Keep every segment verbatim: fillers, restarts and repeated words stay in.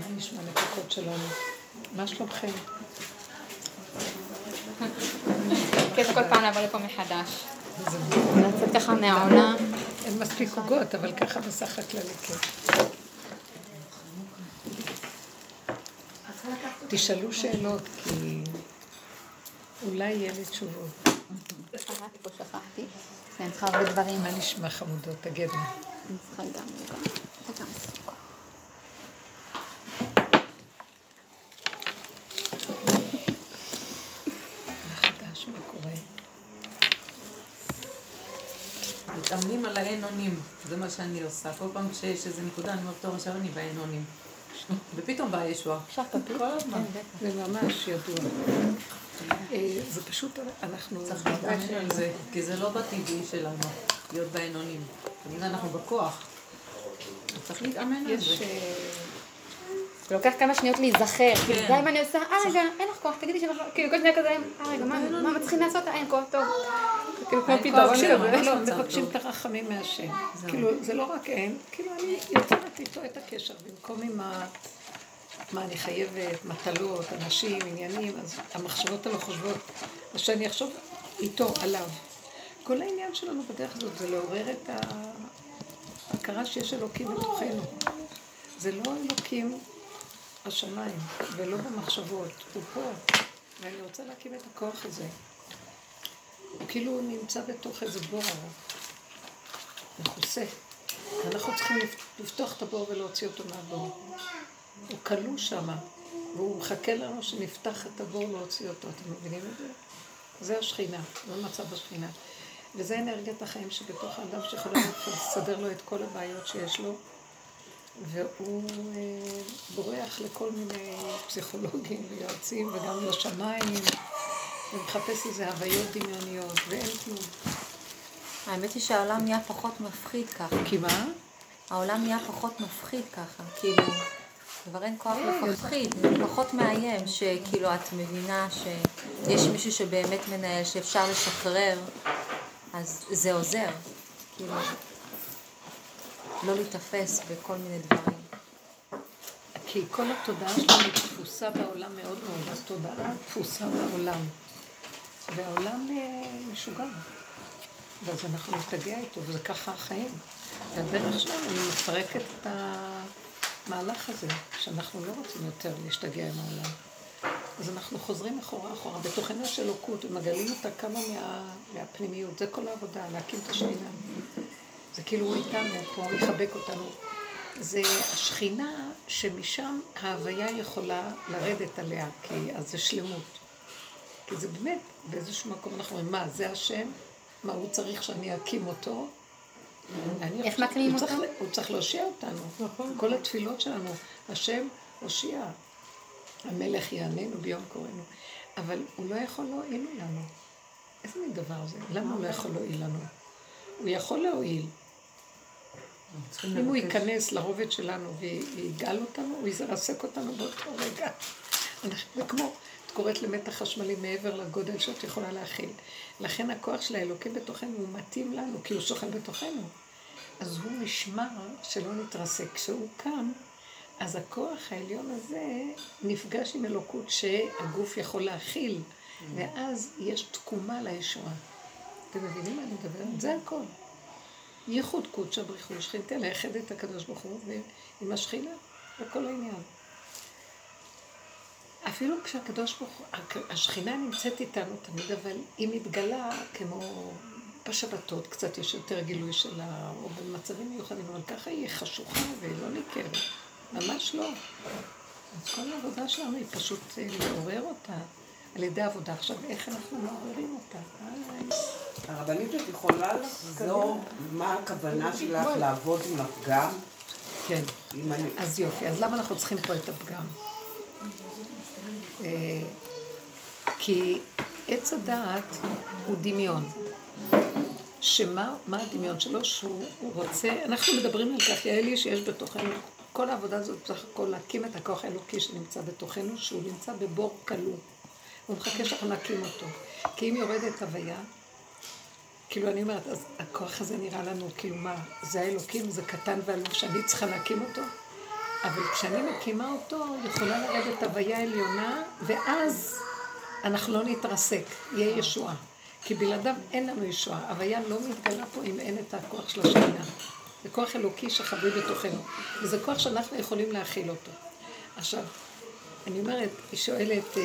מה נשמע מתוקות שלנו? מה שלומכם? כיף כל פעם לבוא לפה מחדש. לצאת ככה מהעונה. אין מספיק עוגות, אבל ככה בסך הכללי כיף. תשאלו שאלות, כי אולי יהיה לי תשובות. קראתי פה, שכחתי. אני צריכה הרבה דברים. מה נשמע חמודות? תגידו. אני צריכה גם גם. וגם סוכר. מחדש, מה קורה? מתאמנים על האין אונים, זה מה שאני עושה. כל פעם כשיש איזו נקודה, אני אומרת, טוב, עכשיו אני באין אונים. ופתאום באה ישועה. אפשר כפי? כל הזמן. זה ממש ידוע. זה פשוט, אנחנו... צריך להתאמן על זה, כי זה לא בטבעי שלנו, להיות באין אונים. כנראה אנחנו בכוח. צריך להתאמן על זה. זה לוקח כמה שניות להיזכר. די אם אני עושה, אה רגע, אין לך כוח, תגידי שלך, כאילו כל שניה כזה, אה רגע, מה צריכים לעשות? אין כוח טוב. כאילו כמו פתרון כזה. לא, מבקשים את הרחמים מהשם. כאילו, זה לא רק אין, כאילו אני יוצרת איתו את הקשר, במקום עם ה... מה אני חייבת, מטלות, אנשים, עניינים, אז המחשבות הלא חושבות, אז שאני אחשוב איתו, עליו. כל העניין שלנו בדרך הזאת זה לעורר את ההכרה שיש אלוקים בתוכנו. זה לא אלוקים השמיים, ולא במחשבות, הוא פה. ואני רוצה להקים את הכוח הזה. הוא כאילו נמצא בתוך איזה בור מכוסה. אנחנו צריכים לפתוח את הבור ולהוציא אותו מהבור. הוא כלוא שמה, והוא מחכה לנו שנפתח את הבור להוציא אותו. אתם מבינים את זה? זה השכינה, זה מצב השכינה. וזה אנרגיית החיים שבתוך האדם שיכולה לסדר לו את כל הבעיות שיש לו, והוא אה, בורח לכל מיני פסיכולוגים ויועצים וגם לשמיים, ומחפש איזה הוויות דמיוניות, ואין כלום. האמת היא שהעולם נהיה פחות מפחיד ככה. כי מה? העולם נהיה פחות מפחיד ככה, כאילו, כבר אין כוח לפחיד, זה פחות מאיים, שכאילו את מבינה שיש מישהו שבאמת מנהל, שאפשר לשחרר, אז זה עוזר, כאילו, לא להתאפס בכל מיני דברים. כי כל התודעה שלנו תפוסה בעולם מאוד מאוד, התודעה תפוסה בעולם, והעולם משוגע, ואז אנחנו נתגע איתו, וזה ככה החיים. והדרך שלנו היא מפרקת את המהלך הזה, שאנחנו לא רוצים יותר להשתגע עם העולם. אז אנחנו חוזרים אחורה אחורה, בתוכנה של אלוקות, ומגלים אותה כמה מה, מהפנימיות, זה כל העבודה, להקים את השכינה. זה כאילו הוא איתנו פה, הוא יחבק אותנו. זה השכינה שמשם ההוויה יכולה לרדת עליה, כי אז זה שלמות. כי זה באמת, באיזשהו מקום אנחנו אומרים, מה, זה השם? מה, הוא צריך שאני אקים אותו? איך מקימים אותו? הוא צריך להושיע אותנו. כל התפילות שלנו, השם הושיע. המלך יעננו ביום קוראנו. אבל הוא לא יכול להועיל לנו. איזה מין דבר זה? למה הוא לא יכול להועיל לנו? הוא יכול להועיל. אם הוא ייכנס לרובד שלנו ויגאל אותנו, הוא ירסק אותנו באותו רגע. זה כמו, את קוראת למתח חשמלי מעבר לגודל שאת יכולה להכיל. לכן הכוח של האלוקים בתוכנו הוא מתאים לנו, כי הוא שוכן בתוכנו. אז הוא נשמר שלא נתרסק. כשהוא קם, אז הכוח העליון הזה נפגש עם אלוקות שהגוף יכול להכיל, ואז יש תקומה לישועה. אתם מבינים מה אני מדברת? זה הכל. ייחוד קודשא בריך הוא שכינתה לאחד את הקדוש ברוך הוא ועם השכינה וכל העניין. אפילו כשהקדוש ברוך הוא, השכינה נמצאת איתנו תמיד, אבל היא מתגלה כמו בשבתות, קצת יש יותר גילוי שלה, או במצבים מיוחדים, אבל ככה היא חשוכה ולא ניכרת, ממש לא. אז כל העבודה שלנו היא פשוט לעורר אותה על ידי עבודה. עכשיו, איך אנחנו מעוררים אותה? הרבנית, את יכולה לחזור מה הכוונה שלך לעבוד עם הפגם? כן, אז יופי. אז למה אנחנו צריכים פה את הפגם? כי עץ הדעת הוא דמיון. שמה מה הדמיון שלו? שהוא רוצה, אנחנו מדברים על כך, יעלי שיש בתוכנו, כל העבודה הזאת צריך הכל להקים את הכוח האלוקי שנמצא בתוכנו, שהוא נמצא בבור כלוא. הוא מחכה שאנחנו נקים אותו. כי אם יורדת הוויה, כאילו אני אומרת, אז הכוח הזה נראה לנו, כאילו מה, זה האלוקים, זה קטן ועלוב שאני צריכה להקים אותו? אבל כשאני מקימה אותו, יכולה לרדת הוויה עליונה, ואז אנחנו לא נתרסק, יהיה ישועה. כי בלעדיו אין לנו ישועה. הוויה לא מתגלה פה אם אין את הכוח של השכינה. זה כוח אלוקי שחבוי בתוכנו, וזה כוח שאנחנו יכולים להכיל אותו. עכשיו, אני אומרת, היא שואלת,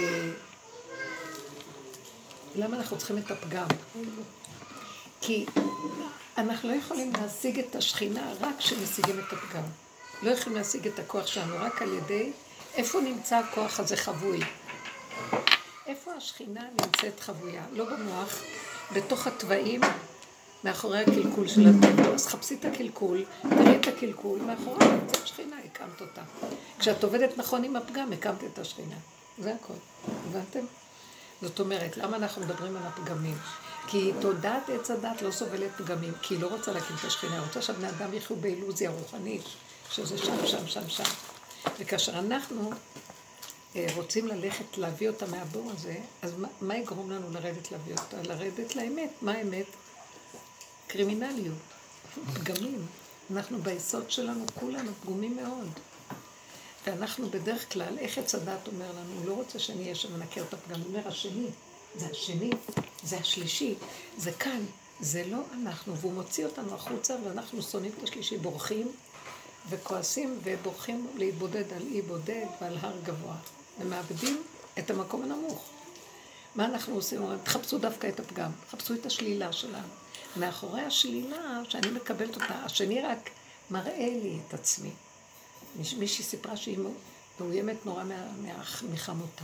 למה אנחנו צריכים את הפגם? כי אנחנו לא יכולים להשיג את השכינה רק כשמשיגים את הפגם. לא יכולים להשיג את הכוח שלנו רק על ידי איפה נמצא הכוח הזה חבוי. איפה השכינה נמצאת חבויה? לא במוח, בתוך התוואים, מאחורי הקלקול של הטבע. אז חפשי את הקלקול, תראי את הקלקול, מאחורי נמצאת שכינה, הקמת אותה. כשאת עובדת נכון עם הפגם, הקמת את השכינה. זה הכל. הבנתם? זאת אומרת, למה אנחנו מדברים על הפגמים? כי תודעת עץ הדת לא סובלת פגמים, כי היא לא רוצה להקים את השכינה, היא רוצה שהבני אדם יחיו באילוזיה רוחנית, שזה שם, שם, שם, שם. וכאשר אנחנו רוצים ללכת להביא אותה מהבור הזה, אז מה, מה יגרום לנו לרדת להביא אותה? לרדת לאמת. מה האמת? קרימינליות, פגמים. אנחנו ביסוד שלנו, כולנו פגומים מאוד. ואנחנו בדרך כלל, איך עץ הדת אומר לנו, הוא לא רוצה שאני אהיה שמנקר את הפגם, הוא אומר השני, זה השני, זה השלישי, זה כאן, זה לא אנחנו, והוא מוציא אותנו החוצה ואנחנו שונאים את השלישי, בורחים וכועסים ובורחים להתבודד על אי בודד ועל הר גבוה, ומאבדים את המקום הנמוך. מה אנחנו עושים? תחפשו דווקא את הפגם, תחפשו את השלילה שלנו. מאחורי השלילה שאני מקבלת אותה, השני רק מראה לי את עצמי. מישהי סיפרה שהיא מאוימת נורא מחמותה,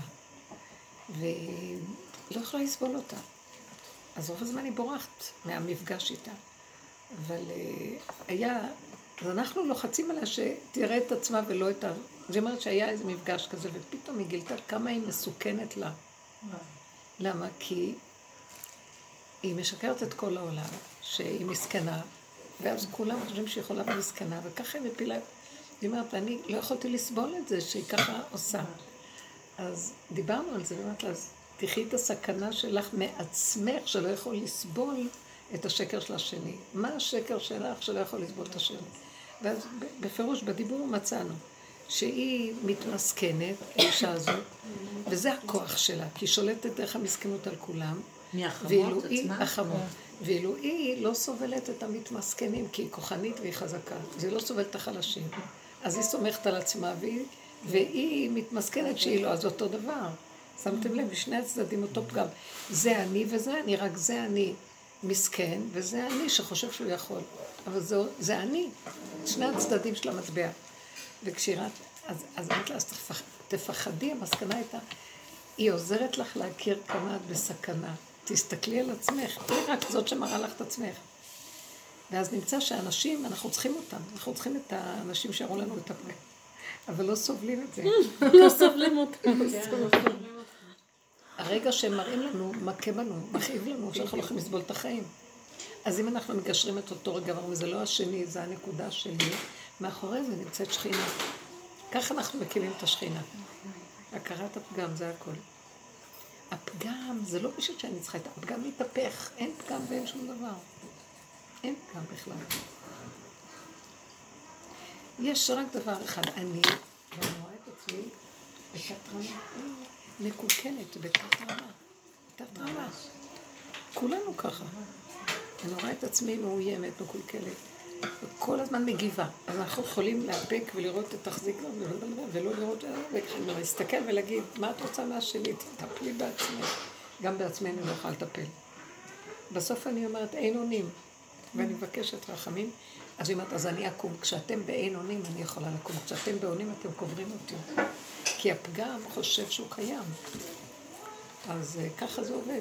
ולא יכולה לסבול אותה. אז רוב הזמן היא בורחת מהמפגש איתה. אבל היה, אז אנחנו לוחצים עליה שתראה את עצמה ולא את ה... זאת אומרת שהיה איזה מפגש כזה, ופתאום היא גילתה כמה היא מסוכנת לה. למה? כי היא משקרת את כל העולם, שהיא מסכנה, ואז כולם חושבים שהיא יכולה ומסכנה, וככה היא מפילה. היא אומרת, אני לא יכולתי לסבול את זה שהיא ככה עושה. אז דיברנו על זה, ואמרת לה, אז תחי את הסכנה שלך מעצמך, שלא יכול לסבול את השקר של השני. מה השקר שלך שלא יכול לסבול את השני? ואז בפירוש בדיבור מצאנו שהיא מתמסכנת, האישה הזאת, וזה הכוח שלה, כי היא שולטת דרך המסכנות על כולם. מהחמות עצמה? החמות. ואילו היא לא סובלת את המתמסכנים, כי היא כוחנית והיא חזקה. זה לא סובלת את החלשים. אז היא סומכת על עצמה, והיא, והיא מתמסכנת שהיא לא, אז אותו דבר. שמתם לב, בשני הצדדים אותו פגם. זה אני וזה אני, רק זה אני מסכן, וזה אני שחושב שהוא יכול. אבל זה, זה אני, שני הצדדים של המטבע. וכשהיא אז, אז אמרת לה, אז תפח, תפחדי, המסקנה הייתה, היא עוזרת לך להכיר כמה את בסכנה. תסתכלי על עצמך, היא רק זאת שמראה לך את עצמך. ואז נמצא שאנשים, אנחנו צריכים אותם, אנחנו צריכים את האנשים שיראו לנו את הפרק, אבל לא סובלים את זה. לא סובלים אותם. הרגע שהם מראים לנו, מכה בנו, מכאיב לנו, שאנחנו לא יכולים לסבול את החיים. אז אם אנחנו מגשרים את אותו רגע, וזה לא השני, זה הנקודה שלי, מאחורי זה נמצאת שכינה. ככה אנחנו מקימים את השכינה. הכרת הפגם, זה הכל. הפגם, זה לא פשוט שאני צריכה את הפגם להתהפך, אין פגם ואין שום דבר. אין פגם בכלל. יש רק דבר אחד, אני, ואני רואה את עצמי, בתת-רמה, מקולקלת, בתת-רמה, בתת-רמה. כולנו ככה. אני רואה את עצמי מאוימת, מקולקלת, וכל הזמן מגיבה. אז אנחנו יכולים להפק ולראות את תחזיק ולא לראות, ולהסתכל ולהגיד, מה את רוצה מהשני? תטפלי בעצמך. גם בעצמנו לא יכולה לטפל. בסוף אני אומרת, אין אונים, ואני מבקשת רחמים. אז היא אומרת, אז אני אקום. כשאתם באין אונים, אני יכולה לקום. כשאתם באונים, אתם קוברים אותי. כי הפגם חושב שהוא קיים. אז ככה זה עובד.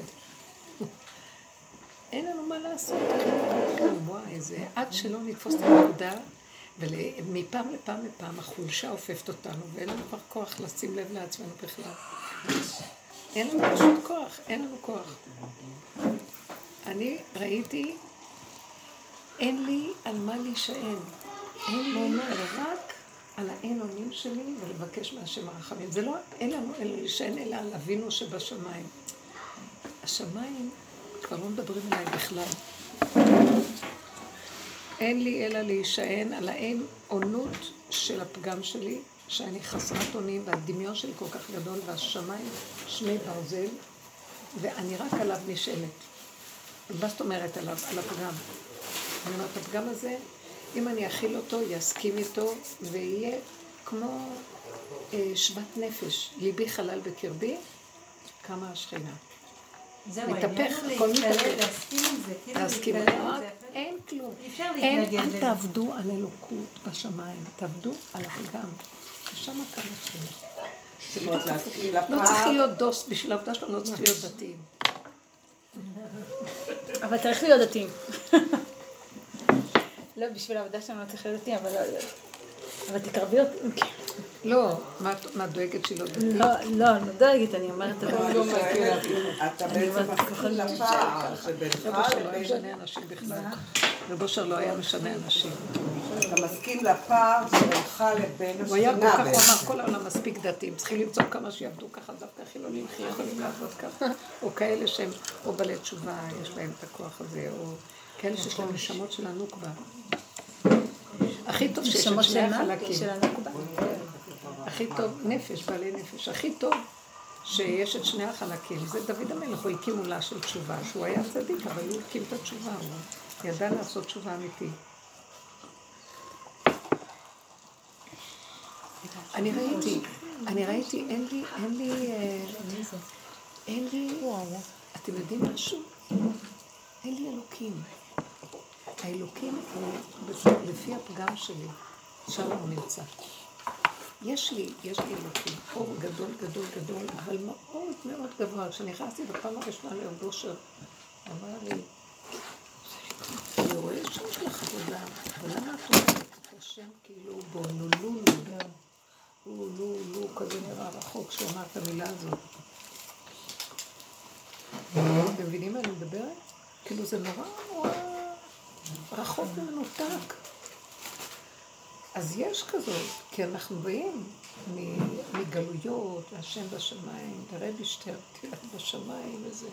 אין לנו מה לעשות. וואי, זה עד שלא נתפוס את הנקודה, ומפעם לפעם לפעם החולשה הופפת אותנו, ואין לנו כבר כוח לשים לב לעצמנו בכלל. אין לנו פשוט כוח, אין לנו כוח. אני ראיתי, אין לי על מה להישען. אין לי רק על האין אונים שלי ולבקש מהשם הרחמים. זה לא, אין לנו אלא להישען, אלא על אבינו שבשמיים. השמיים כבר לא מדברים עליי בכלל. אין לי אלא להישען על האין עונות של הפגם שלי, שאני חסרת אונים, והדמיון שלי כל כך גדול, והשמיים שמי ברזל, ואני רק עליו נשאלת. מה זאת אומרת עליו? על הפגם. אני אומרת, הפגם הזה, אם אני אכיל אותו, יסכים איתו, ויהיה כמו אה, שוות נפש. ליבי חלל בקרבי, כמה השכינה. זהו, מתהפך, העניין הכל הוא להתקלל, מתהפך. להסכים עם זה, כאילו להסכים להתקלל עם עם זה. זה. אין כלום. אי אפשר אין, להתנגד אל לזה. תעבדו על אלוקות בשמיים, תעבדו על הפגם. ושם כמה שכינה. זאת אומרת, להסכים לא צריך לפער. להיות דוס, בשביל העבודה שלנו לא צריך להיות דתיים. אבל צריך להיות דתיים. לא, בשביל העבודה שלנו לא צריך להיות דתיים, אבל לא להיות. אבל תקרבי אותי. לא, מה את מה את דואגת שהיא לא דתית? לא, לא, אני לא דואגת, אני אומרת, אבל לא שואלת אם אתה בעצם מסכים לפער שבינך רבושר לא היה לבין... משנה אנשים בכלל. רבושר לא היה משנה אנשים. אתה מסכים לפער שבינך לבין הוא היה כל השכינה כך, הוא אמר, בעצם. כל העולם מספיק דתיים, צריכים למצוא כמה שיעבדו ככה, דווקא חילונים הכי יכולים לעבוד ככה, או כאלה שהם או בעלי תשובה, יש להם את הכוח הזה, או כאלה שיש להם נשמות של הנוקבה. הכי טוב שיש את שני החלקים. הכי טוב, נפש, בעלי נפש, הכי טוב שיש את שני החלקים. זה דוד המלך, הוא הקים עולה של תשובה, שהוא היה צדיק, אבל הוא הקים את התשובה, הוא ידע לעשות תשובה אמיתית. אני ראיתי, אני ראיתי, אין לי, אין לי, אין לי, אתם יודעים משהו? אין לי אלוקים. האלוקים הוא לפי הפגם שלי, שם הוא נמצא. יש לי, יש לי אלוקים, אור גדול, גדול, גדול, אבל מאוד מאוד גבוה. כשנכנסתי בפעם הראשונה לאורדושר, אמר לי, אני רואה שיש לך עבודה, אבל למה את אומרת את השם כאילו בו, נו, נו, נו, נו, נו, נו, כזה נראה רחוק שהוא אמר את המילה הזאת. אתם מבינים מה אני מדברת? כאילו זה נורא נורא רחוק ומנותק. אז יש כזאת, כי אנחנו באים מגלויות, השם בשמיים, לרבי שטר, תלך בשמיים וזה.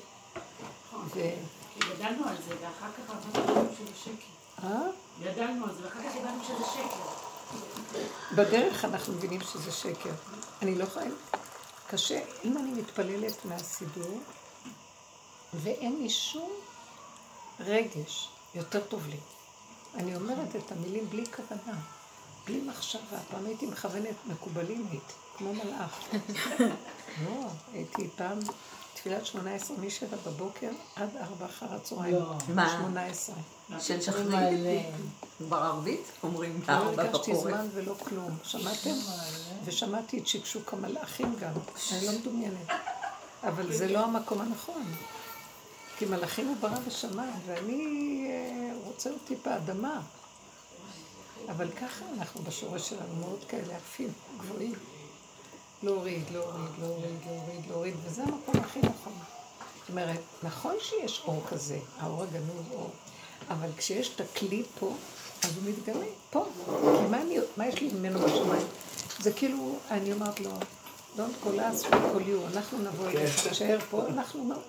ידענו על זה, ואחר כך אמרנו שזה שקר. אה? ידענו על זה, ואחר כך ידענו שזה שקר. בדרך אנחנו מבינים שזה שקר. אני לא יכולה... קשה, אם אני מתפללת מהסידור, ואין לי שום רגש, יותר טוב לי. אני אומרת את המילים בלי כוונה, בלי מחשבה. פעם הייתי מכוונת מקובלינית, כמו מלאך. לא, הייתי פעם תפילת שמונה עשרה משבע בבוקר עד ארבע אחר הצהריים. מה? שמונה עשרה. של שחרית? בערבית? אומרים לא בארבע הרגשתי בחורף. זמן ולא כלום. שמעתם? ושמעתי את שקשוק המלאכים גם. אני לא מדומיינת. אבל זה לא המקום הנכון. כי מלאכים הוא ברא בשמיים, ואני רוצה אותי באדמה. אבל ככה אנחנו בשורש שלנו מאוד כאלה עפים, גבוהים. להוריד, להוריד, להוריד, להוריד, להוריד, וזה המקום הכי נכון. זאת אומרת, נכון שיש אור כזה, האור הגנוז אור, אבל כשיש את הכלי פה, אז הוא מתגלה פה. כי מה, אני, מה יש לי ממנו בשמיים? זה כאילו, אני אומרת לו, don't call us, we call you, אנחנו נבוא אליך, תשאר פה, אנחנו נבוא.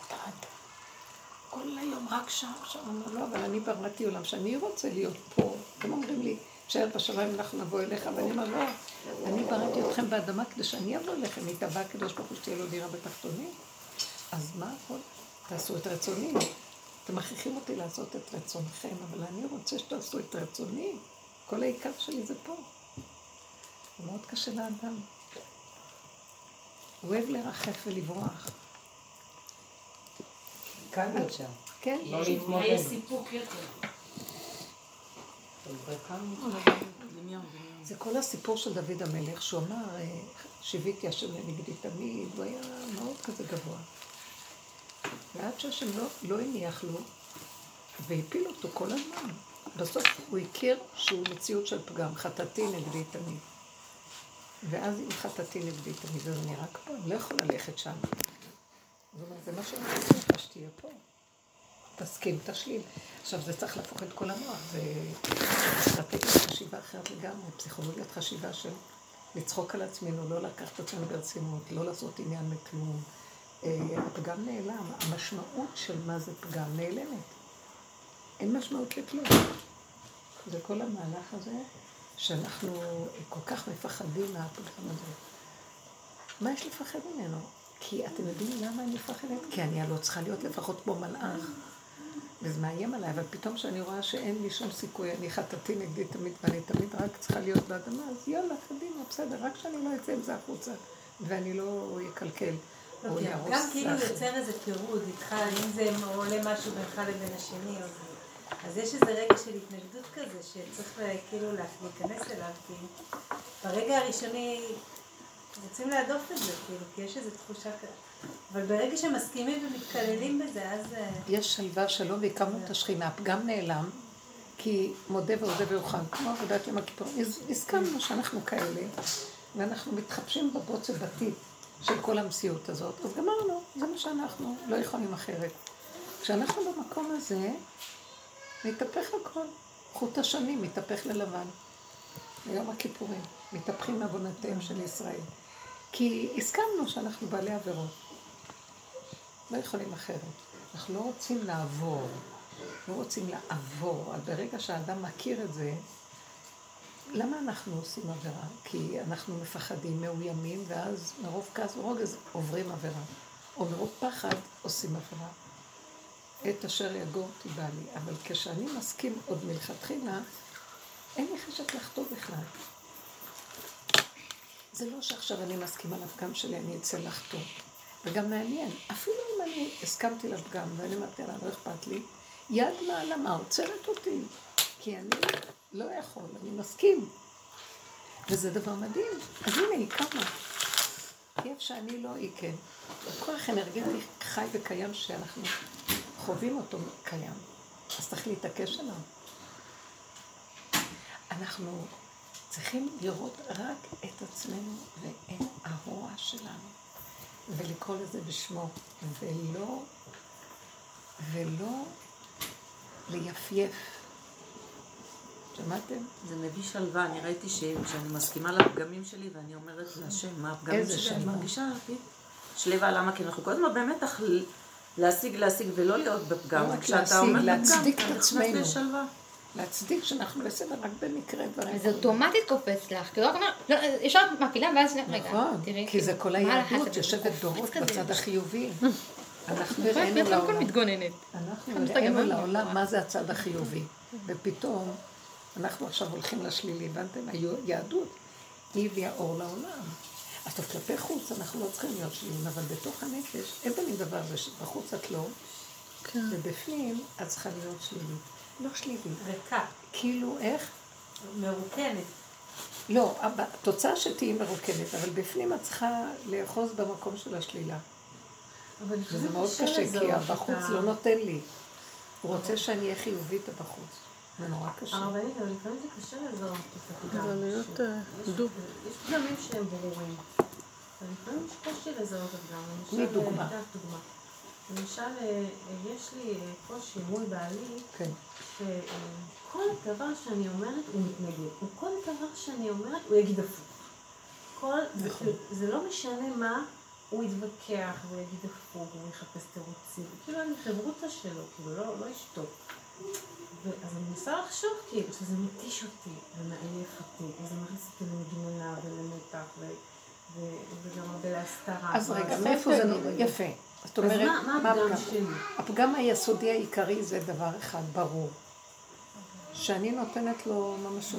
כל היום רק שם, שם, אמר, לא, אבל אני בראתי עולם שאני רוצה להיות פה. אתם אומרים לי, תשאר בשמיים, אנחנו נבוא אליך, ואני אומר, לא, אני בראתי אתכם באדמה כדי שאני אבוא אליכם, יתבע הקדוש ברוך הוא שתהיה לו דירה בתחתונים. אז מה הכל? תעשו את רצוני. אתם מכריחים אותי לעשות את רצונכם, אבל אני רוצה שתעשו את רצוני. כל העיקר שלי זה פה. זה מאוד קשה לאדם. הוא אוהב לרחף ולברוח. כאן אפשר. כן. לא להתמודד. היה סיפוק יותר. זה כל הסיפור של דוד המלך, שהוא אמר, שיוויתי השם לנגדי תמיד, הוא היה מאוד כזה גבוה. ועד שהשם לא, לא הניח לו, והפיל אותו כל הזמן. בסוף הוא הכיר שהוא מציאות של פגם, חטאתי נגדי תמיד. ואז אם חטאתי נגדי תמיד, זה נראה כמו, אני לא יכול ללכת שם. זאת אומרת, זה מה שאני רוצה לך שתהיה פה. תסכים, תשלים. עכשיו, זה צריך להפוך את כל המוח. זה אסטרטגיה חשיבה אחרת לגמרי, פסיכולוגיית חשיבה של לצחוק על עצמנו, לא לקחת את עצמנו ברצינות, לא לעשות עניין מכלום. הפגם נעלם, המשמעות של מה זה פגם נעלמת. אין משמעות לכלום. זה כל המהלך הזה שאנחנו כל כך מפחדים מהפגם הזה. מה יש לפחד ממנו? כי אתם יודעים למה אני מפחדת? כי אני לא צריכה להיות לפחות כמו מלאך. וזה מאיים עליי, אבל פתאום שאני רואה שאין לי שום סיכוי, אני חטאתי נגדי תמיד, ואני תמיד רק צריכה להיות באדמה, אז יאללה, קדימה, בסדר, רק שאני לא אצא עם זה החוצה, ואני לא אקלקל, או ירוס. גם כאילו יוצר איזה פירוד איתך, אם זה עולה משהו בינך לבין השני, אז יש איזה רגע של התנגדות כזה, שצריך כאילו להיכנס אליו, כי ברגע הראשוני רוצים להדוף את זה, כאילו, כי יש איזו תחושה כזאת. אבל ברגע שמסכימים ומתקללים בזה, אז... יש שלווה שלום והקמנו את השכינה, הפגם נעלם, כי מודה ועודה ויוחד, כמו עבודת יום הכיפור. הסכמנו שאנחנו כאלה, ואנחנו מתחפשים בבוץ הבתי של כל המציאות הזאת, אז גמרנו, זה מה שאנחנו, לא יכולים אחרת. כשאנחנו במקום הזה, מתהפך הכל, חוט השנים מתהפך ללבן. ביום הכיפורים, מתהפכים עוונותיהם של ישראל. כי הסכמנו שאנחנו בעלי עבירות. לא יכולים אחרת. אנחנו לא רוצים לעבור, לא רוצים לעבור. אבל ברגע שהאדם מכיר את זה, למה אנחנו עושים עבירה? כי אנחנו מפחדים, מאוימים, ואז מרוב כעס ורוגז עוברים עבירה. או מרוב פחד עושים עבירה. את אשר יגור תיבא לי. אבל כשאני מסכים עוד מלכתחילה, אין לי חשק לחטוא בכלל. זה לא שעכשיו אני מסכים על הפגם שלי, אני אצא לחטוא. וגם מעניין, אפילו אם אני הסכמתי לפגם, ואני אמרתי לה, לא אכפת לי, יד מעלמה עוצרת אותי, כי אני לא יכול, אני מסכים. וזה דבר מדהים. אז הנה היא קמה. כי איפה שאני לא, היא כן. הכוח אנרגטי חי וקיים שאנחנו חווים אותו קיים. אז צריך להתעקש עליו. אנחנו צריכים לראות רק את עצמנו ואת הרוע שלנו. ולקרוא לזה בשמו, ולא, ולא לייפייף. שמעתם? זה מביא שלווה, אני ראיתי שאני מסכימה לפגמים שלי, ואני אומרת להשם, מה הפגמים שלי? אני מרגישה שלווה, למה? כי אנחנו כל הזמן באמת להשיג, להשיג ולא להיות בפגם. לא רק להשיג, להצדיק את עצמנו. להצדיק שאנחנו בסדר רק במקרה דברים. זה אוטומטית קופץ לך, כי לא רק אומר, ישר מפילה ואז רגע, תראי. כי זה כל היהדות יושבת דורות בצד החיובי. אנחנו הראינו לעולם. אנחנו הראינו לעולם מה זה הצד החיובי. ופתאום אנחנו עכשיו הולכים לשלילי, הבנתם? היהדות היא הביאה אור לעולם. אז טוב, כלפי חוץ אנחנו לא צריכים להיות שליליים, אבל בתוך הנפש, איזה מין דבר זה שבחוץ את לא, ובפנים את צריכה להיות שלילית. לא שלילית. ריקה. כאילו, איך? מרוקנת. לא, התוצאה שתהי מרוקנת, אבל בפנים את צריכה לאחוז במקום של השלילה. וזה מאוד קשה, כי הבחוץ לא נותן לי. הוא רוצה שאני אהיה חיובית בחוץ. זה נורא קשה. הרבנית, אבל לפעמים זה קשה לזרום את הפגם. אבל להיות דו. יש פגמים שהם ברורים. אבל לפעמים יש קושי לזרום את הפגם. תני דוגמה. למשל, יש לי קושי מול בעלי, שכל דבר שאני אומרת הוא מתנגד. וכל דבר שאני אומרת הוא יגיד הפוך. זה לא משנה מה, הוא יתווכח ויגיד הפוך, הוא יחפש תירוצים. כאילו אני חברותה שלו, כאילו לא ישתוק. אז אני מנסה לחשוב כאילו שזה מתיש אותי ומעייף אותי, וזה מכניס אותי למגננה ולמתח וגם הרבה להסתרה. אז רגע, מאיפה זה נורא? יפה. זאת אומרת, מה הפגם שלי? הפגם היסודי העיקרי זה דבר אחד, ברור. שאני נותנת לו ממשות.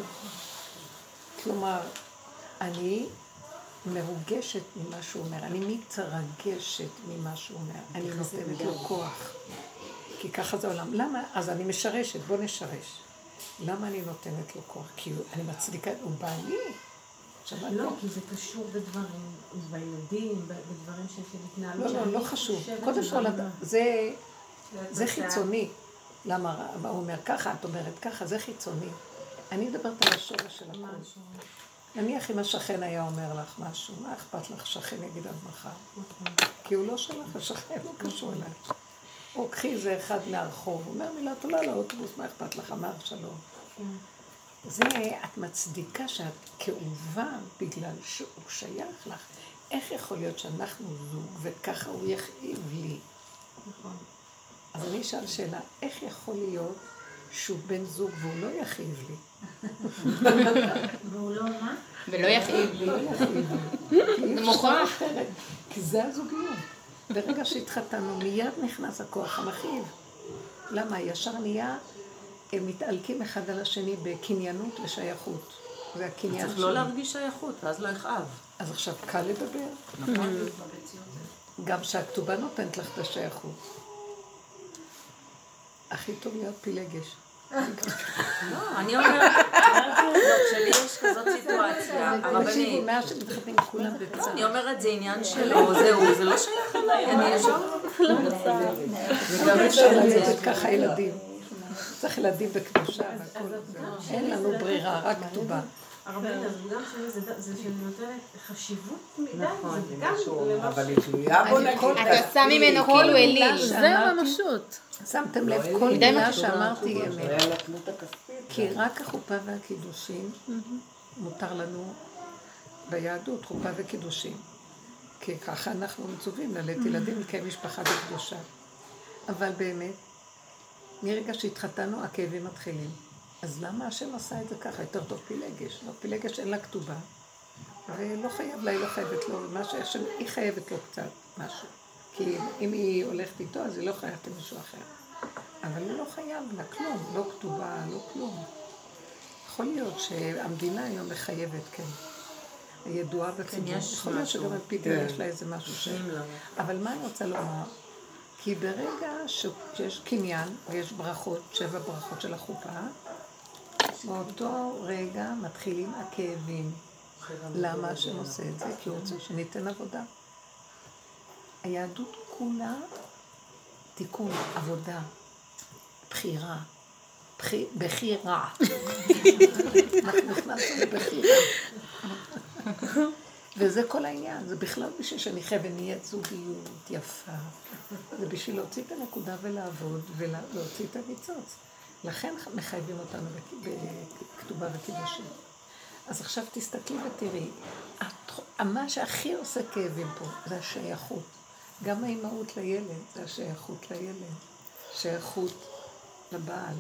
כלומר, אני מרוגשת ממה שהוא אומר, אני מתרגשת ממה שהוא אומר, אני נותנת לו כוח. כי ככה זה עולם. למה? אז אני משרשת, בוא נשרש. למה אני נותנת לו כוח? כי אני מצדיקה, הוא בעלי. לא, כי זה קשור בדברים, בילדים, בדברים של התנהלות. לא, לא, לא חשוב. קודם כל, זה חיצוני. למה הוא אומר ככה, את אומרת ככה, זה חיצוני. אני מדברת על השורש של הכל. נניח אם השכן היה אומר לך משהו, מה אכפת לך שכן יגיד עד מחר? כי הוא לא שלך, השכן לא קשור אליי. או קחי איזה אחד מהרחוב, הוא אומר מילה טובה לאוטובוס, מה אכפת לך, אמר שלום. זה, את מצדיקה שאת כאובה בגלל שהוא שייך לך. איך יכול להיות שאנחנו זוג וככה הוא יכאיב לי? נכון. אז אני אשאל שאלה, איך יכול להיות שהוא בן זוג והוא לא יכאיב לי. והוא לא מה? ולא יכאיב לי. לא יכאיב לי. זה מוכרח. כי זה הזוגיות. ברגע שהתחתנו, מיד נכנס הכוח המכאיב. למה? ישר נהיה, הם מתעלקים אחד על השני בקניינות ושייכות. זה הקניין צריך לא להרגיש שייכות, ואז לא יכאב. אז עכשיו קל לדבר. נכון. גם שהכתובה נותנת לך את השייכות. הכי טוב להיות פילגש. לא, אני אומרת, כשלי יש כזאת סיטואציה, הרבנית, תקשיבו, מאז שמתחתנים כולם בצד. אני אומרת, זה עניין שלו, זהו, זה לא שייך אליי, אני ישר וגם אפשר ללדת ככה ילדים. צריך ילדים בקדושה והכל. אין לנו ברירה, רק כתובה. הרבנית, אז גם שלי זה שאני נותנת חשיבות מדי, נכון, זה גם למה אבל היא תלויה בו נגיד. אתה עושה ממנו כאילו אליל. זה ממשות. שמתם לב, כל מילה שאמרתי אמת. כי רק החופה והקידושים מותר לנו ביהדות, חופה וקידושים. כי ככה אנחנו מצווים ללדת ילדים לקיים משפחה בקדושה. אבל באמת, מרגע שהתחתנו, הכאבים מתחילים. אז למה השם עשה את זה ככה? יותר טוב פילגש. לא, פילגש אין לה כתובה. ולא חייב לה, היא לא חייבת לו. מה שהשם, היא חייבת לו קצת משהו. כי אם היא הולכת איתו, אז היא לא חייבת למישהו אחר. אבל הוא לא חייב לה כלום, לא כתובה, לא כלום. יכול להיות שהמדינה היום מחייבת, כן. הידועה בציבור. יכול להיות שגם על פי דין יש לה איזה משהו ש... אבל מה אני רוצה לומר? כי ברגע שיש קניין ויש ברכות, שבע ברכות של החופה, באותו רגע מתחילים הכאבים. למה השם עושה את זה? כי הוא רוצה שניתן עבודה. היהדות כולה תיקון, עבודה, בחירה, בחירה. אנחנו נכנסנו לבחירה. וזה כל העניין, זה בכלל בשביל שנחיה ונהיה זוגיות יפה. זה בשביל להוציא את הנקודה ולעבוד ולהוציא את הניצוץ. לכן מחייבים אותנו בכתובה וקידושים. אז עכשיו תסתכלי ותראי, מה שהכי עושה כאבים פה זה השייכות. גם האימהות לילד זה השייכות לילד, שייכות לבעל.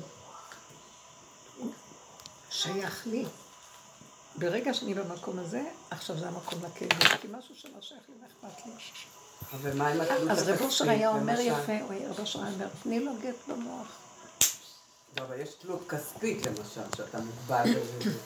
שייך לי. ברגע שאני במקום הזה, עכשיו זה המקום לכאבים, כי משהו שלא שייך לי ואכפת לי. אבל מה עם התלות הכספית? אז רב אושר היה אומר יפה, רב אושר היה אומר, תני לו גט במוח. לא, אבל יש תלות כספית למשל, שאתה מוגבל בזה.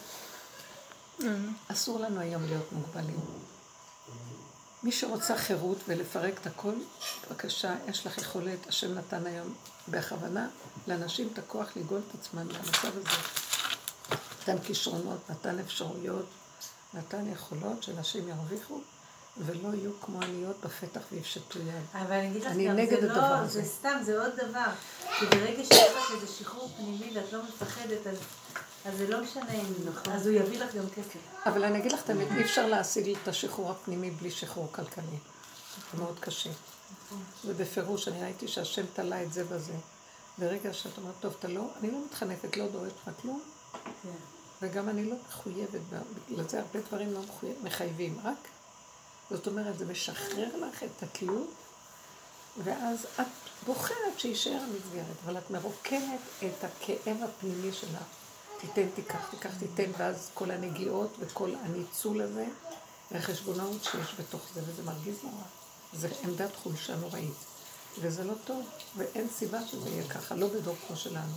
אסור לנו היום להיות מוגבלים. מי שרוצה חירות ולפרק את הכל, בבקשה, יש לך יכולת, השם נתן היום בכוונה לאנשים את הכוח לגאול את עצמם מהמצב הזה. נתן כישרונות, נתן אפשרויות, נתן יכולות שאנשים ירוויחו ולא יהיו כמו עניות בפתח ויפשטו יד. אבל אני אגיד לך אני גם, נגד זה הדבר לא, הזה. זה סתם, זה עוד דבר. כי ברגע שיש לך איזה שחרור פנימי ואת לא מפחדת, אז, אז זה לא משנה אם נכון. אז הוא יביא לך גם כסף. אבל אני אגיד לך תמיד, אי אפשר להשיג את השחרור הפנימי בלי שחרור כלכלי. זה מאוד קשה. ובפירוש אני ראיתי שהשם תלה את זה בזה. ברגע שאת אומרת, טוב, אתה לא, אני לא מתחנפת, לא דורית לך כלום. וגם אני לא מחויבת, בגלל זה הרבה דברים לא מחייבים, רק, זאת אומרת, זה משחרר לך את התלות, ואז את בוחרת שישאר המסגרת, אבל את מרוקנת את הכאב הפנימי שלך. תיתן, תיקח, תיקח, תיתן, ואז כל הנגיעות וכל הניצול הזה, והחשבונאות שיש בתוך זה, וזה מרגיז נורא. זה עמדת חולשה נוראית, וזה לא טוב, ואין סיבה שזה יהיה ככה, לא בדור כמו שלנו.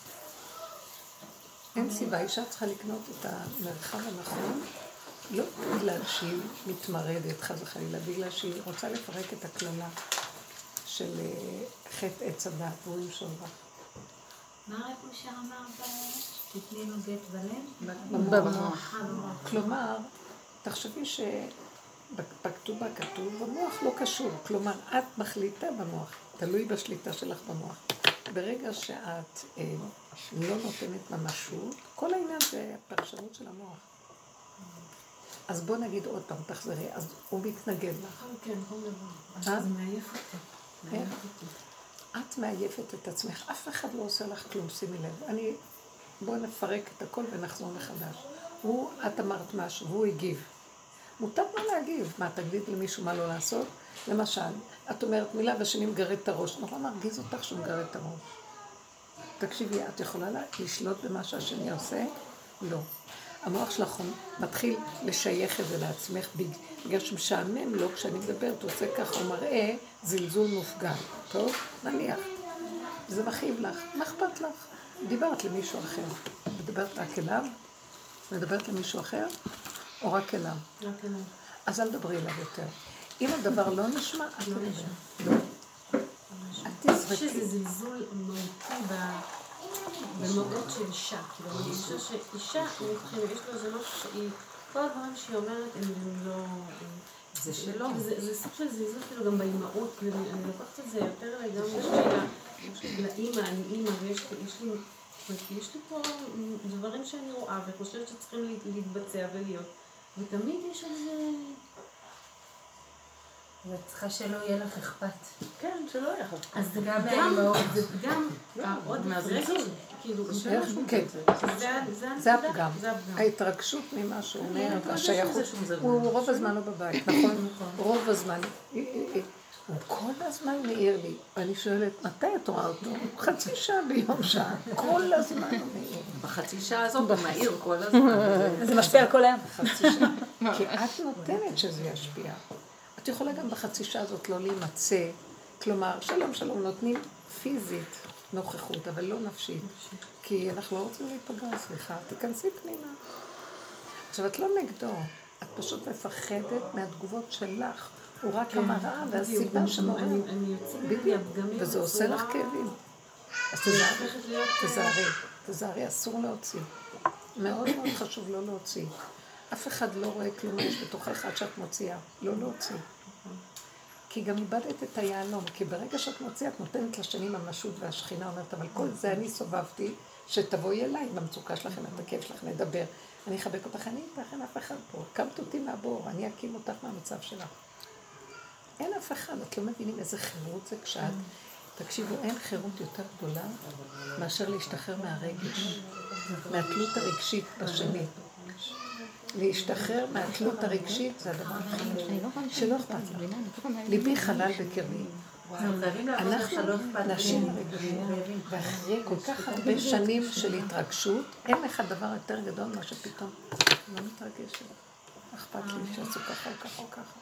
אין סיבה, אישה צריכה לקנות את המרחב הנכון, לא בגלל שהיא מתמרדת, חס וחלילה, בגלל שהיא רוצה לפרק את הכללה של חטא עץ הדת, והוא ימשול בה. מה רב אושר אמר שתתני לו גט בלב? במוח. כלומר, תחשבי שבכתובה כתוב, במוח לא קשור, כלומר, את מחליטה במוח, תלוי בשליטה שלך במוח. ברגע שאת אה, לא נותנת ממשות, כל העניין זה הפרשנות של המוח. אז בוא נגיד עוד פעם, תחזרי, אז הוא מתנגד לך. כן, כל דבר. אז מעייף אותי. את מעייפת את עצמך, אף אחד לא עושה לך כלום, שימי לב. אני, בוא נפרק את הכל ונחזור מחדש. הוא, את אמרת משהו, והוא הגיב. מותר לא להגיב. מה, תגיד למישהו מה לא לעשות? למשל, את אומרת מילה והשני מגרד את הראש. נורא מרגיז אותך שהוא מגרד את הראש. תקשיבי, את יכולה לשלוט במה שהשני עושה? לא. המוח שלך מתחיל לשייך את זה לעצמך, בגלל שמשעמם לו, כשאני מדברת, הוא עושה כך, הוא מראה זלזול מופגע. טוב? נניח. זה מכאיב לך. מה אכפת לך? דיברת למישהו אחר. מדברת רק אליו? מדברת למישהו אחר? או רק אליו? רק אליו. אז אל דברי אליו יותר. אם הדבר לא נשמע, אל תדבר. לא. אל תזרקי. שזה זלזול מהותי במהות של אישה. כאילו, אני חושבת שאישה, יש לו איזה משהו שהיא, כל הדברים שהיא אומרת הם לא... זה שלא. זה סוג של זלזול כאילו גם באימהות, אני לוקחת את זה יותר לגמרי לאימא, אני אימא, ויש לי פה דברים שאני רואה וחושבת שצריכים להתבצע ולהיות, ותמיד יש איזה... ואת צריכה שלא יהיה לך אכפת. כן, שלא יהיה לך אכפת. אז זה גם מהאימהות. זה גם עוד רגע, כאילו, זה הפגם. ההתרגשות ממה שהוא אומר, השייכות, הוא רוב הזמן לא בבית, נכון? רוב הזמן. הוא כל הזמן מעיר לי, ואני שואלת, מתי את רואה אותו? חצי שעה ביום שעה, כל הזמן הוא מעיר. בחצי שעה הזאת הוא מעיר כל הזמן. זה משפיע על כל היום. חצי שעה. כי את נותנת שזה ישפיע. את יכולה גם בחצי שעה הזאת לא להימצא, כלומר, שלום שלום, נותנים פיזית נוכחות, אבל לא נפשית. כי אנחנו לא רוצים להיפגע, סליחה, תיכנסי פנימה. עכשיו, את לא נגדו, את פשוט מפחדת מהתגובות שלך. הוא רק המראה והסיבה שמראים. בדיוק, וזה עושה לך כאבים. אז תזהרי, תזהרי, אסור להוציא. מאוד מאוד חשוב לא להוציא. אף אחד לא רואה כלום יש בתוכך עד שאת מוציאה, לא להוציא. כי גם איבדת את היעלום, כי ברגע שאת מוציאה, את נותנת לשני ממשות והשכינה אומרת, אבל כל זה אני סובבתי, שתבואי אליי במצוקה שלכם, את הכיף שלך, נדבר. אני אחבק אותך, אני איתך, אין אף אחד פה. קמת אותי מהבור, אני אקים אותך מהמצב שלך. אין אף אחד, את לא מבינים איזה חירות זה כשאת, תקשיבו, אין חירות יותר גדולה מאשר להשתחרר מהרגש, מהתלות הרגשית בשני. להשתחרר מהתלות הרגשית זה הדבר הכי שלא אכפת לך. ליבי חלל בקרבי. אנחנו נשים רגשיים, ואחרי כל כך הרבה שנים של התרגשות, אין לך דבר יותר גדול מה שפתאום לא מתרגש. אכפת לי שעשו ככה או ככה או ככה.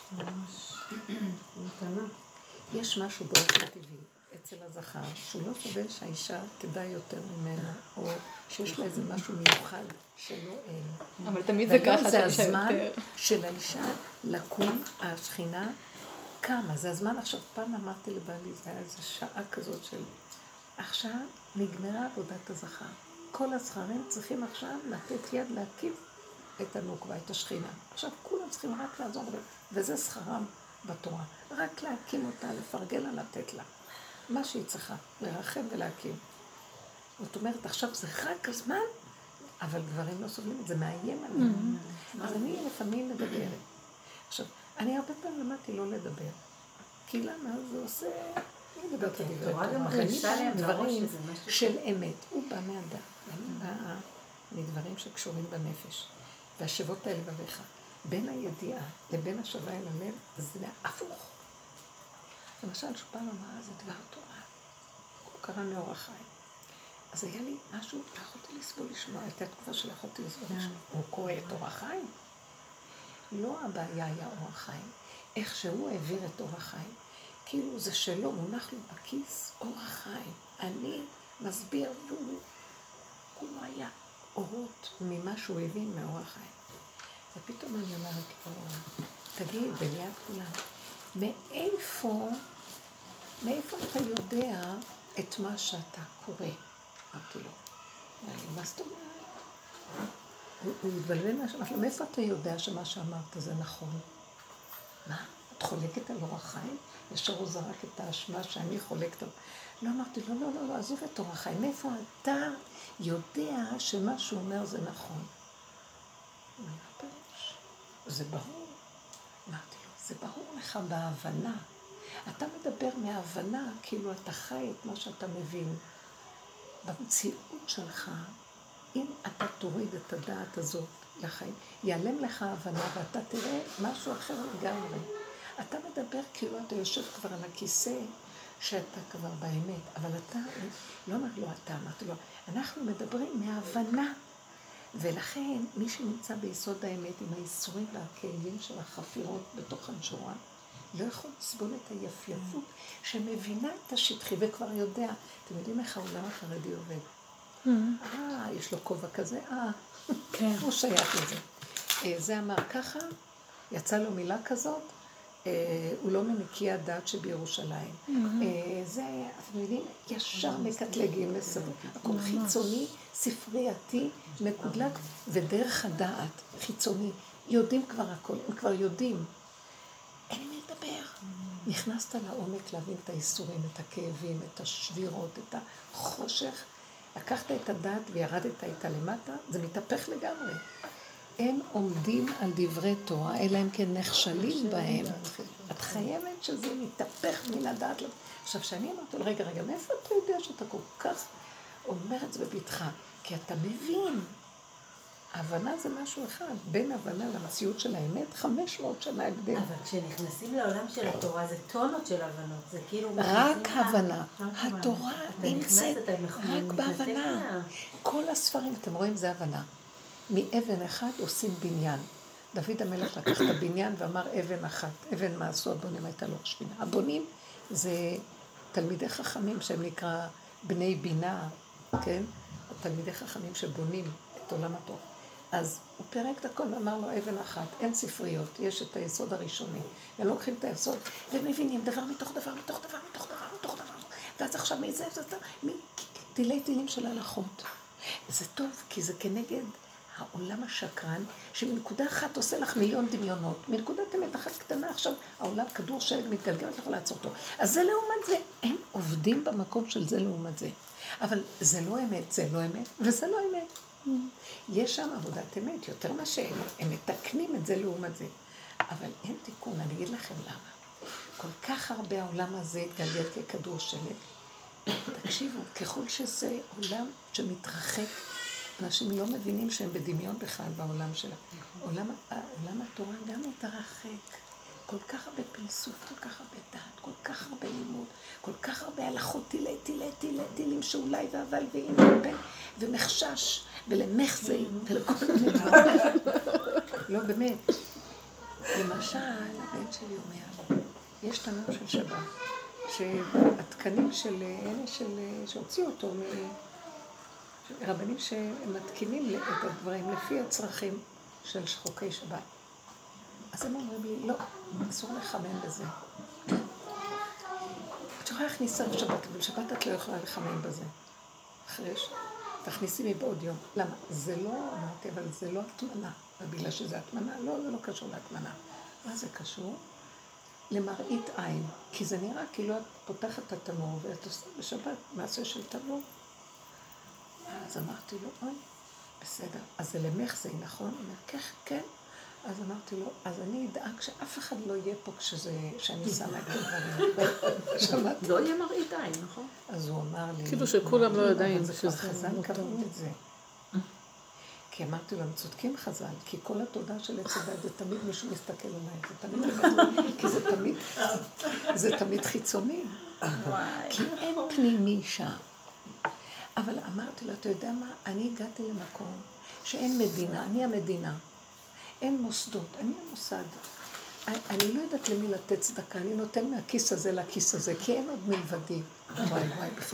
יש משהו באופן טבעי אצל הזכר, שהוא לא סובל שהאישה תדע יותר ממנו, או שיש לה איזה משהו מיוחד שלא אין. אבל תמיד זה ככה, זה הזמן של האישה לקום, השכינה קמה. זה הזמן, עכשיו פעם אמרתי לבעלי, זה היה איזו שעה כזאת של עכשיו נגמרה עבודת הזכר. כל הזכרים צריכים עכשיו לתת יד להקיף את הנוקבה, את השכינה. עכשיו כולם צריכים רק לעזור, וזה שכרם בתורה. רק להקים אותה, לפרגל לה, לתת לה. מה שהיא צריכה, לרחם ולהקים. זאת אומרת, עכשיו זה רק הזמן, אבל גברים לא סובלים את זה, מאיים עליהם. אז אני לפעמים מדברת. עכשיו, אני הרבה פעמים למדתי לא לדבר. כי למה? זה עושה... אני מדברת על דברי תורה. אני באה דברים של אמת. הוא בא מהדעת. אני באה מדברים שקשורים בנפש. והשבות האלה בבך. בין הידיעה לבין השווה אל הלב, זה הפוך. למשל, שפעם אמרה, זה דבר תורה. הוא קרא מאור החיים. אז היה לי משהו, לא יכולתי לסבול לשמוע, הייתה תקופה שלא יכולתי לסבול לשמוע. הוא קורא את אור החיים. לא הבעיה היה אור החיים. איך שהוא העביר את אור החיים. כאילו זה שלו, מונח לו בכיס אור החיים. אני מסביר, והוא כולו היה אורות ממה שהוא הבין מאור החיים. ופתאום אני אומרת לו, תגיד, בליד כולם, מאיפה, מאיפה אתה יודע את מה שאתה קורא? אמרתי לו, מה זאת אומרת? הוא התבלבל מה שאמרתי לו, מאיפה אתה יודע שמה שאמרת זה נכון? מה? את חולקת על אור החיים? ישר הוא זרק את האשמה שאני חולקת. לא אמרתי לו, לא, לא, לא, עזוב את אור החיים. מאיפה אתה יודע שמה שהוא אומר זה נכון? מה פירוש? זה ברור. אמרתי לו, זה ברור לך בהבנה. אתה מדבר מההבנה כאילו אתה חי את מה שאתה מבין. במציאות שלך, אם אתה תוריד את הדעת הזאת לחיים, ייעלם לך ההבנה ואתה תראה משהו אחר לגמרי. אתה מדבר כאילו אתה יושב כבר על הכיסא שאתה כבר באמת, אבל אתה, לא אמרת לו אתה, אמרתי לו, אנחנו מדברים מההבנה, ולכן מי שנמצא ביסוד האמת עם האיסורים והכאבים של החפירות בתוך הנשורה, לא יכול לסבול את היפייפות שמבינה את השטחי וכבר יודע, אתם יודעים איך העולם החרדי עובד? אה, יש לו כובע כזה, אה, הוא שייך לזה. זה אמר ככה, יצא לו מילה כזאת, הוא לא מנקי הדת שבירושלים. זה, אתם יודעים, ישר מקטלגים לסבוב. הכל חיצוני, ספרייתי, מקודלק, ודרך הדעת, חיצוני. יודעים כבר הכל, הם כבר יודעים. אין מי לדבר. נכנסת לעומק להבין את האיסורים, את הכאבים, את השבירות, את החושך. לקחת את הדעת וירדת איתה למטה, זה מתהפך לגמרי. הם עומדים על דברי תורה, אלא הם כן נכשלים בהם. את חייבת שזה מתהפך מן הדעת. עכשיו, שאני אמרתי לו, רגע, רגע, מאיפה אתה יודע שאתה כל כך אומר את זה בביתך? כי אתה מבין. ההבנה זה משהו אחד, בין הבנה למציאות של האמת, חמש מאות שנה הבדל. אבל כשנכנסים לעולם של התורה, זה טונות של הבנות, זה כאילו... רק הבנה. התורה נמצאת רק בהבנה. כל הספרים, אתם רואים, זה הבנה. מאבן אחד עושים בניין. דוד המלך לקח את הבניין ואמר אבן אחת. אבן מה עשו הבונים, הייתה לו שבינה. הבונים זה תלמידי חכמים שהם נקרא בני בינה, כן? תלמידי חכמים שבונים את עולם התורה. אז הוא פירק את הכל ואמר לו אבן אחת, אין ספריות, יש את היסוד הראשוני. הם לוקחים את היסוד ומבינים דבר מתוך דבר, מתוך דבר, מתוך דבר, מתוך דבר. ואז עכשיו מזה, זה תילי תילים של הלכות. זה טוב, כי זה כנגד העולם השקרן, שמנקודה אחת עושה לך מיליון דמיונות. מנקודת אמת אחת קטנה, עכשיו העולם כדור שלג מתגלגל, את יכולה לעצור אותו. אז זה לעומת זה. הם עובדים במקום של זה לעומת זה. אבל זה לא אמת, זה לא אמת, וזה לא אמת. יש שם עבודת אמת, יותר מה שהם, הם מתקנים את זה לעומת זה. אבל אין תיקון, אני אגיד לכם למה. כל כך הרבה העולם הזה התגלגל ככדור שלג. תקשיבו, ככל שזה עולם שמתרחק, אנשים לא מבינים שהם בדמיון בכלל בעולם שלה. עולם, עולם התורה גם מתרחק. כל כך הרבה פלסוף, כל כך הרבה דעת, כל כך הרבה לימוד, כל כך הרבה הלכות תילי, תילי, תילי, תילים שאולי ואבל ואין ובן ומחשש ולמחזי ולכל מיני דברים. לא, באמת. למשל, הבן שלי אומר, יש תנור של שבת, שהתקנים של אלה של, שהוציאו אותו מרבנים שמתקינים את הדברים לפי הצרכים של חוקי שבת. אז הם אומרים לי, לא, אסור לחמם בזה. את יכולה להכניס ערב שבת, אבל שבת את לא יכולה לחמם בזה. אחרי ש... תכניסי מבעוד יום. למה? זה לא, אמרתי, אבל זה לא התמנה. ובגלל שזה התמנה, לא, זה לא קשור להתמנה. מה זה קשור? למראית עין. כי זה נראה כאילו את פותחת את התנור, ואת עושה בשבת מעשה של תנור. אז אמרתי לו, אוי, בסדר. אז זה למחזי, נכון? הוא אומר, כן, כן. אז אמרתי לו, אז אני אדאג שאף אחד לא יהיה פה כשזה, שאני שמה את הדברים. שמעתי. לא יהיה מראית עין, נכון? אז הוא אמר לי... כאילו שכולם לא יודעים שזה חז"ל קראו את זה. כי אמרתי לו, הם צודקים חז"ל, כי כל התודה של עץ הדת זה תמיד מישהו מסתכל עליי, זה תמיד חיצוני, כי זה תמיד, זה תמיד חיצוני. כי אין פנימי שם. אבל אמרתי לו, אתה יודע מה? אני הגעתי למקום שאין מדינה, אני המדינה. אין מוסדות, אני המוסד. אני לא יודעת למי לתת צדקה, אני נותן מהכיס הזה לכיס הזה, כי אין עוד מלבדי. וואי וואי, בכלל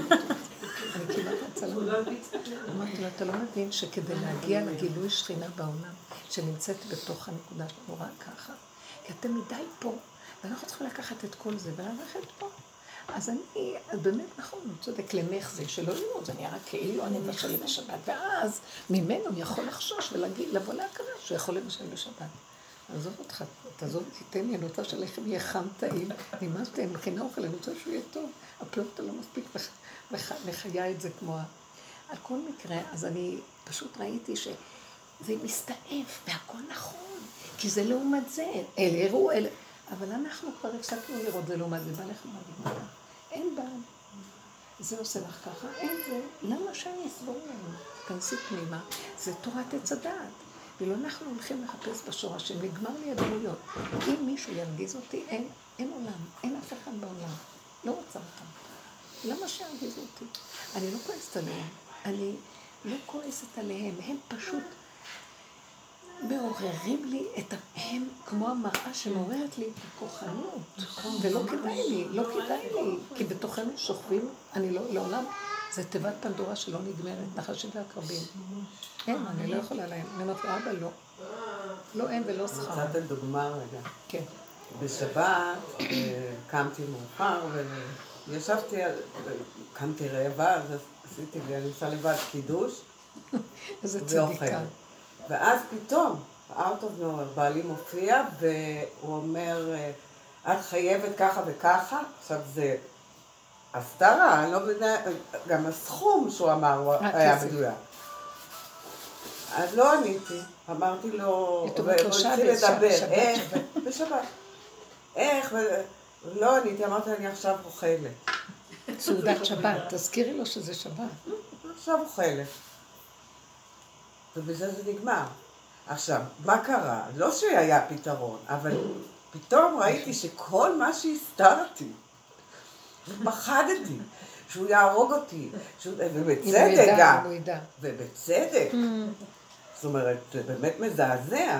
אני כמעט רצה לנו. אמרתי לו, אתה לא מבין שכדי להגיע לגילוי שכינה בעולם, שנמצאת בתוך הנקודה שלנו רק ככה, כי אתם מדי פה, ואנחנו צריכים לקחת את כל זה וללכת פה. אז אני, באמת נכון, הוא צודק למחזי, שלא ללמוד, זה נראה כאילו אני מבשל בשבת, ואז ממנו יכול לחשוש ולבוא להכרה שהוא יכול לבשל בשבת. עזוב אותך, תעזוב, תיתן לי, אני רוצה שלכם יהיה חם טעים, נמאסתי, אני מכינה אוכל, אני רוצה שהוא יהיה טוב, הפלוטה לא מספיק מחיה את זה כמו ה... על כל מקרה, אז אני פשוט ראיתי שזה מסתעף, והכל נכון, כי זה לעומת זה, אלה הראו, אלה... אבל אנחנו כבר הפסקנו לראות זה לעומת זה, בא לך מדהים. אין בעד. זה עושה לך ככה, אין זה. למה שאני אסבור לנו? תנסי פנימה, זה תורת עץ הדעת. ולא אנחנו הולכים לחפש בשורשים, נגמר לי הדמויות. אם מישהו ירגיז אותי, אין, אין עולם, אין אף אחד בעולם. לא רוצה אותם. למה שירגיזו אותי? אני לא כועסת עליהם. אני לא כועסת עליהם. הם פשוט מעוררים לי את ה... הם כמו המראה שמעוררת לי את הכוחנות. ולא כדאי לי, לא כדאי לי. כי בתוכנו שוכבים, אני לא, לעולם, זה תיבת פנדורה שלא נגמרת, נחשים ועקרבים. אין, אני לא יכולה להם. אני אומרת לו, אבא, לא. לא אין ולא שכר. נתת דוגמה רגע. כן. בשבת קמתי מאוחר וישבתי, קמתי רעבה, אז עשיתי לי, אני עושה לבד קידוש ואוכל. ואז פתאום, out of nowhere, בעלי מופיע והוא אומר, את חייבת ככה וככה, עכשיו זה הסתרה, אני לא מבינה, גם הסכום שהוא אמר היה מדויק. אז לא עניתי, אמרתי לו, והוא התחיל לדבר, איך, בשבת, איך, ולא עניתי, אמרתי, אני עכשיו אוכלת. סעודת שבת, תזכירי לו שזה שבת. עכשיו אוכלת. ובזה זה נגמר. עכשיו, מה קרה? לא שהיה פתרון, אבל פתאום ראיתי שכל מה שהסתרתי, פחדתי, שהוא יהרוג אותי, ובצדק גם, ובצדק. זאת אומרת, זה באמת מזעזע.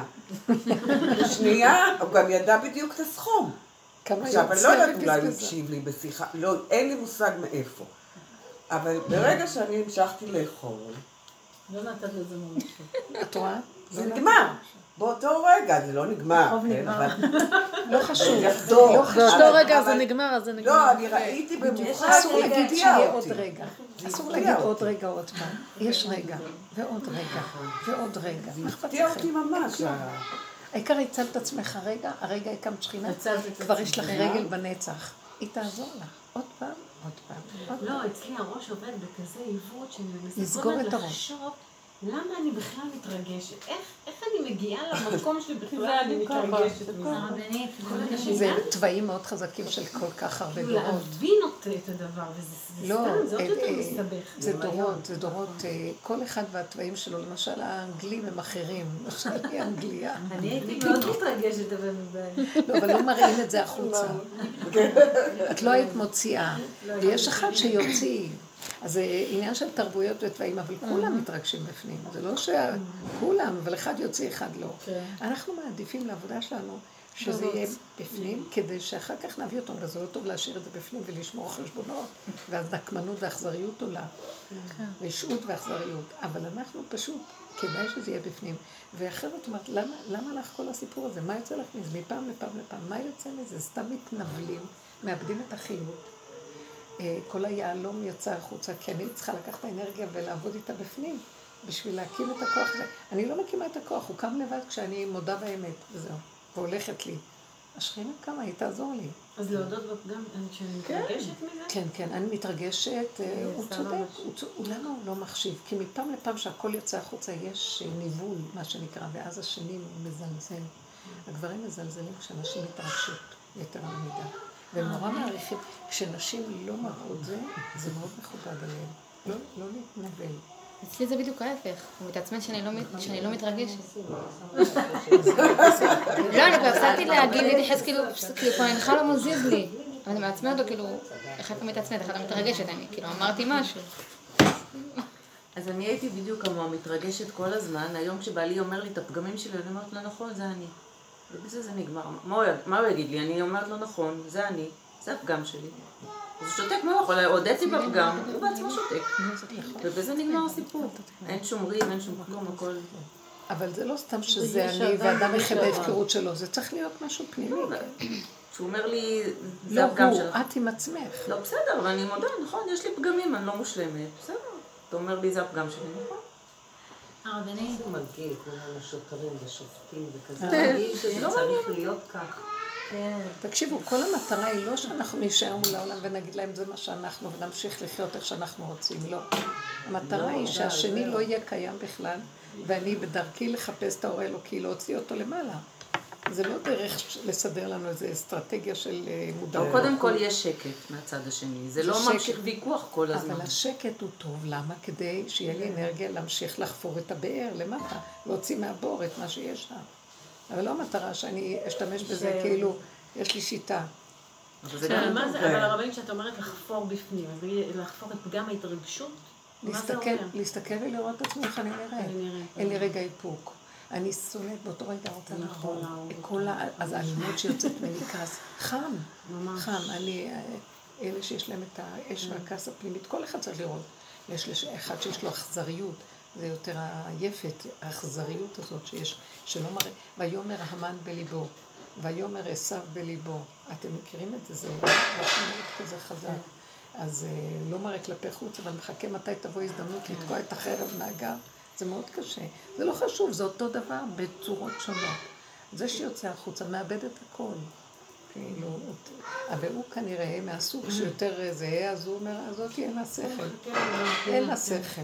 בשנייה, הוא גם ידע בדיוק את הסכום. עכשיו, אני לא יודעת אולי הוא הקשיב לי בשיחה, לא, אין לי מושג מאיפה. אבל ברגע שאני המשכתי לאכול... לא נתת לזה ממש. את רואה? זה נגמר. באותו רגע, זה לא נגמר. לא חשוב. באותו רגע זה נגמר, אז זה נגמר. לא, אני ראיתי במיוחד, אסור להגיד שיהיה עוד רגע. אסור להגיד עוד רגע עוד פעם. יש רגע, ועוד רגע, ועוד רגע. זה מפתיע אותי ממש. העיקר הצלת את עצמך רגע, הרגע הקמת שכינה, כבר יש לך רגל בנצח. היא תעזור לך. עוד פעם, עוד פעם. לא, אצלי הראש עובד בכזה עיוות שאני מסתכלת לחשוב למה אני בכלל מתרגשת? איך אני מגיעה למקום שבכלל אני מתרגשת? זה טבעים מאוד חזקים של כל כך הרבה דורות. להבין את הדבר, וזה סתם, זה עוד יותר מסתבך. זה דורות, זה דורות, כל אחד והטבעים שלו, למשל האנגלים הם אחרים, למשל היא אנגליה. אני הייתי מאוד מתרגשת, אבל מבעיה. לא, אבל לא מראים את זה החוצה. את לא היית מוציאה, ויש אחד שיוציא. אז זה עניין של תרבויות וטבעים, אבל כולם מתרגשים בפנים. זה לא שכולם, אבל אחד יוצא, אחד לא. אנחנו מעדיפים לעבודה שלנו שזה יהיה בפנים, כדי שאחר כך נביא אותו, וזה לא טוב להשאיר את זה בפנים ולשמור חשבונות, ואז נקמנות ואכזריות עולה. רשעות ואכזריות. אבל אנחנו פשוט, כדאי שזה יהיה בפנים. ואחרת אומרת, למה לך כל הסיפור הזה? מה יוצא לך מזה? מפעם לפעם לפעם. מה יוצא מזה? סתם מתנבלים, מאבדים את החיות. כל היעלום יצא החוצה, כי אני צריכה לקחת את האנרגיה ולעבוד איתה בפנים, בשביל להקים את הכוח הזה. אני לא מקימה את הכוח, הוא קם לבד כשאני מודה באמת, וזהו, והולכת לי. השכינה קמה, היא תעזור לי. אז להודות גם כשאני מתרגשת מזה? כן, כן, אני מתרגשת, הוא צודק, למה הוא לא מחשיב? כי מפעם לפעם שהכל יוצא החוצה יש ניבול, מה שנקרא, ואז השני מזלזל. הגברים מזלזלים כשאנשים מתרגשות יותר מידה. והם נורא מעריכים, כשנשים לא מראות זה, זה מאוד מכובד עליהם. לא, לא להתנבל. אצלי זה בדיוק ההפך, הוא מתעצמן שאני לא מתרגשת. לא, אני כבר הפסקתי להגיד, להתייחס כאילו, כאילו, אני בכלל לא מזיז לי. אני מעצמי אותו, כאילו, איך אתה מתעצמת, איך אתה מתרגשת, אני כאילו אמרתי משהו. אז אני הייתי בדיוק כמוה, מתרגשת כל הזמן, היום כשבעלי אומר לי את הפגמים שלי, אני אומרת לו, נכון, זה אני. ובזה זה נגמר. מה הוא יגיד לי? אני אומרת לו, נכון, זה אני, זה הפגם שלי. אז הוא שותק, מה הוא יכול? הודיתי בפגם, הוא בעצמו שותק. ובזה נגמר הסיפור. אין שום ריב, אין שום כלום, הכל... אבל זה לא סתם שזה אני ואדם יחיה בהפקרות שלו, זה צריך להיות משהו פנימי. שהוא אומר לי, זה הפגם שלך. לא הוא, את עם עצמך. לא, בסדר, אבל אני מודה, נכון, יש לי פגמים, אני לא מושלמת. בסדר, אתה אומר לי, זה הפגם שלי, נכון? הרבנית הוא מגיל, כמו השוטרים ושופטים וכזה, מגיל שזה צריך להיות כך. תקשיבו, כל המטרה היא לא שאנחנו נשאר מול העולם ונגיד להם זה מה שאנחנו ונמשיך לחיות איך שאנחנו רוצים, לא. המטרה היא שהשני לא יהיה קיים בכלל, ואני בדרכי לחפש את האור האלוקי, להוציא אותו למעלה. זה לא דרך לסדר לנו איזו אסטרטגיה של מודעות. קודם כל יש שקט מהצד השני, זה לא ממשיך ויכוח כל הזמן. אבל השקט הוא טוב, למה? כדי שיהיה לי אנרגיה להמשיך לחפור את הבאר למטה, להוציא מהבור את מה שיש שם. אבל לא המטרה שאני אשתמש בזה כאילו, יש לי שיטה. אבל הרבנים שאת אומרת לחפור בפנים, לחפור את פגם ההתרגשות, מה זה אומר? להסתכל ולראות את עצמי איך אני נראית. אין לי רגע איפוק. אני שונאת באותו רגע רוצה נכון. אז האלימות שיוצאת מכעס, חם, חם. אני, אלה שיש להם את האש והכעס הפנימית, כל אחד צריך לראות. יש אחד שיש לו אכזריות, זה יותר היפת, האכזריות הזאת שיש, שלא מראה, ויאמר המן בליבו, ויאמר עשיו בליבו. אתם מכירים את זה, זה משמעות כזה חזק. אז לא מראה כלפי חוץ, אבל מחכה מתי תבוא הזדמנות לתקוע את החרב מהגב. זה מאוד קשה. זה לא חשוב, זה אותו דבר בצורות שונות. זה שיוצא החוצה מאבד את הכל. כאילו, אבל הוא כנראה מהסוג שיותר זה, אז הוא אומר, הזאת אין לה שכל. אין לה שכל.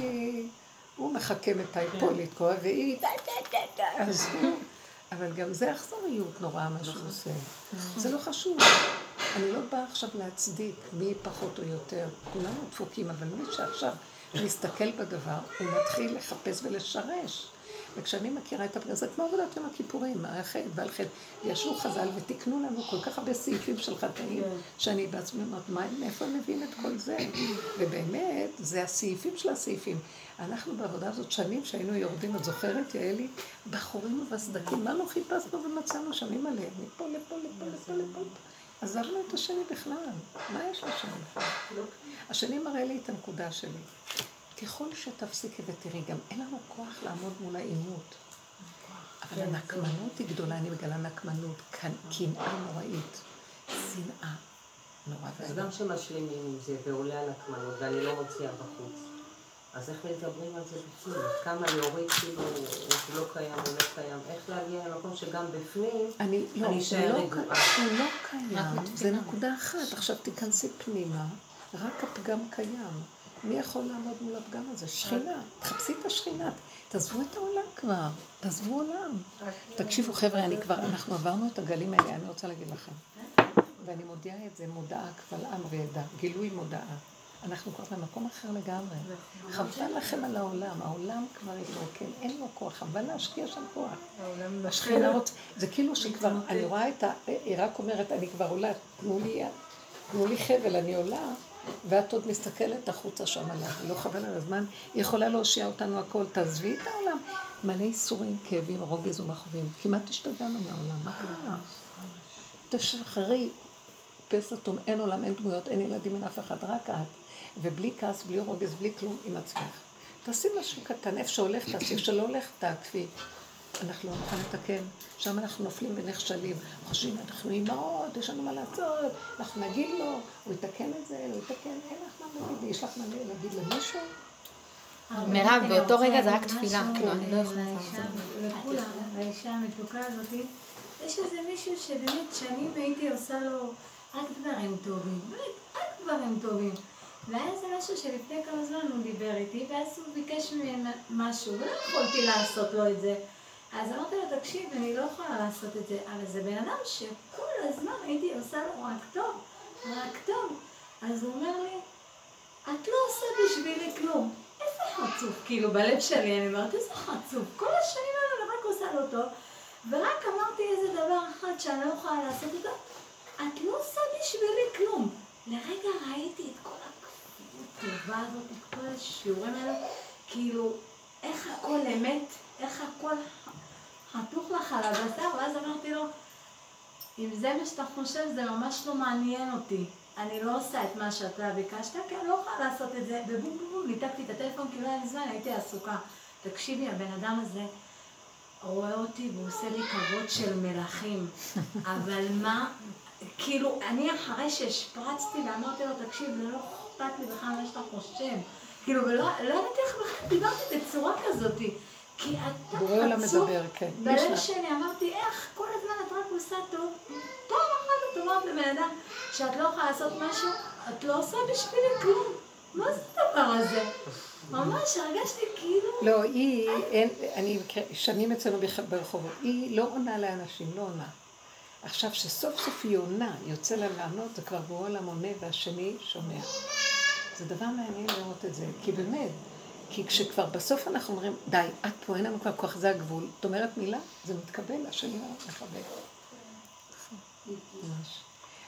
הוא מחכה מתי פה לתקוע, והיא דה דה דה דה. אז הוא... אבל גם זה אכזריות נורא מה שהוא עושה. זה לא חשוב. אני לא באה עכשיו להצדיק מי פחות או יותר. כולנו דפוקים, אבל מי שעכשיו מסתכל בדבר, הוא מתחיל לחפש ולשרש. וכשאני מכירה את הפרק, זה כמו עבודת יום הכיפורים, החטא ועל חטא. ישבו חז"ל ותקנו לנו כל כך הרבה סעיפים של חטאים, שאני בעצמי אומרת, מאיפה הם מביאים את כל זה? ובאמת, זה הסעיפים של הסעיפים. אנחנו בעבודה הזאת שנים שהיינו יורדים, את זוכרת, יעלי, בחורים ובסדקים, מה לא חיפשנו ומצאנו שנים עליהם, מפה לפה לפה לפה לפה. עזבנו את השני בכלל, מה יש לשני בכלל? השני מראה לי את הנקודה שלי. ככל שתפסיקי ותראי, גם אין לנו כוח לעמוד מול האימות. אבל הנקמנות היא גדולה, אני מגלה נקמנות, קנאה נוראית, שנאה נורא. אז גם שמשלימים עם זה ועולה הנקמנות ואני לא מוציאה בחוץ. אז איך מתגברים על זה בפנים? כמה להוריד כאילו זה לא קיים או לא קיים? איך להגיע למקום שגם בפנים אני אשאר רגועה? הוא לא קיים, זה נקודה אחת. עכשיו תיכנסי פנימה, רק הפגם קיים. מי יכול לעמוד מול הפגם הזה? שכינה. תחפשי את השכינה. תעזבו את העולם כבר. תעזבו עולם. תקשיבו חבר'ה, אני כבר, אנחנו עברנו את הגלים האלה, אני רוצה להגיד לכם. ואני מודיעה את זה, מודעה קבל עם וידע, גילוי מודעה. אנחנו כבר במקום אחר לגמרי. חבל לכם על העולם, העולם כבר התרוקן, אין לו כוח, אבל להשקיע שם כוח. השכינה רוצה, זה כאילו שכבר, אני רואה את ה... היא רק אומרת, אני כבר עולה, תנו לי, תנו לי חבל, אני עולה, ואת עוד מסתכלת החוצה שם עליו, לא חבל על הזמן, היא יכולה להושיע אותנו הכל, תעזבי את העולם. מלא איסורים, כאבים, רוגז ומחובים, כמעט השתגענו מהעולם, מה קרה? תשחררי, פס אטום, אין עולם, אין דמויות, אין ילדים, אין אף אחד, רק את. ובלי כעס, בלי רוגז, בלי כלום, עם עצמך. תעשי משהו קטן, איפה שהולך, תעשי, איפה שלא הולך, תעקפי. אנחנו לא נוכל לתקן, שם אנחנו נופלים ונכשלים. חושבים, אנחנו אימהות, יש לנו מה לעשות, אנחנו נגיד לו, הוא יתקן את זה, הוא יתקן, אין לך מה להגיד, יש לך מה להגיד למישהו? מירב, באותו רגע זה רק תפילה, כאילו, אני לא יכולה לכולם, האישה המתוקה הזאת, יש איזה מישהו שבאמת שנים הייתי עושה לו רק דברים טובים, באמת, רק דברים טובים. והיה איזה משהו שלפני כמה זמן הוא דיבר איתי, ואז הוא ביקש ממנו משהו, ולא יכולתי לעשות לו את זה. אז אמרתי לו, תקשיב, אני לא יכולה לעשות את זה, אבל זה בן אדם שכל הזמן הייתי עושה לו רק טוב, רק טוב. אז הוא אומר לי, את לא עושה בשבילי כלום. איזה חצוף, כאילו, בלב שלי, אני אומרת, איזה חצוף. כל השנים האלה אני רק עושה לו טוב, ורק אמרתי איזה דבר אחד שאני לא יכולה לעשות אותו, את לא עושה בשבילי כלום. לרגע ראיתי את כל הטובה הזאת, את כל השיעורים האלה, כאילו, איך הכל אמת, איך הכל חתוך לך על הבשר, ואז אמרתי לו, אם זה מה שאתה חושב, זה ממש לא מעניין אותי. אני לא עושה את מה שאתה ביקשת, כי אני לא יכולה לעשות את זה, ובום בום בום, ניתקתי את הטלפון, כי לא היה לי זמן, הייתי עסוקה. תקשיבי, הבן אדם הזה רואה אותי והוא עושה לי כבוד של מלכים, אבל מה, כאילו, אני אחרי שהשפרצתי ואמרתי לו, תקשיב, זה לא אכפת לי בכלל מה שאתה חושב. כאילו, ולא ידעתי איך בכלל דיברתי בצורה כזאת, כי אתה עצוב, בלב שלי אמרתי, איך כל הזמן את רק עושה טוב, טוב אחת את אומרת לבן אדם, שאת לא יכולה לעשות משהו, את לא עושה בשבילי כלום. מה זה הדבר הזה? ממש הרגשתי כאילו... לא, היא, אני שנים אצלנו ברחובות, היא לא עונה לאנשים, לא עונה. עכשיו שסוף סוף היא עונה, יוצא לה לענות, זה כבר בעולם עונה והשני שומע. זה דבר מעניין לראות את זה, כי באמת, כי כשכבר בסוף אנחנו אומרים, די, את פה, אין לנו כבר כוח, זה הגבול, את אומרת מילה, זה מתקבל, השני לא מחבק. ממש.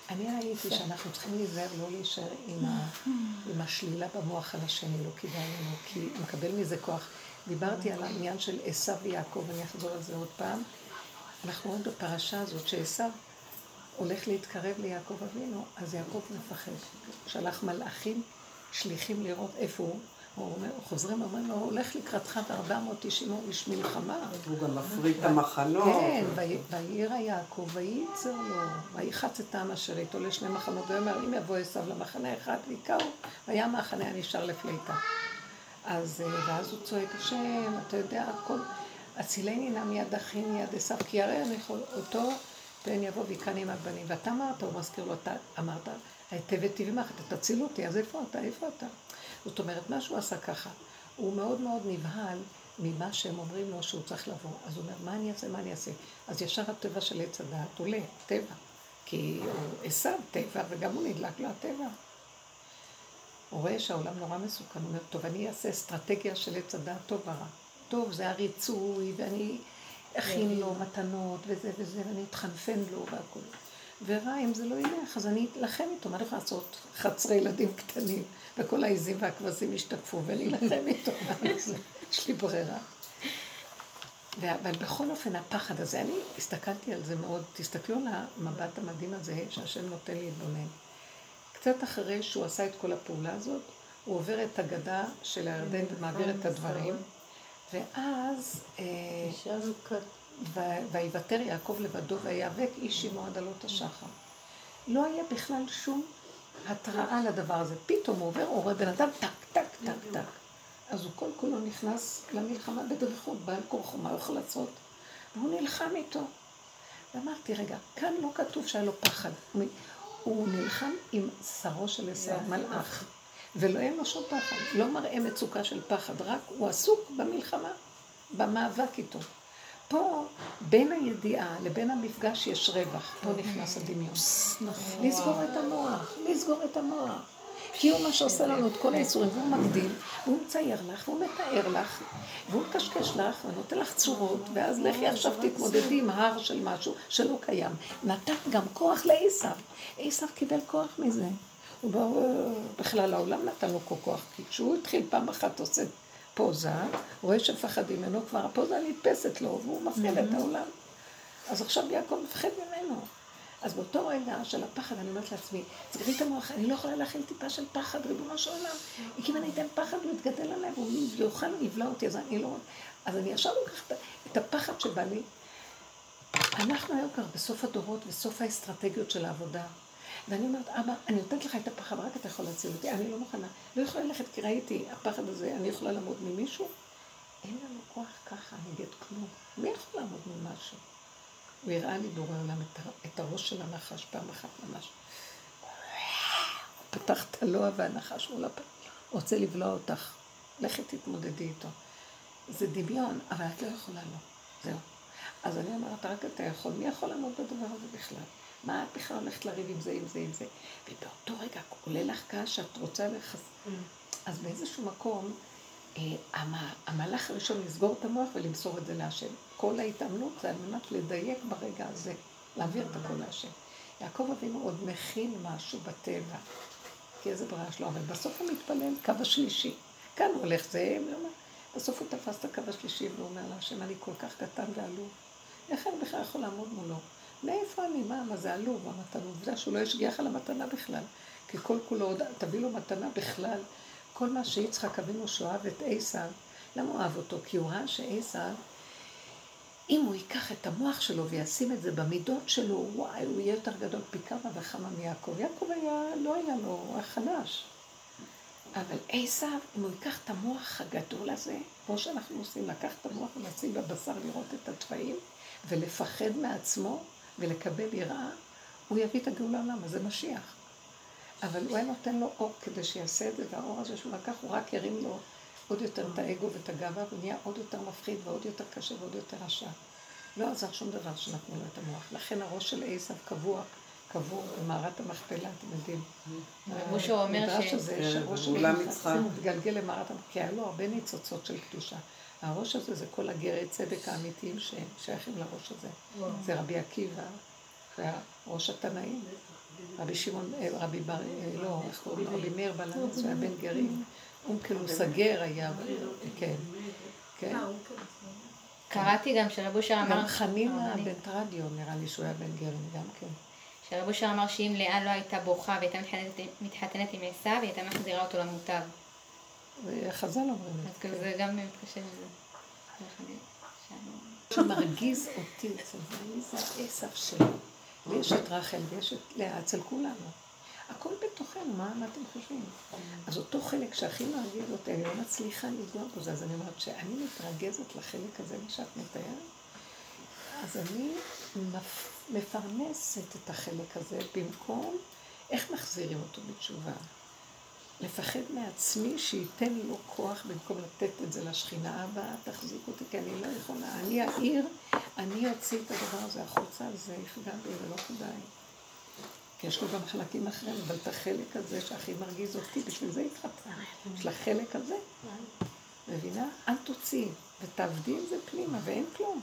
אני ראיתי שאנחנו צריכים להיזהר לא להישאר עם, ה, עם השלילה במוח על השני, לא כדאי לנו, כי מקבל מזה כוח. דיברתי על העניין של עשיו ויעקב, אני אחזור על זה עוד פעם. אנחנו רואים בפרשה הזאת שעשיו הולך להתקרב ליעקב אבינו, אז יעקב מפחד. שלח מלאכים שליחים לראות איפה הוא. הוא אומר, חוזרים ואומרים לו, הוא הולך לקראתך ב-ארבע מאות תשעים איש מלחמה. הוא גם מפריד את המחנות. כן, וירא יעקב, וייצר לו, ויחץ את העם אשר איתו לשני מחנות, ואומר, אם יבוא עשיו למחנה אחד ויקראו, והיה המחנה הנשאר לפליטה. אז, ואז הוא צועק, השם, אתה יודע, הכל, הצילני נא מיד אחי מיד עשיו, כי הרי אני יכול אותו, פן יבוא ויקרא עם הבנים. ואתה אמרת, הוא מזכיר לו, אתה אמרת, היטב היטיב עמך, אתה תציל אותי, אז איפה אתה, איפה אתה? זאת אומרת, מה שהוא עשה ככה, הוא מאוד מאוד נבהל ממה שהם אומרים לו שהוא צריך לבוא. אז הוא אומר, מה אני אעשה, מה אני אעשה? אז ישר הטבע של עץ הדעת עולה, טבע. כי הוא עשיו טבע, וגם הוא נדלק לו הטבע. הוא רואה שהעולם נורא מסוכן, הוא אומר, טוב, אני אעשה אסטרטגיה של עץ הדעת טוב ורע. טוב, זה הריצוי, ואני אכין לו מתנות, וזה וזה, ואני אתחנפן לו והכל. ורע, אם זה לא ילך, אז אני אתלחם איתו. מה אני יכולה לעשות? חצרי ילדים קטנים, וכל העיזים והכבשים השתקפו, ואני אלחם איתו. יש לי ברירה. אבל בכל אופן, הפחד הזה, אני הסתכלתי על זה מאוד, תסתכלו על המבט המדהים הזה, שהשם נותן להתבונן. קצת אחרי שהוא עשה את כל הפעולה הזאת, הוא עובר את הגדה של הירדן ומעביר את הדברים, ואז ויוותר יעקב לבדו ויאבק איש עמו עד עלות השחר. לא היה בכלל שום התראה לדבר הזה. פתאום הוא עובר, הוא רואה בן אדם, טק, טק, טק, טק. אז הוא כל כולו נכנס למלחמה בדריכות, בעל כורחו, מה הוא יכול לעשות? והוא נלחם איתו. ואמרתי, רגע, כאן לא כתוב שהיה לו פחד. הוא נלחם עם שרו של עשיו, מלאך. ולא אין לו שום פחד. לא מראה מצוקה של פחד, רק הוא עסוק במלחמה, במאבק איתו. פה, בין הידיעה לבין המפגש יש רווח. פה נכנס הדמיון. לסגור את המוח, לסגור את המוח. כי הוא מה שעושה לנו את כל היצורים, והוא מגדיל, והוא מצייר לך, והוא מתאר לך, והוא מקשקש לך, ונותן לך צורות, ואז לכי עכשיו תתמודדי עם הר של משהו שלא קיים. נתן גם כוח לעשיו. עשיו קיבל כוח מזה. הוא בא, בכלל העולם נתן לו כוח, כי כשהוא התחיל פעם אחת עושה פוזה, הוא רואה שפחדים ממנו, כבר הפוזה נתפסת לו, והוא מפחיד את העולם. אז עכשיו יעקב מפחד ממנו. אז באותו רגע של הפחד, אני אומרת לעצמי, סגרי את המוח, אני לא יכולה להכיל טיפה של פחד, ריבונו של עולם. כי אם אני אתן פחד, הוא יתגדל עליי, והוא יוכל לבלע אותי, אז אני לא... אז אני ישר לוקחת את הפחד שבא לי. אנחנו היום כבר בסוף הדורות, בסוף האסטרטגיות של העבודה. ואני אומרת, אבא, אני נותנת לך את הפחד, רק אתה יכול להציל אותי, אני לא מוכנה. לא יכולה ללכת, כי ראיתי, הפחד הזה, אני יכולה לעמוד ממישהו? אין לנו כוח ככה, נגד כלום. מי יכול לעמוד ממשהו? הוא הראה לי בורא עולם את הראש של הנחש פעם אחת ממש. הוא פתח את הלוע והנחש מול הפה. הוא רוצה לבלוע אותך. לכי תתמודדי איתו. זה דמיון, אבל את לא יכולה לו. זהו. אז אני אומרת, רק אתה יכול. מי יכול לעמוד בדבר הזה בכלל? מה את בכלל הולכת לריב עם זה, עם זה, עם זה? ובאותו רגע עולה לך כעס שאת רוצה לחס... אז באיזשהו מקום, המהלך הראשון לסגור את המוח ולמסור את זה להשם. כל ההתאמנות זה על מנת לדייק ברגע הזה, להעביר את הכל להשם. יעקב אבינו עוד מכין משהו בטבע, כי איזה ברירה שלו, אבל בסוף הוא מתפלל קו השלישי. כאן הוא הולך זה, בסוף הוא תפס את הקו השלישי והוא אומר להשם, אני כל כך קטן ועלוב. איך אני בכלל יכול לעמוד מולו? מאיפה אני? מה? מה זה עלוב? המתנה? עובדה שהוא לא ישגיח על המתנה בכלל. כי כל כולו, תביא לו מתנה בכלל. כל מה שיצחק אבינו שאוהב את עשיו, למה הוא אוהב אותו? כי הוא ראה שעשיו, אם הוא ייקח את המוח שלו וישים את זה במידות שלו, וואי, הוא יהיה יותר גדול פי כמה וכמה מיעקב. יעקב היה, לא היה לו, הוא היה חלש. אבל עשיו, אם הוא ייקח את המוח הגדול הזה, כמו שאנחנו עושים, לקח את המוח ולשים בבשר לראות את התוואים, ולפחד מעצמו ולקבל יראה, הוא יביא את הגאולה לעולם, אז זה משיח. אבל הוא היה נותן לו אור כדי שיעשה את זה, והאור הזה שהוא לקח, הוא רק ירים לו עוד יותר את האגו ואת הגאווה, ונהיה עוד יותר מפחיד ועוד יותר קשה ועוד יותר רשע. לא עזר שום דבר שנתנו לו את המוח. לכן הראש של עשיו קבוע, קבור במערת המכפלה, אתם יודעים. משה אומר ש... המדרש הזה, שהראש של עשיו מתגלגל למערת המכפלה, כי היה לו הרבה ניצוצות של קדושה. הראש הזה זה כל הגרי צדק האמיתיים ששייכים לראש הזה. זה רבי עקיבא, והראש התנאים. רבי שמעון, רבי בר, לא, איך קוראים לו? רבי מאיר בלנס, הוא היה בן גרים. אונקלו סגר היה, כן, כן. קראתי גם שרב אושר אמר... גם חנינה בן טרדיו, נראה לי שהוא היה בן גרים גם כן. שרב אושר אמר שאם לאה לא הייתה בוכה והייתה מתחתנת עם עשיו, היא הייתה מחזירה אותו למוטב. חז"ל אומרים. אז כאילו זה גם מתקשר לזה. שמרגיז אותי אצל זה, זה עשיו שלו. ויש את רחל ויש את לאה אצל כולנו. הכל בתוכנו, מה, מה אתם חושבים? אז אותו חלק שהכי מרגיז אותי, אני לא מצליחה לגוע בו זה, אז אני אומרת שאני מתרגזת לחלק הזה, מה שאת מתארת, אז אני מפרנסת את החלק הזה במקום, איך מחזירים אותו בתשובה? לפחד מעצמי שייתן לו כוח במקום לתת את זה לשכינה הבאה, תחזיק אותי, כי אני לא יכולה. אני העיר, אני אוציא את הדבר הזה החוצה, זה יפגע בי ולא כדאי. כי יש לו גם חלקים אחרים, אבל את החלק הזה שהכי מרגיז אותי, בשביל זה התחתן. יש לה חלק הזה, מבינה? אל תוציאי, ותעבדי עם זה פנימה, ואין כלום.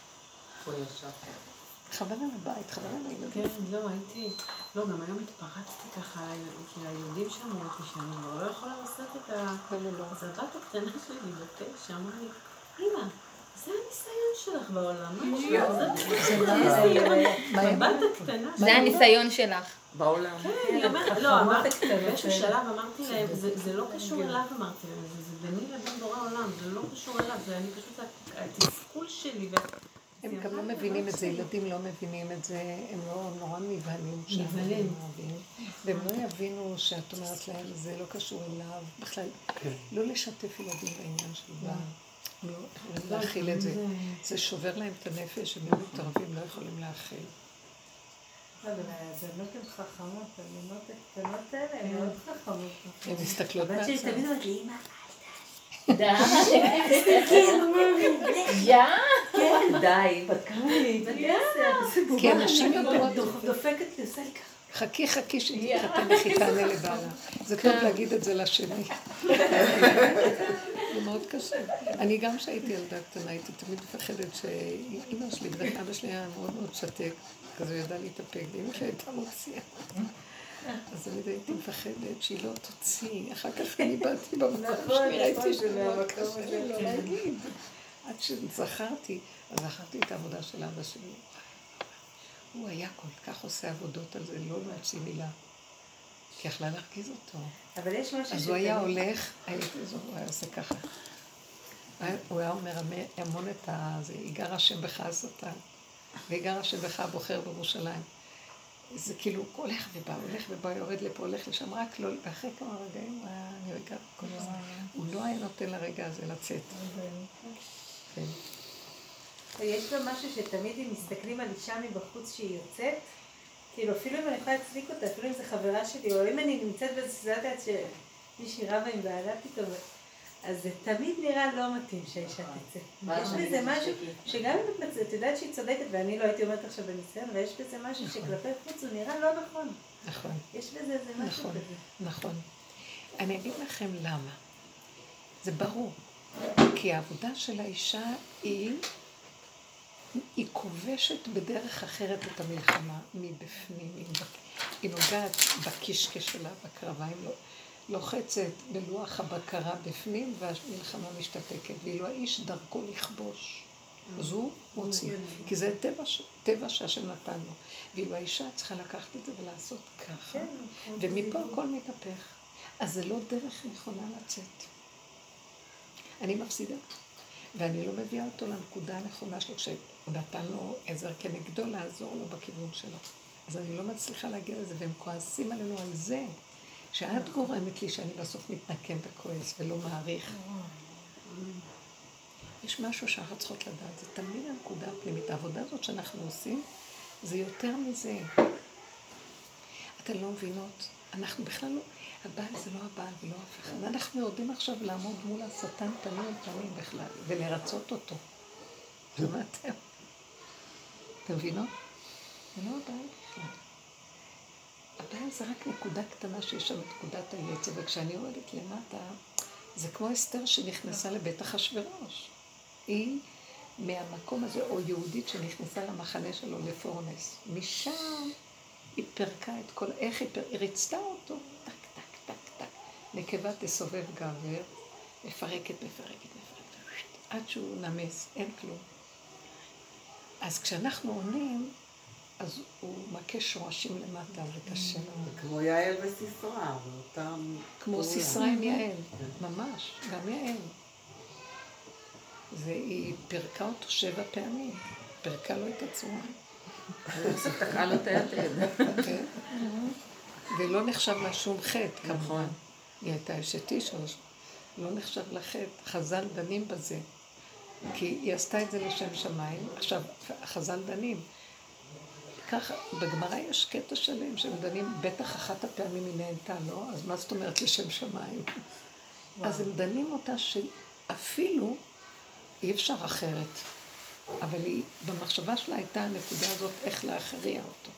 חבר על הבית, חבר על הילדים. כן, לא, הייתי... לא, גם היום התפרצתי ככה, כי הילדים שמעו אותי שאני לא יכולה לעשות את ה... אז הבת הקטנה שלי בתשע, אמרה לי, אמא, זה הניסיון שלך בעולם, מה יש לך? זה הבת הקטנה. זה הניסיון שלך. בעולם. כן, היא אומרת, לא, אמרתי, באיזשהו שלב אמרתי להם, זה לא קשור אליו, אמרתי להם, זה ביני לבין בורא עולם, זה לא קשור אליו, זה אני פשוט התסכול שלי. הם גם לא מבינים את זה, ילדים לא מבינים את זה, הם לא נורא נבהלים. נבהלים. והם לא יבינו שאת אומרת להם, זה לא קשור אליו, בכלל, לא לשתף ילדים בעניין של בעל. לא יכולים להכיל את זה. זה שובר להם את הנפש, הם מתערבים, לא יכולים להכיל. אבל הבנות הן חכמות, הבנות הקטנות האלה הן מאוד חכמות. הן מסתכלות הבת שלי תמיד אומרת לי, אמא, די. יא? כן, די, בת כמה היא? כי אנשים יודעות, דופקת לי, עושה לי ככה. חכי חכי שתתחתן וכי תענה לבעלה. זה טוב להגיד את זה לשני. זה מאוד קשה. אני גם כשהייתי ילדה קטנה, הייתי תמיד מפחדת שאמא שלי ואבא שלי היה מאוד מאוד שתק, אז הוא ידע להתאפק, ואמא שלי הייתה מוציאה. אז תמיד הייתי מפחדת שהיא לא תוציא. אחר כך אני באתי במקום שלי, ראיתי שזה מאוד קשה לי לא להגיד. עד שזכרתי, אז זכרתי את העבודה של אבא שלי. הוא היה כל כך עושה עבודות על זה, לא להוציא מילה. כי יכלה להרגיז אותו. אבל יש משהו אז הוא היה הולך, הייתי זו, הוא היה עושה ככה. הוא היה אומר המון את הזה, יגר השם בך השטן, ויגר השם בך הבוחר בירושלים. זה כאילו הולך ובא, הולך ובא, יורד לפה, הולך לשם, רק לא, ואחרי כמה רגעים הוא היה נרגע כל הזמן. הוא לא היה נותן לרגע הזה לצאת. כן. יש גם משהו שתמיד אם מסתכלים על אישה מבחוץ שהיא יוצאת, כאילו אפילו אם אני יכולה להצליק אותה, אפילו אם זו חברה שלי, או אם אני נמצאת באיזו סיטואציה שמישהי רבה עם בעלה פתאום, אז זה תמיד נראה לא מתאים שהאישה תצא. יש בזה משהו שגם אם את יודעת שהיא צודקת, ואני לא הייתי אומרת עכשיו בניסיון, ויש בזה משהו שכלפי חוץ הוא נראה לא נכון. נכון. יש בזה איזה משהו כזה. נכון. אני אגיד לכם למה. זה ברור. כי העבודה של האישה היא... היא כובשת בדרך אחרת את המלחמה מבפנים, היא נוגעת בקשקש שלה, בקרביים, לוחצת בלוח הבקרה בפנים והמלחמה משתתקת, ואילו האיש דרכו לכבוש, אז הוא מוציא, כי זה טבע, טבע שהשם נתן לו, ואילו האישה צריכה לקחת את זה ולעשות ככה, ומפה הכל מתהפך, אז זה לא דרך נכונה לצאת. אני מפסידה. ואני לא מביאה אותו לנקודה הנכונה שלו, כשהוא נתן לו עזר כנגדו לעזור לו בכיוון שלו. אז אני לא מצליחה להגיע לזה, והם כועסים עלינו על זה, שאת גורמת לי שאני בסוף מתנקם וכועס ולא מעריך. יש משהו שאנחנו צריכות לדעת, זה תמיד הנקודה הפנימית. העבודה הזאת שאנחנו עושים, זה יותר מזה. אתן לא מבינות, אנחנו בכלל לא... הבעל זה לא הבעל ולא אף אחד. אנחנו יודעים עכשיו לעמוד מול השטן פנים פנים בכלל, ולרצות אותו. שמעתם? אתם מבינות? זה לא הבעל בכלל. הבעל זה רק נקודה קטנה שיש שם נקודת היצר, וכשאני יורדת למטה, זה כמו אסתר שנכנסה לבית אחשוורוש. היא מהמקום הזה, או יהודית שנכנסה למחנה שלו לפורנס. משם היא פרקה את כל, איך היא פרקה, היא ריצתה אותו, טק, טק, טק, טק. נקבה תסובב גבר, מפרקת, מפרקת, מפרקת, עד שהוא נמס, אין כלום. אז כשאנחנו עונים, אז הוא מכה שורשים למטה וקשה לנו. כמו יעל וסיסרא, ואותם... כמו סיסרא עם יעל, ממש, גם יעל. והיא פרקה אותו שבע פעמים, פרקה לו את הצורה. ספקה לו את היתד. ולא נחשב לה שום חטא, כמובן. היא הייתה אשת איש, לא נחשב לה חטא. חז"ל דנים בזה, כי היא עשתה את זה לשם שמיים. עכשיו, חז"ל דנים. ככה, בגמרא יש קטע שלם שהם דנים, בטח אחת הפעמים היא נהנתה, לא? אז מה זאת אומרת לשם שמיים? אז הם דנים אותה שאפילו אי אפשר אחרת. אבל היא, במחשבה שלה הייתה הנקודה הזאת, איך להכריע אותו.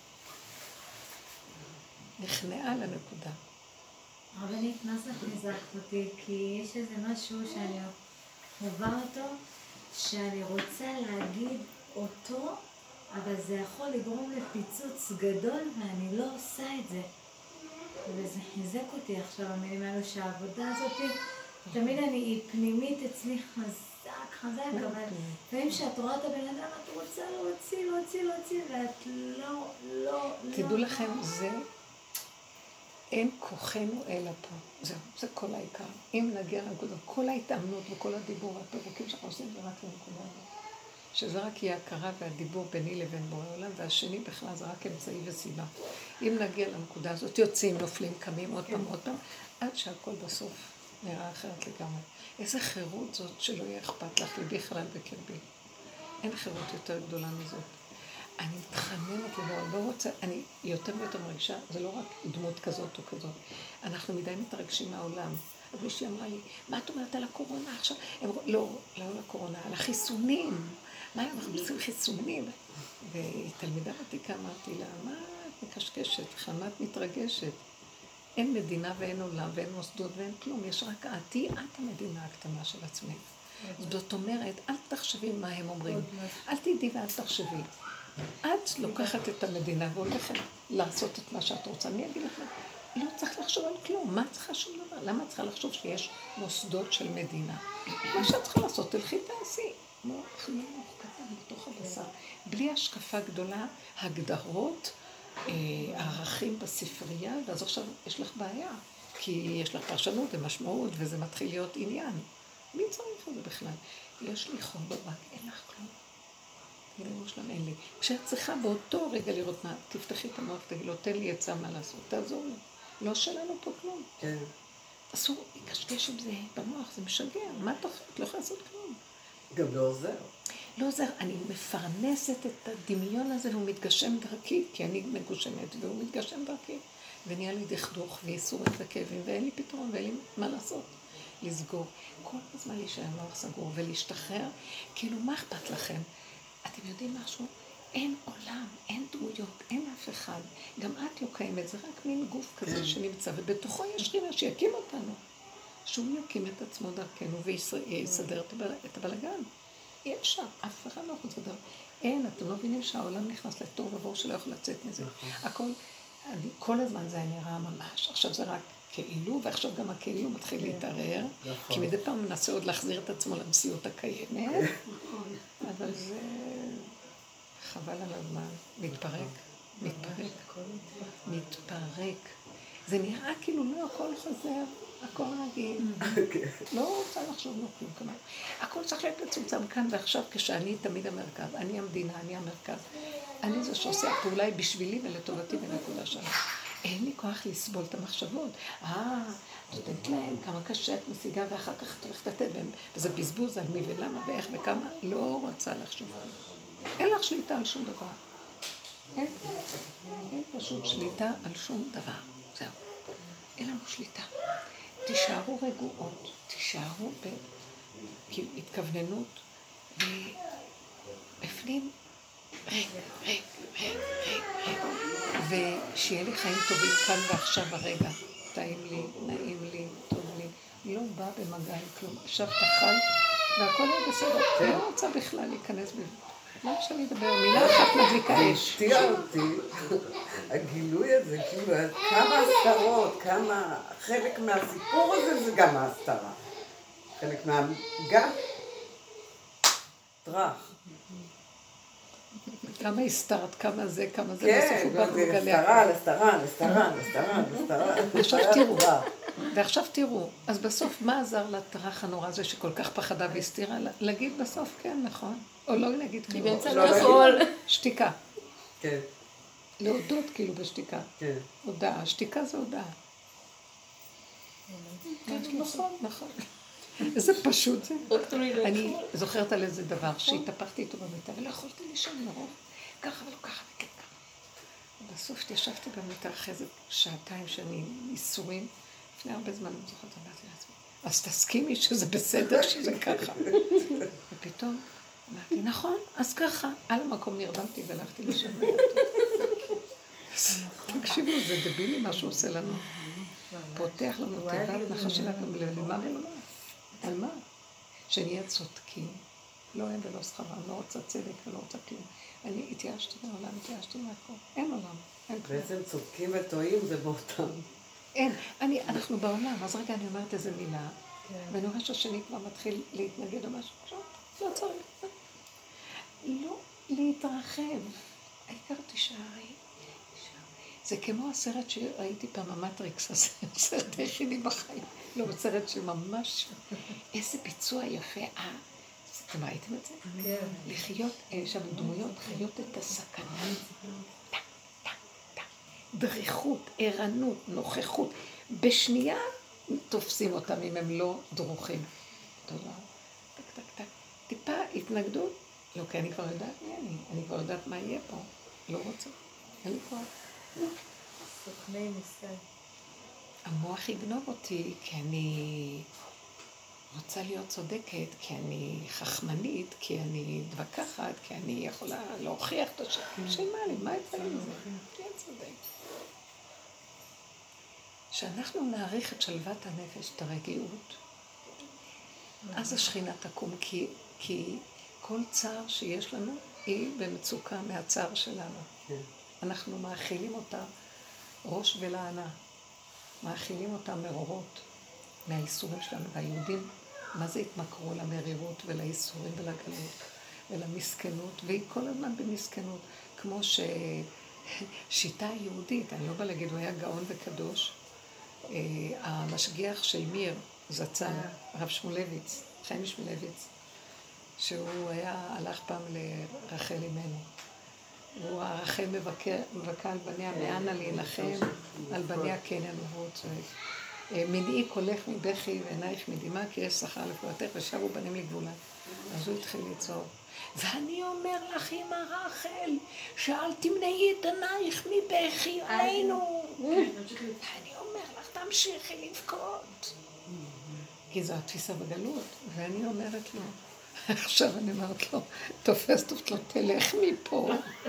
נכנעה לנקודה. רבנית, מה זה חיזקת אותי? כי יש איזה משהו שאני חובה אותו, שאני רוצה להגיד אותו, אבל זה יכול לגרום לפיצוץ גדול, ואני לא עושה את זה. וזה חיזק אותי עכשיו, המילים האלו שהעבודה הזאת, תמיד אני, היא פנימית אצלי חזק, חזק, אבל לפעמים שאת רואה את הבן אדם, את רוצה להוציא, להוציא, להוציא, ואת לא, לא, לא... תדעו לכם, זה, אין כוחנו אלא פה. זהו, זה כל העיקר. אם נגיע לנקודה, כל ההתאמנות וכל הדיבור, הפירוקים שאנחנו עושים, זה רק לנקודה הזאת. שזה רק יהיה הכרה והדיבור ביני לבין בורא עולם, והשני בכלל זה רק אמצעי וסיבה. אם נגיע לנקודה הזאת, יוצאים, נופלים, קמים עוד פעם, עוד פעם, עד שהכל בסוף נראה אחרת לגמרי. איזה חירות זאת שלא יהיה אכפת לך לי בכלל בקרבי. אין חירות יותר גדולה מזאת. אני מתחננת לבוא, אני לא רוצה, אני יותר ויותר מרגישה, זה לא רק דמות כזאת או כזאת. אנחנו מדי מתרגשים מהעולם. אז מישהי אמרה לי, מה את אומרת על הקורונה עכשיו? הם, לא, לא על הקורונה, על החיסונים. מה, אנחנו עושים חיסונים? והיא תלמידה ותיקה, אמרתי לה, מה את מקשקשת? מה את מתרגשת? אין מדינה ואין עולם ואין מוסדות ואין כלום. יש רק עתי, את המדינה הקטנה של עצמך. זאת אומרת, אל תחשבי מה הם אומרים. אל תדעי ואל תחשבי. את לוקחת את המדינה והולכת לעשות את מה שאת רוצה. אני אגיד לכם, לא צריך לחשוב על כלום. מה צריכה שום דבר? למה צריכה לחשוב שיש מוסדות של מדינה? מה שאת צריכה לעשות, תלכי תעשי. מוח מוח קטן בתוך הבשר. בלי השקפה גדולה, הגדרות, הערכים בספרייה, ואז עכשיו יש לך בעיה. כי יש לך פרשנות ומשמעות, וזה מתחיל להיות עניין. מי צריך את זה בכלל? יש לי חום בבק, אין לך כלום. אין לי מושלם, אין לי. כשאת צריכה באותו רגע לראות מה, תפתחי את המוח, תגיד לו, תן לי עצה מה לעשות, תעזור לי. לא שלנו פה כלום. כן. אסור, לקשקש עם זה במוח, זה משגע. מה את לא יכולה לעשות כלום? גם לא עוזר. לא עוזר, אני מפרנסת את הדמיון הזה והוא מתגשם דרכי, כי אני מגושמת והוא מתגשם דרכי. ונהיה לי דכדוך וייסורים וכאבים, ואין לי פתרון ואין לי מה לעשות. לסגור. כל הזמן להישאר מוח סגור ולהשתחרר. כאילו, מה אכפת לכם? אתם יודעים משהו? אין עולם, אין דמויות, אין אף אחד. גם את לא קיימת, זה רק מין גוף כזה שנמצא, ובתוכו יש רימה שיקים אותנו. שהוא יקים את עצמו דרכנו ויסדר את הבלגן. אי אפשר, אף אחד לא יכול לסדר. אין, אתם לא מבינים שהעולם נכנס לתור ובור שלא יכול לצאת מזה. הכל, כל הזמן זה נראה ממש. עכשיו זה רק כאילו, ועכשיו גם הכאילו מתחיל להתערער, כי מדי פעם מנסה עוד להחזיר את עצמו למציאות הקיימת, אבל זה חבל על הזמן. מתפרק, מתפרק, מתפרק. זה נראה כאילו לא הכל חוזר, הכל רגיל. לא רוצה לחשוב לא כלום כמובן. הכל צריך להיות מצומצם כאן ועכשיו, כשאני תמיד המרכז, אני המדינה, אני המרכז. אני זה שעושה הפעולה היא בשבילי ולטובתי בנקודה שלה. אין לי כוח לסבול את המחשבות. אה, נותנת להם כמה קשה את משיגה ואחר כך צריך לתת בהם. וזה בזבוז על מי ולמה ואיך וכמה. לא רוצה לחשוב. אין לך שליטה על שום דבר. אין, אין פשוט שליטה על שום דבר. זהו. אין לנו שליטה. תישארו רגועות, תישארו בהתכווננות ובפנים רגע, רגע, רגע, רגע, ושיהיה לי חיים טובים כאן ועכשיו הרגע. טעים לי, נעים לי, טוב לי. לא בא במגע עם כלום. עכשיו תאכל והכל יהיה בסדר. לא רוצה בכלל להיכנס בזה. למה שאני אדבר? מילה אחת מדליקה אש. תיארתי, הגילוי הזה, כאילו, כמה הסתרות, כמה, חלק מהסיפור הזה זה גם ההסתרה. חלק מה... גם טרח. כמה הסתרת, כמה זה, כמה זה, כן, זה הסתרה, הסתרה, הסתרה, הסתרה, הסתרה. עכשיו תראו, ועכשיו תראו, אז בסוף מה עזר לטרח הנורא הזה שכל כך פחדה והסתירה? להגיד בסוף כן, נכון? או לא להגיד כאילו. באמצע לא יכול. שתיקה. כן. להודות כאילו בשתיקה. כן. הודעה, שתיקה זה הודעה. נכון, נכון. איזה פשוט זה. אני זוכרת על איזה דבר שהתהפכתי איתו במיטה ולא יכולתי לישון מרוב. ככה ולא ככה וכן ככה. בסוף ישבתי במיטה אחרי איזה שעתיים שאני איסורים. לפני הרבה זמן אני זוכרת, אמרתי לעצמי, אז תסכימי שזה בסדר שזה ככה. ופתאום אמרתי, נכון, אז ככה. על המקום נרדמתי והלכתי לישון. תקשיבו, זה דבילי מה שהוא עושה לנו. פותח לנו תיבת נחשילה למה ולמה. על מה? שנהיה צודקים. לא הם ולא שכרם, לא רוצה צדק ולא רוצה כלום. אני התייאשתי מהעולם, התייאשתי מהכל. אין עולם. בעצם צודקים וטועים זה באותם. אין. אני, אנחנו בעולם, אז רגע אני אומרת איזה מילה, ואני רואה שהשני כבר מתחיל להתנגד או משהו. עכשיו, לא צריך. לא להתרחב. העיקר תישארי. זה כמו הסרט שראיתי פעם, המטריקס הזה, הסרט היחידי בחיים. לא, בסרט שממש, איזה ביצוע יפה. אה, אתם ראיתם את זה? כן. לחיות, שם דמויות, חיות את הסכנה. טק, טק, טק. דריכות, ערנות, נוכחות. בשנייה תופסים אותם אם הם לא דרוכים. תודה. טק, טק, טק. טיפה התנגדות. לא, כי אני כבר יודעת מי אני. אני כבר יודעת מה יהיה פה. לא רוצה. אין לי כבר. סוכני ניסי. המוח יגנוב אותי כי אני רוצה להיות צודקת, כי אני חכמנית, כי אני דבקחת, כי אני יכולה להוכיח את השם. של מה לי? מה יצא לי מזה? תהיה צודק. שאנחנו נעריך את שלוות הנפש, את הרגיעות, אז השכינה תקום, כי, כי כל צער שיש לנו היא במצוקה מהצער שלנו. אנחנו מאכילים אותה ראש ולענה, מאכילים אותה מרורות מהאיסורים שלנו, והיהודים, מה זה התמכרו למרירות ולאיסורים ולגלות ולמסכנות, והיא כל הזמן במסכנות, כמו ששיטה יהודית, אני לא בא להגיד, הוא היה גאון וקדוש, המשגיח של מיר זצ"ל, הרב שמואלביץ, חיים שמואלביץ, שהוא היה, הלך פעם לרחל אמנו. הוא הרחל מבכה על בניה, מאנה להילחם, על בניה כן ינובו צועק. מנעי קולך מבכי ועינייך מדמעה, כי יש שכר לפעולתך ושבו בנים לגבולה. אז הוא התחיל לצעוק. ואני אומר לך, אמא רחל, שאל תמנעי את עינייך מבכי עלינו. ואני אומר לך, תמשיכי לבכות. כי זו התפיסה בגלות, ואני אומרת לו, עכשיו אני אומרת לו, תופסת אותו, תלך מפה.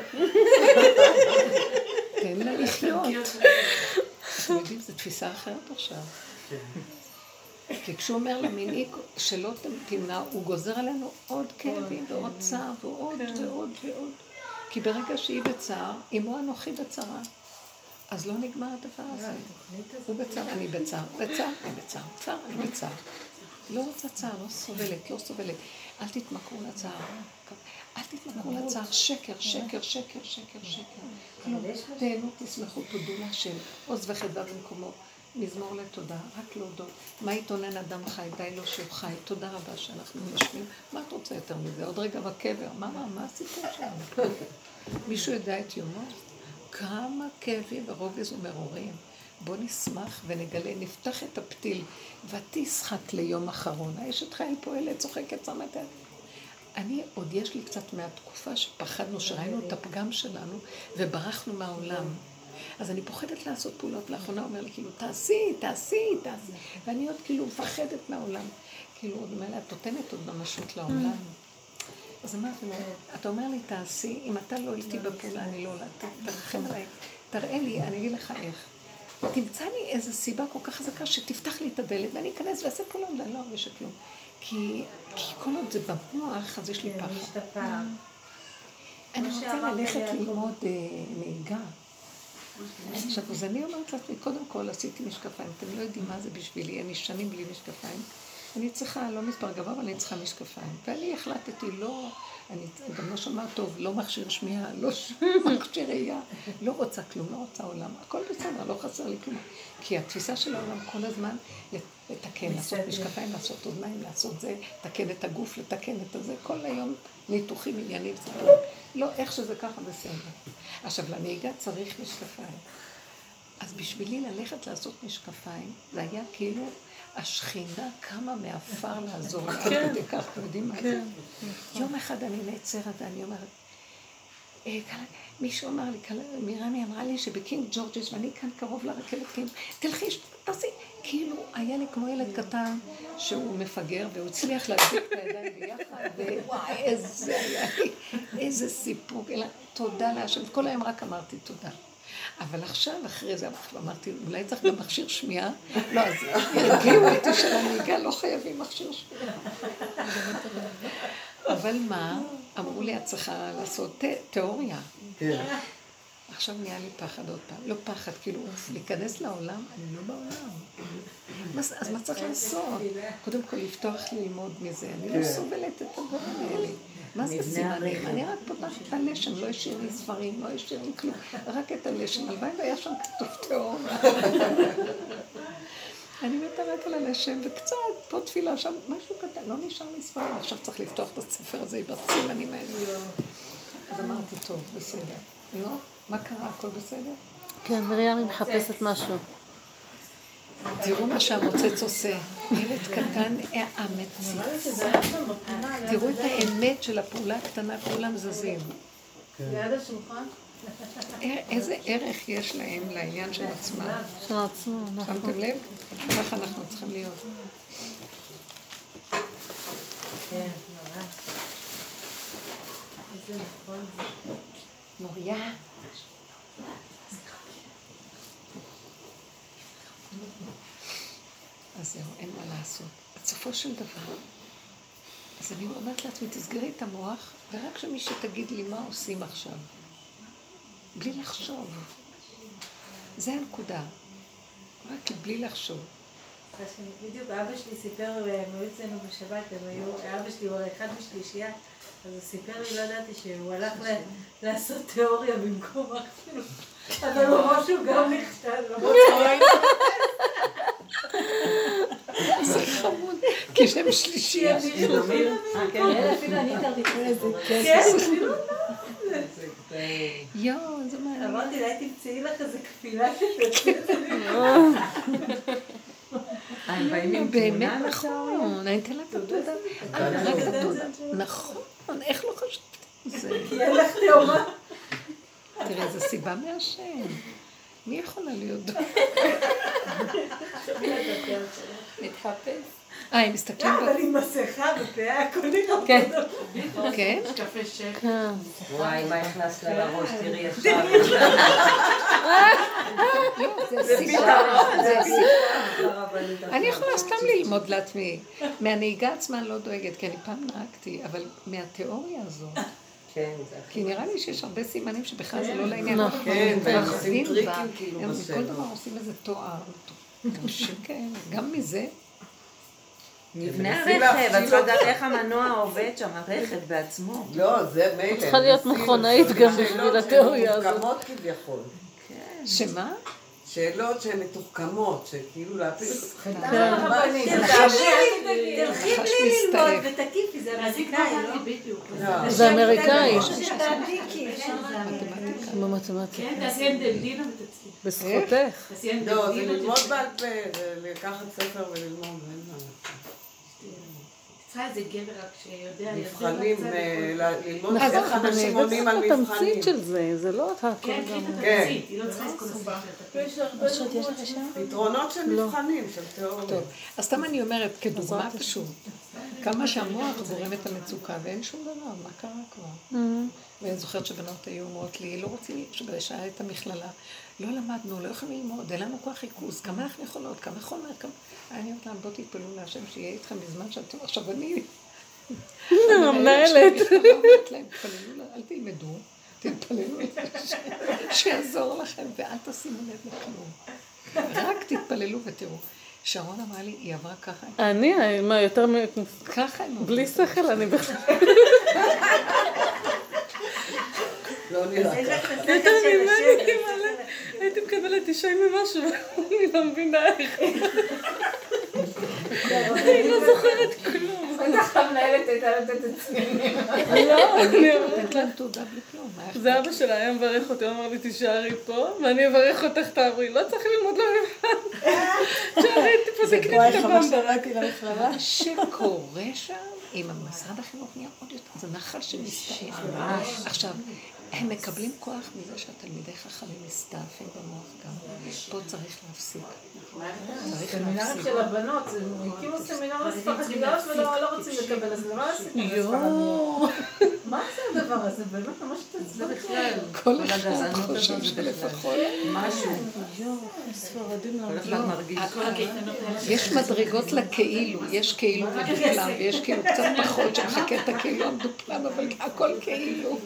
תן לה לחיות. אתם יודעים, זו תפיסה אחרת עכשיו. כי כשהוא אומר למנעי שלא תמנע, הוא גוזר עלינו עוד כאבים ועוד צער ועוד ועוד ועוד. כי ברגע שהיא בצער, אמו אנוכי בצערה, אז לא נגמר הדבר הזה. הוא בצער, אני בצער, בצער, אני בצער, בצער, אני בצער. לא רוצה צער, לא סובלת, לא סובלת. אל תתמכרו לצער. אל תתמכרו לצער. שקר, שקר, שקר, שקר, שקר. כלום, תהנו, תשמחו, תודו להשם. עוז וחדווה במקומו. מזמור לתודה, רק להודות. מה יתונן אדם חי? די לו שהוא חי. תודה רבה שאנחנו נשמים. מה את רוצה יותר מזה? עוד רגע בקבר. מה, מה הסיפור שלנו? מישהו יודע את יומו? כמה כאבים ורוגז ומרורים. בוא נשמח ונגלה, נפתח את הפתיל ותשחק ליום אחרון. האשת חיל פועלת, צוחקת, שמת. אני עוד יש לי קצת מהתקופה שפחדנו, שראינו את הפגם שלנו וברחנו מהעולם. אז אני פוחדת לעשות פעולות. לאחרונה אומר לי, כאילו, תעשי, תעשי, תעשי. ואני עוד כאילו מפחדת מהעולם. כאילו, עוד אומר לה, את נותנת עוד ממשות לעולם. אז אמרתי לו, אתה אומר לי, תעשי, אם אתה לא איתי בפעולה, אני לא עולה, תרחם עליי. תראה לי, אני אגיד לך איך. תמצא לי איזו סיבה כל כך חזקה שתפתח לי את הדלת ואני אכנס ועשה פעולה, ואני לא ארגיש כלום. כי כל עוד זה במוח, אז יש לי פחד. אני רוצה ללכת ללמוד נהיגה. עכשיו, אז אני אומרת לעצמי, קודם כל עשיתי משקפיים, אתם לא יודעים מה זה בשבילי, אני שנים בלי משקפיים. אני צריכה, לא מספר גבוה, אבל אני צריכה משקפיים. ואני החלטתי, לא, אני גם לא שומעת טוב, לא מכשיר שמיעה, לא מכשיר ראייה, לא רוצה כלום, לא רוצה עולם. הכל בסדר, לא חסר לי כלום. כי התפיסה של העולם כל הזמן, לתקן, לעשות משקפיים, לעשות אוזניים, לעשות זה, לתקן את הגוף, לתקן את הזה, כל היום ניתוחים, עניינים, סיפורים. לא, איך שזה ככה בסדר. עכשיו, לנהיגה צריך משקפיים. אז בשבילי ללכת לעשות משקפיים, זה היה כאילו השכינה קמה מאפר לעזור. כן. כדי כך, אתם יודעים מה זה? יום אחד אני נעצרת ואני אומרת, מישהו אמר לי, מירני אמרה לי שבקינג ג'ורג'ס, ואני כאן קרוב לרכבת, כאילו, תלכי, תעשי. כאילו, היה לי כמו ילד קטן שהוא מפגר, והוא הצליח להדביק את הידיים ביחד, ווואי, איזה היה לי, איזה סיפוק. אלא, תודה להשם. כל היום רק אמרתי תודה. אבל עכשיו, אחרי זה, אמרתי, אולי צריך גם מכשיר שמיעה? לא, אז הרגיעו אותי של הנהיגה, לא חייבים מכשיר שמיעה. אבל מה? אמרו לי, את צריכה לעשות תיאוריה. עכשיו נהיה לי פחד עוד פעם. לא פחד, כאילו, להיכנס לעולם, אני לא בעולם. אז מה צריך לעשות? קודם כל, לפתוח ללמוד מזה. אני לא סובלת את הדברים האלה. מה זה סימנים? אני רק פותחת את הלשם, לא השאיר לי ספרים, לא השאיר לי כלום. רק את הלשם. הלוואי והיה שם כתוב תיאוריה. אני מתה רק על הלשם, וקצת פה תפילה שם, משהו קטן, לא נשאר לי ספרים. עכשיו צריך לפתוח את הספר הזה עם הסימנים האלה. אז אמרתי, טוב, בסדר. לא? מה קרה? הכל בסדר? כן, מרים היא מחפשת משהו. תראו מה שהמוצץ עושה. ילד קטן, המציץ. תראו את האמת של הפעולה הקטנה, כולם זזים. ליד השולחן? איזה ערך יש להם לעניין של עצמם. של עצמם, נכון. שמתם לב? ככה אנחנו צריכים להיות. כן, ממש. איזה נכון זה. מוריה. אז זהו, אין מה לעשות. בסופו של דבר, אז אני אומרת לעצמי, תסגרי את המוח, ורק שמישהו תגיד לי מה עושים עכשיו. בלי לחשוב. זה הנקודה. רק בלי לחשוב. בדיוק, אבא שלי סיפר, הם היו אצלנו בשבת, הם היו, אבא שלי הוא אחד בשלישייה, אז הוא סיפר לי, לא ידעתי שהוא הלך לעשות תיאוריה במקום אפילו, אבל הוא ממש הוא גם נכשל, למרות זה חמוד, כי שם שלישייה. אפילו אני הכרתי איזה כסף. יואו, זה מעניין. אמרתי לה, תמצאי לך איזה כפילה שתצאת. באמת נכון, אני אתן לה את התעודה. רק את התעודה. נכון, איך לא חשבתי? כי אין לך תאומה. תראה, זו סיבה מהשם. מי יכולה להיות? מתחפש. אה, הם מסתכלים... אבל עם מסכה בפאה, הכל נראה. כן. כן? קפה שק. וואי, מה הכנסת לה לראש? תראי ישר. זה סיבה. זה סיבה. אני יכולה סתם ללמוד לעצמי. מהנהיגה עצמה אני לא דואגת, כי אני פעם נהגתי, אבל מהתיאוריה הזאת. כי נראה לי שיש הרבה סימנים שבכלל זה לא לעניין. כן, והם עושים טריקים כאילו בסדר. בסדר. כל דבר עושים איזה תואר. תמשים כאלה. גם מזה. נבנה הרכב, את לא יודעת איך המנוע עובד שם, הרכב בעצמו. לא, זה מילא. צריכה להיות מכונאית גם בשביל התיאוריה הזאת. מתוחכמות כביכול. שמה? שאלות שהן מתוחכמות, שכאילו להפיל... תלכי בלי ללמוד ותקיפי, זה אמריקאי, לא? בדיוק. זה אמריקאי. שתעתיקי. במתמטיקה. כן, תעשי אנדלדינה ותצליח. בזכותך. לא, זה ללמוד בעל פה, זה לקחת ספר וללמוד. צריכה איזה גבר רק שיודע... מבחנים, ללמוד איך אנשים עונים על מבחנים. התמצית של זה, זה לא הכל. כן, קחי את התמצית, היא לא צריכה את כל הספר. פתרונות של מבחנים, של תיאוריה. טוב, אז סתם אני אומרת, כדוגמה פשוט, כמה שהמוח גורם את המצוקה, ואין שום דבר, מה קרה כבר? ואני זוכרת שבנות היו אומרות לי, לא רוצים, שבשעה את המכללה, לא למדנו, לא יכולים ללמוד, אין לנו כוח ריכוז, כמה אנחנו יכולות, כמה חומר, כמה... אני אומרת להם, בוא תתפלו להשם שיהיה איתכם בזמן שאתם עכשיו אני... המנהלת. אל תלמדו, תתפללו שיעזור לכם, ואל תשימו לב לכלום. רק תתפללו ותראו. שרון אמרה לי, היא עברה ככה. אני, מה, יותר מ... ככה. בלי שכל, אני בכלל... לא נראה ככה. יותר ממני, הייתי מקבלת אישה ממשהו, אני לא מבינה איך. אני לא זוכרת כלום. בטח המנהלת הייתה לתת את עצמי. לא, אני נתת להם תעודה בלי כלום. זה אבא שלה היה מברך אותי, הוא אמר לי תישארי פה, ואני אברך אותך תעברי, לא צריך ללמוד למבחן. תשארי, תפסקני את הבמבה. מה שקורה שם, אם המשרד החינוך נהיה עוד יותר, זה נחל שמסתיים. עכשיו, הם מקבלים כוח מזה שהתלמידי חכמים מסתעפים במוח גם. פה צריך להפסיק. צריך סמינרים של הבנות, הם הקימו סמינר לספרדיות ולא רוצים לקבל, אז למה הסמינר? מה זה הדבר הזה? באמת, ממש תצא בכלל. כל אחד חושב שלפחות משהו. ספרדים כל אחד מרגיש. יש מדרגות לכאילו, יש כאילו מדופלם, ויש כאילו קצת פחות שמחכה את הכאילו המדופלם, אבל הכל כאילו.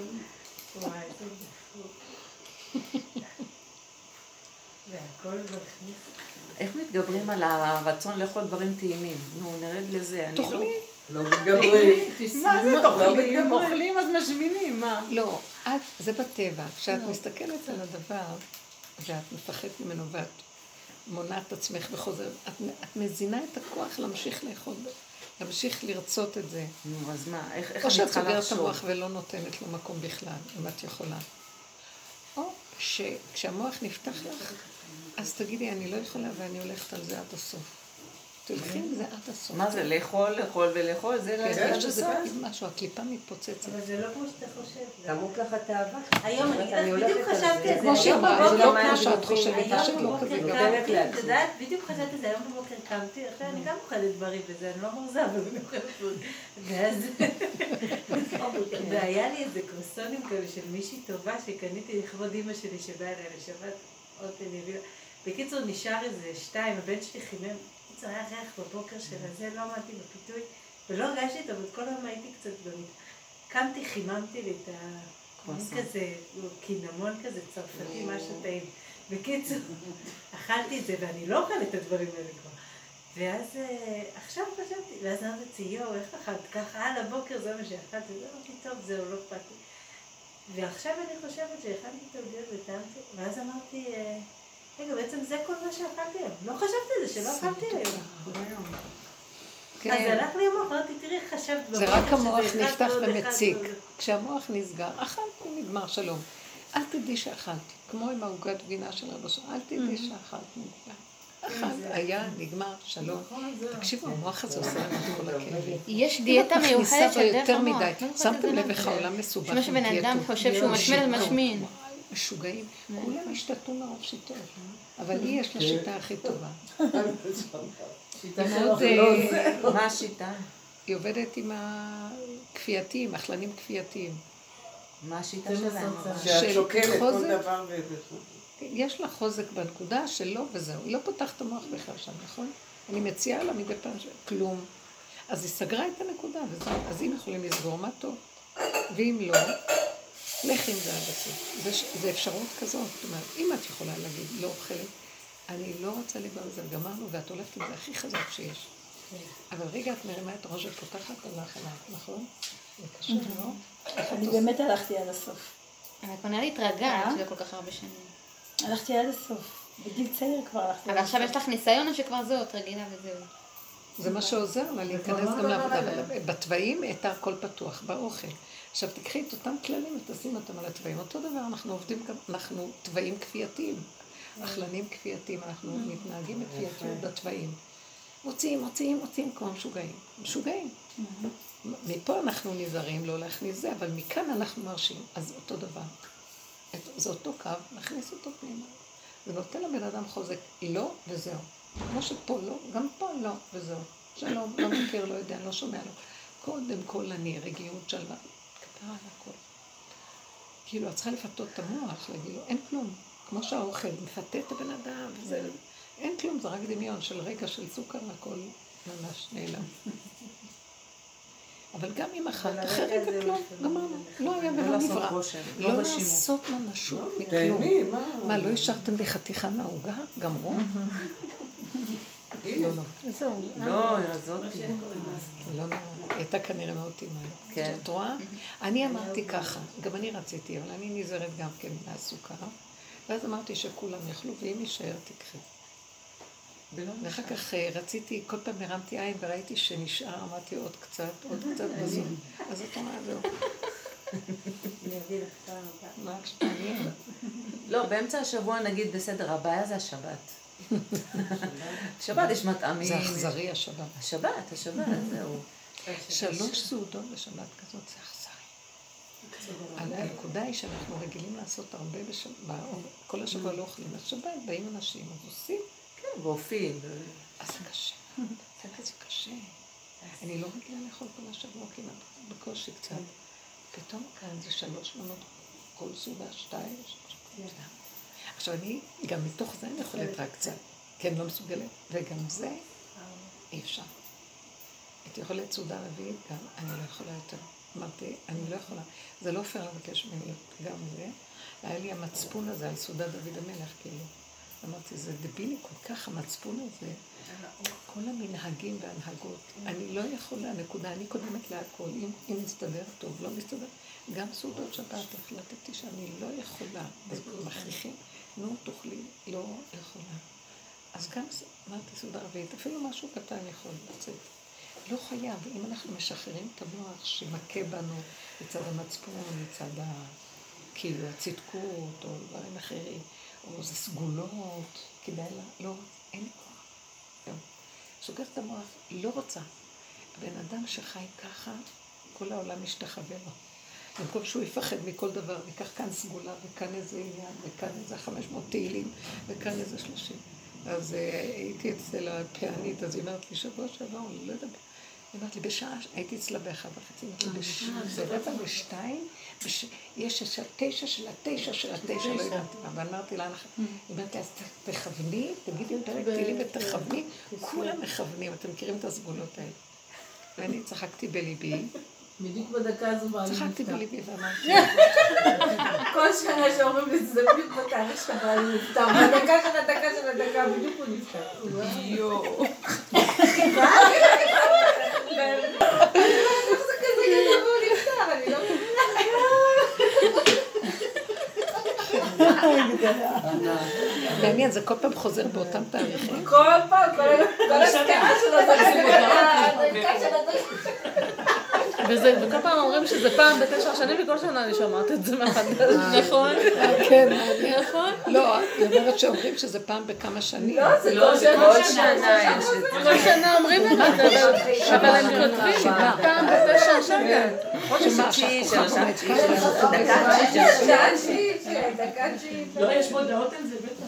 איך מתגברים על הרצון לאכול דברים טעימים? נו, נרד לזה. תאכלי. לא מתגברים. מה זה תאכלים? אוכלים אז משמינים, מה? לא, זה בטבע. כשאת מסתכלת על הדבר, ואת מפחדת ממנו, ואת מונעת את עצמך וחוזרת, את מזינה את הכוח להמשיך לאכול, להמשיך לרצות את זה. נו, אז מה? איך אני או שאת צריכה סוגרת לחשוב? המוח ולא נותנת לו מקום בכלל, אם את יכולה. או שכשהמוח נפתח לך, אז תגידי, אני לא יכולה ואני הולכת על זה עד הסוף. תלכי עם זה עד הסוף. מה זה? לאכול, לאכול ולאכול? זה כן, להגיד יש שזה... לזה משהו, הקליפה מתפוצצת. אבל זה לא כמו שאתה חושב. תמות לך את האהבה. היום אני בדיוק חשבתי על זה. כמו שאמרה, זה לא היום כמו שאת חושבת, היום פשוט לא בבוקר כזה קמתי, גדול. את יודעת, בדיוק חשבתי על זה, היום בבוקר קמתי, עכשיו אני גם אוכלת בריא בזה, אני לא מרזה, אבל אני אוכלת בריא. ואז, והיה לי איזה קרוסונים כאלה של מישהי טובה שקניתי לכבוד אמא שלי שבאה אליה לשבת, עוד טלוויזיה. בקיצור נשאר איזה שתיים, הבן שלי חימם, בקיצור היה ריח בבוקר של הזה, לא עמדתי בפיתוי, ולא הרגשתי אותו, אבל כל היום הייתי קצת במיטה. קמתי, חיממתי לי את ה... כזה, קינמון כזה, צרפתי, משהו טעים. בקיצור, אכלתי את זה, ואני לא אוכלת את הדברים האלה כבר. ואז עכשיו חשבתי, ואז אמרתי, יואו, איך אכלת? ככה, על הבוקר זה מה שאכלתי, זה אמרתי, טוב, זהו, לא אכפת לי. ועכשיו אני חושבת שהכנתי את העוגיות וטעמתי, ואז אמרתי, רגע, בעצם זה כל מה שאכלתי היום. לא חשבתי על זה, שלא אכלתי היום. אז הלך לי המוח, אמרתי, תראי, חשבת בבוקר זה רק המוח שזה אחד נפתח ועוד אחד ומציק. ועוד אחד. כשהמוח נסגר, אכלתי, נגמר שלום. אל תדעי שאכלתי, כמו עם העוגת גבינה של רבא שלום, אל תדעי שאכלתי, נגמר. אכלת, היה, נגמר, שלום. תקשיבו, המוח הזה עושה לנו את כל הכאבים. יש דיאטה מיוחדת של דרך יותר המוח. מדי. שמתם לב איך העולם מסובך שמה שבן אדם חושב שהוא משמין אז משמין. משוגעים. כולם השתתו מרוב שיטות. אבל היא יש לה שיטה הכי טובה. מה השיטה? היא עובדת עם הכפייתיים, אכלנים כפייתיים. מה השיטה שלהם? שאת שוקלת כל דבר ו... יש לה חוזק בנקודה שלא וזהו. היא לא פותחת את המוח בכלל שם, נכון? אני מציעה לה מדי פעם כלום. אז היא סגרה את הנקודה וזהו. אז אם יכולים לסגור מה טוב, ואם לא, לך עם זה עד הסוף. זה אפשרות כזאת. זאת אומרת, אם את יכולה להגיד, לא אוכלת, אני לא רוצה לגמר את זה, גמרנו, ואת הולכת עם זה הכי חזק שיש. אבל רגע, את מרימה את הראש ופותחת הלך עליי, נכון? זה קשה, לא? אני באמת הלכתי עד הסוף. אבל כבר נראה לי התרגלת שזה כל כך הרבה שנים. הלכתי עד הסוף. בגיל צעיר כבר הלכתי עד אבל הסוף. עכשיו יש לך ניסיון או שכבר זהו, את רגילה וזהו? זה מה שעוזר לה להיכנס גם לעבודה, אבל בתוואים את הכל פתוח, באוכל. עכשיו תקחי את אותם כללים ותשים אותם על התוואים. אותו דבר, אנחנו עובדים, אנחנו תוואים כפייתיים, אכלנים כפייתיים, אנחנו מתנהגים בכפייתיות בתוואים. מוציאים, מוציאים, מוציאים כמו משוגעים. משוגעים. מפה אנחנו נזהרים לא להכניס זה, אבל מכאן אנחנו מרשים. אז אותו דבר. זה אותו קו, נכניס אותו פנימה. זה נותן לבן אדם חוזק, לא וזהו. כמו שפה לא, גם פה לא וזהו. שלום, לא מכיר, לא יודע, לא שומע לו. קודם כל אני, רגיעות שלווה, כפרה על הכל. כאילו, את צריכה לפתות את המוח, להגיד לו, אין כלום. כמו שהאוכל מפתה את הבן אדם, וזה, אין כלום, זה רק דמיון של רגע של סוכר, הכל ממש נעלם. אבל גם אם אחת, אחרת כלום, גמרנו, לא היה ולא נברא. לא לעשות ממשות מכלום. מה, לא השארתם לי חתיכה מהעוגה? גמרו? לא, לא. זהו. לא, זאת לא, לא. הייתה כנראה מאוד תימאי. את רואה? אני אמרתי ככה, גם אני רציתי, אבל אני נזהרת גם כן מהסוכר. ואז אמרתי שכולם יאכלו, ואם יישאר תקחי. ואחר כך רציתי, כל פעם הרמתי עין וראיתי שנשאר, אמרתי עוד קצת, עוד קצת בזום. אז את אומרת, זהו. אני אביא לך פעם הבאה. מה מעניין? לא, באמצע השבוע נגיד בסדר, הבעיה זה השבת. שבת יש מטעמים. זה אכזרי השבת. השבת, השבת, זהו. שלוש סעודות בשבת כזאת, זה אכזרי. הנקודה היא שאנחנו רגילים לעשות הרבה בשבת, כל השבוע לא אוכלים. השבת באים אנשים, אז עושים. כן, ואופים. אז זה קשה. זה קשה. אני לא רגילה לאכול כל השבוע כמעט, בקושי קצת. פתאום כאן זה שלוש מנות, כל סעודה, שתיים, שלוש. עכשיו אני, גם מתוך זה אני יכולת רק קצת, כי אני לא מסוגלת, וגם זה אי אפשר. הייתי יכולת סעודה רביעית, גם אני לא יכולה יותר. אמרתי, אני לא יכולה. זה לא פייר לבקש ממני גם זה. היה לי המצפון הזה על סעודת דוד המלך, כאילו. אמרתי, זה דבילי כל כך, המצפון הזה, כל המנהגים והנהגות. אני לא יכולה, נקודה, אני קודמת להכל, אם, אם מסתדר טוב, לא מסתדר. גם סעודות שבת החלטתי שאני לא יכולה, אז מכריחים, נו, תאכלי, לא יכולה. אז גם, אמרתי, סעודה רביעית, אפילו משהו קטן יכול לצאת. לא חייב, אם אנחנו משחררים את המוח שמכה בנו מצד המצפון, מצד ה... כאילו הצדקות, או דברים אחרים, או זה סגולות, כדאי לה, לא, אין לי כוח. לא. סוגר את המוח, לא רוצה. הבן אדם שחי ככה, כל העולם משתחווה לו. במקום שהוא יפחד מכל דבר, וכך כאן סגולה, וכאן איזה עניין, וכאן איזה חמש מאות תהילים, וכאן איזה שלושים. אז הייתי אצל הפענית, אז היא אמרת לי, שבוע שעבר, אני לא יודעת, היא אמרת לי, בשעה, הייתי אצלה באחד וחצי, זה רבע בשתיים, יש תשע של התשע של התשע, לא הבנתי מה, ואמרתי לה, היא אמרת לי, אז תכווני, תגידי יותר תהילים ותכווני, כולם מכוונים, אתם מכירים את הסגולות האלה. ואני צחקתי בליבי, בדיוק בדקה הזו בעלי נפטר. צחקתי בליבי ואמרתי. כל שנה שאומרים לי, זה בדיוק בתאריך שבעלי נפטר. בדקה של הדקה של הדקה, בדיוק הוא נפטר. יואו. איך זה כזה גדול והוא נפטר? אני לא מבינה. מעניין, זה כל פעם חוזר באותם תאריכים. כל פעם, כל הסקרה שלו, זה הדקה של הדקה. וכל פעם אומרים שזה פעם בתשע שנים, וכל שנה אני שומעת את זה מחדש, נכון? כן, נכון? לא, היא אומרת שאומרים שזה פעם בכמה שנים. לא, זה כל שנה. כל שנה אומרים את זה, אבל הם כותבים פעם בתשע שנים. שמה, שהכוחה חומץ ככה. דקה תשיעית, דקה תשיעית. לא, יש מודעות על זה, בטח.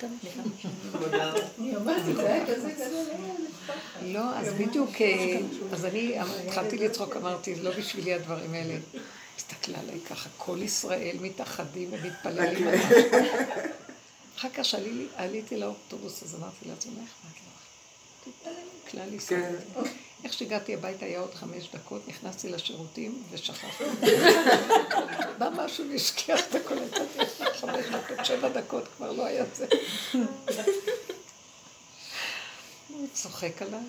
אני אמרתי, זה היה כזה גדול. לא, אז בדיוק, אז אני התחלתי לצחוק, אמרתי, לא בשבילי הדברים האלה. הסתכלה עליי ככה, כל ישראל מתאחדים ומתפללים. אחר כך שעליתי לאוטובוס, אז אמרתי לעצמי, מה אכפת לך? תתפללים, כלל ישראל. איך שהגעתי הביתה היה עוד חמש דקות, נכנסתי לשירותים ושכחתי. בא משהו להשכיח את הכל, חמש דקות, שבע דקות, כבר לא היה זה. הוא צוחק עליי.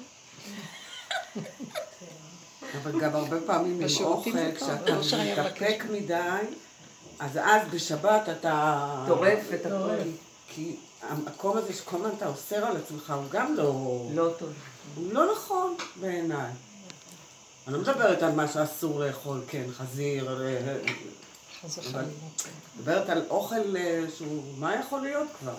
אבל גם הרבה פעמים עם אוכל, כשאתה מתאפק מדי, אז אז בשבת אתה... טורף את הכל. כי המקום הזה שכל הזמן אתה אוסר על עצמך, הוא גם לא... לא טוב. הוא לא נכון בעיניי. אני לא מדברת על מה שאסור לאכול, כן, חזיר, אבל מדברת על אוכל שהוא... מה יכול להיות כבר?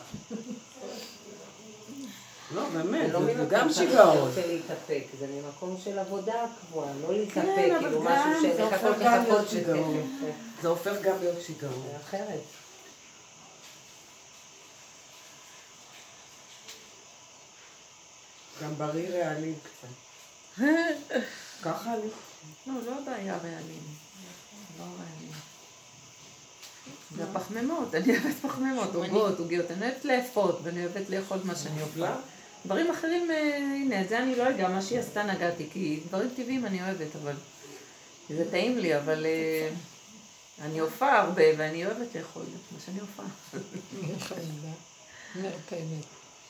לא, באמת, זה גם שיגעון. זה להתאפק, זה ממקום של עבודה קבועה, לא להתאפק, כאילו משהו שלחכות לחכות שזה... זה הופך גם להיות שיגעון. זה אחרת. גם בריא רעלים קצת. ככה אני... לא, לא בעיה רעלים. לא רעלים. זה הפחמימות, אני אוהבת פחמימות, עוגות, עוגיות, אני אוהבת לאפות, ואני אוהבת לאכול מה שאני אוכלה. דברים אחרים, הנה, את זה אני לא יודע, מה שהיא עשתה נגעתי, כי דברים טבעיים אני אוהבת, אבל זה טעים לי, אבל אני הופעה הרבה, ואני אוהבת לאכול מה שאני הופעה. אומרת האמת.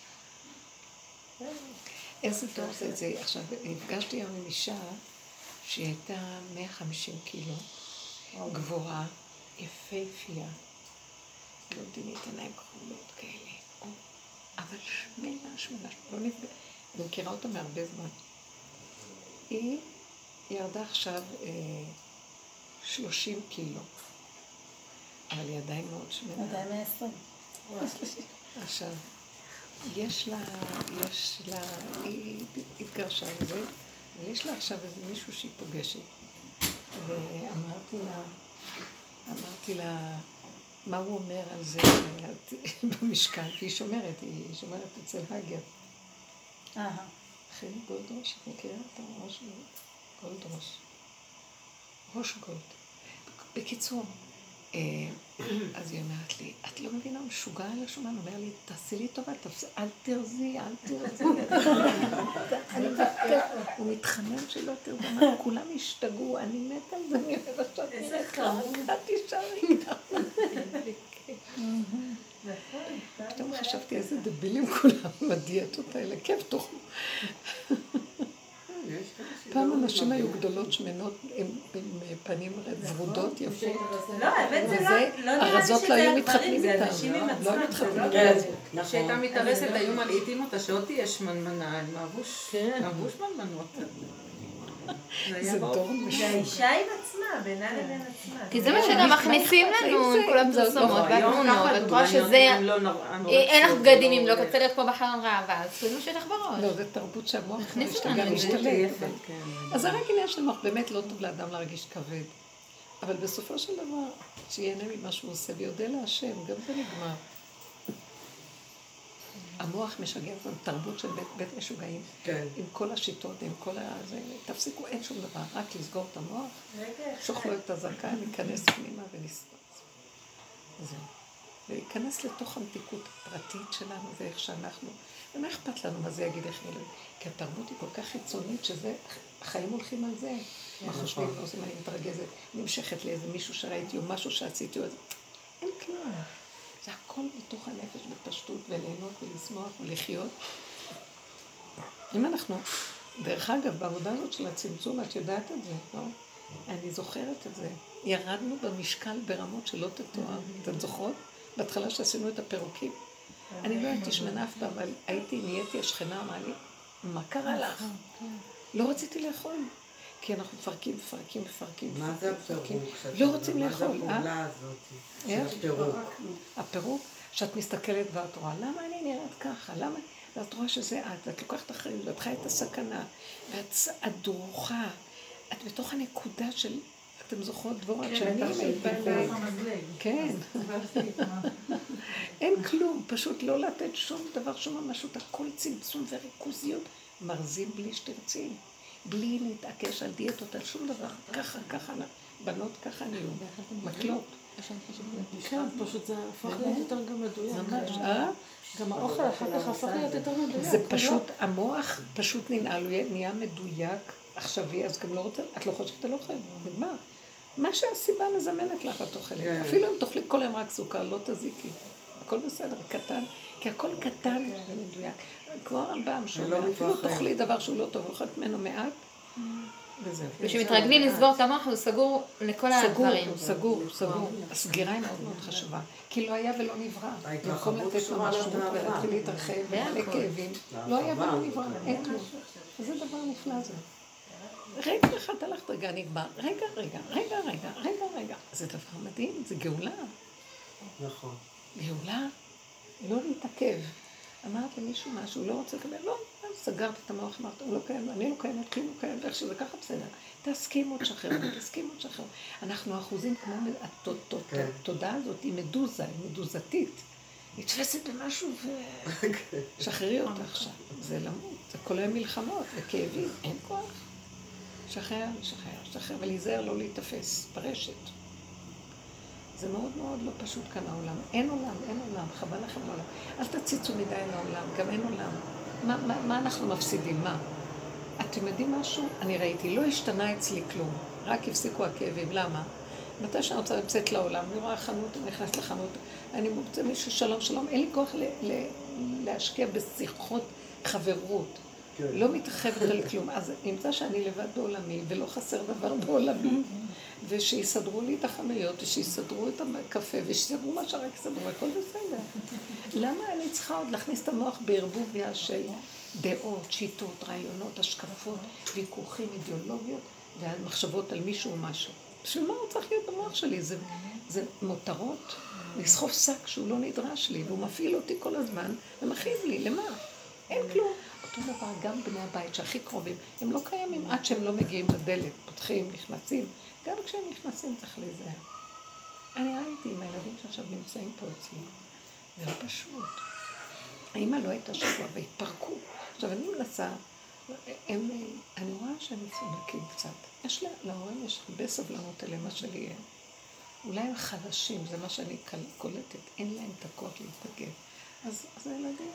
איזה טוב זה זה. עכשיו, נפגשתי היום עם אישה שהיא הייתה מאה וחמישים קילו, גבוהה, יפהפייה, לא דינית עיניים כחולות כאלה, אבל שמנה, שמנה, לא נפגע, אני מכירה אותה מהרבה זמן. היא ירדה עכשיו שלושים קילו, אבל היא עדיין מאוד שמנה. עדיין מאה ועשרים. עכשיו, יש לה, יש לה, היא התגרשה לזה, ויש לה עכשיו איזה מישהו שהיא פוגשת. ואמרתי לה, אמרתי לה, מה הוא אומר על זה במשכן? כי היא שומרת, היא שומרת אצל הגר. אהה. חלי גולדרוש, את מכירה אותה? ראש גולדרוש. ראש גולד. בקיצור, אז היא אומרת לי, את לא מבינה, הוא משוגע על השומן, אומר לי, תעשי לי טובה, אל תרזי, אל תרזי. אני מבקש, הוא מתחנן שלא תרזי, כולם השתגעו, אני מת על זה, אני אומרת, איזה חמוד, את תישארי איתה. פתאום חשבתי, איזה דבילים כולם בדיאטות האלה, כיף תוכלו. פעם אנשים היו גדולות שמנות עם פנים ורודות יפות. לא, האמת זה לא נראה לי שזה היה דברים, זה אנשים עם עצמם. כשהייתה מתארסת היו מלעיטים אותה שעוד תהיה שמנמנה, הם אהבו שמנמנות. זה דור משהו. זה האישה עם עצמה, בינה לבין עצמה. כי זה מה שגם מכניסים לנו עם כל הפרסומות והתמונות, ואת רואה שזה... אין לך בגדים אם לא רוצה להיות פה בחלון ראווה, אז כאילו שיש לך בראש. לא, זה תרבות שהמוח משתגע משתלט. אז זה רק עניין של מוח, באמת לא טוב לאדם להרגיש כבד. אבל בסופו של דבר, שיהנה ממה שהוא עושה ויודע להשם, גם זה נגמר. המוח משגע אותם, תרבות של בית, בית משוגעים, כן. עם כל השיטות, עם כל ה... זה, תפסיקו, אין שום דבר, רק לסגור את המוח, שוכלו את הזקן, להיכנס פנימה ולספוץ. זהו. ולהיכנס לתוך המתיקות הפרטית שלנו ואיך שאנחנו, ומה אכפת לנו מה זה יגיד איך ילד? כי התרבות היא כל כך חיצונית שזה, החיים הולכים על זה. מה חושבים, לא עושים, אני מתרגזת, נמשכת לאיזה מישהו שראיתי או משהו שעשיתי, אין כלום. זה הכל בתוך הנפש בפשטות וליהנות ולשמוח ולחיות. אם אנחנו, דרך אגב, בעבודה הזאת של הצמצום, את יודעת את זה, לא? אני זוכרת את זה. ירדנו במשקל ברמות שלא תתואר. אתן זוכרות? בהתחלה שעשינו את הפירוקים. אני לא הייתי שמנה אף פעם, אבל הייתי, נהייתי השכנה, אמרה לי, מה קרה לך? לא רציתי לאכול. כי אנחנו מפרקים, מפרקים, מפרקים. מה זה הפירוק? לא רוצים לאכול, אה? מה זה הפעולה הזאת? של הפירוק. הפירוק, שאת מסתכלת ואת רואה, למה אני נראית ככה? למה? ואת רואה שזה את, את לוקחת אחריות, ואת חיה את הסכנה, ואת דרוכה. את בתוך הנקודה של, אתם זוכרות דבורת, שאני הייתה אליי. כן. אין כלום, פשוט לא לתת שום דבר, שום ממשות, הכל צמצום וריכוזיות, מרזים בלי שתרצי. בלי להתעקש על דיאטות, על שום דבר. ככה, ככה, בנות ככה נהיו, מקלות. כן, פשוט זה הפך להיות יותר גם מדויק. ממש, אה? גם האוכל אחר כך הפך להיות יותר מדויק. זה פשוט, המוח פשוט ננעל, הוא נהיה מדויק, עכשווי, אז גם לא רוצה, את לא חושבת, אתה לא אוכל, נגמר. מה שהסיבה מזמנת לך, את אוכלת. אפילו אם תאכלי כל היום רק סוכר, לא תזיקי. הכל בסדר, קטן, כי הכל קטן ומדויק. כמו הרמב"ם שאומר, אפילו תאכלי דבר שהוא לא טוב, אוכלת ממנו מעט, וזהו. כשמתרגלים לסגור את המוח, הוא סגור לכל הדברים. סגור, סגור, סגור. הסגירה היא מאוד מאוד חשובה. כי לא היה ולא נברא. במקום לתת לו משמעות ולהתחיל להתרחב, מלא כאבים. לא היה ולא נברא, אין כלום. וזה דבר נפלא זה. רגע אחד הלכת, רגע נגמר. רגע, רגע, רגע, רגע, רגע, רגע. זה דבר מדהים, זה גאולה. נכון. גאולה, לא להתעכב. אמרת למישהו משהו, לא רוצה לקבל, לא, סגרת את המוח, אמרת, הוא לא קיים, אני לא קיימת, כי הוא לא קיים, ואיך שזה ככה בסדר. תסכימו תשחררו, תסכימו תשחררו. אנחנו אחוזים כמו, התודעה הזאת היא מדוזה, היא מדוזתית. היא תפסת במשהו ושחררי אותה עכשיו. זה למות, זה כל היום מלחמות וכאבים, אין כוח. שחרר, שחרר, שחרר, ולהיזהר לא להתאפס ברשת. זה מאוד מאוד לא פשוט כאן העולם. אין עולם, אין עולם, חבל לכם לעולם. אל תציצו מדי לעולם, גם אין עולם. מה, מה, מה אנחנו מפסידים? מה? אתם יודעים משהו? אני ראיתי, לא השתנה אצלי כלום, רק הפסיקו הכאבים. למה? מתי שאני רוצה לצאת לעולם, אני רואה חנות, אני נכנס לחנות, אני מוצא מישהו שלום שלום, אין לי כוח ל- ל- להשקיע בשיחות חברות. לא מתרחבת על כלום. אז נמצא שאני לבד בעולמי, ולא חסר דבר בעולמי, ושיסדרו לי את החנויות, ושיסדרו את הקפה, ושיסדרו מה שרק יסדרו, הכל בסדר. למה אני צריכה עוד להכניס את המוח בערבוביה של דעות, שיטות, רעיונות, השקפות, ויכוחים, אידיאולוגיות, והמחשבות על מישהו או משהו? בשביל מה הוא צריך להיות במוח שלי? זה, זה מותרות, לסחוף שק שהוא לא נדרש לי, והוא מפעיל אותי כל הזמן, ומכאיב לי, למה? אין כלום. אותו דבר, גם בני הבית שהכי קרובים, הם לא קיימים עד שהם לא מגיעים לדלת, פותחים, נכנסים. גם כשהם נכנסים צריך להיזהר. אני ראיתי עם הילדים שעכשיו נמצאים פה אצלי, זה לא פשוט. האמא לא הייתה שבוע והתפרקו. עכשיו אני מנסה, הם, אני רואה שהם סובלקים קצת. יש לה, להורים יש הרבה סבלנות אליהם מה שלי יהיה. אולי הם חלשים, זה מה שאני קולטת, אין להם את הכוח להתנגד. אז, אז הילדים...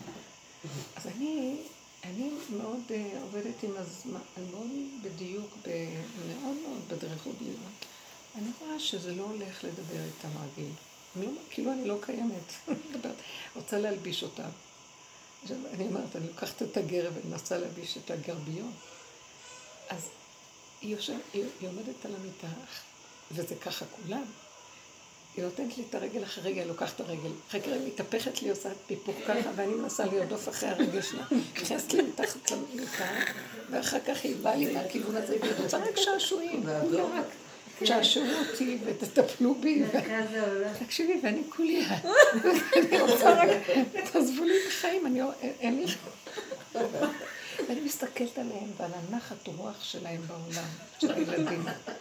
אז אני, אני מאוד uh, עובדת עם הזמן, אני מאוד בדיוק, מאוד מאוד בדרך ובלילה. אני רואה שזה לא הולך לדבר איתם רגיל. לא, כאילו אני לא קיימת. רוצה להלביש אותם. עכשיו, אני אומרת, אני לוקחת את הגרב ומנסה להלביש את הגרביון. אז היא, יושב, היא, היא עומדת על המיטה, וזה ככה כולם. היא נותנת לי את הרגל אחרי רגל, היא לוקחת את הרגל. אחרי כרגע היא מתהפכת לי, עושה פיפוך ככה, ואני מנסה לרדוף אחרי הרגל שלה. נכנסת לי מתחת למיטה, ואחר כך היא באה לי מהכיוון הזה, והיא רוצה רק שעשועים. רק שעשעו אותי ותטפלו בי. תקשיבי, ואני כולי. אני רוצה רק, תעזבו לי את החיים, אין לי... ואני מסתכלת עליהם ועל הנחת רוח שלהם בעולם, של הילדים.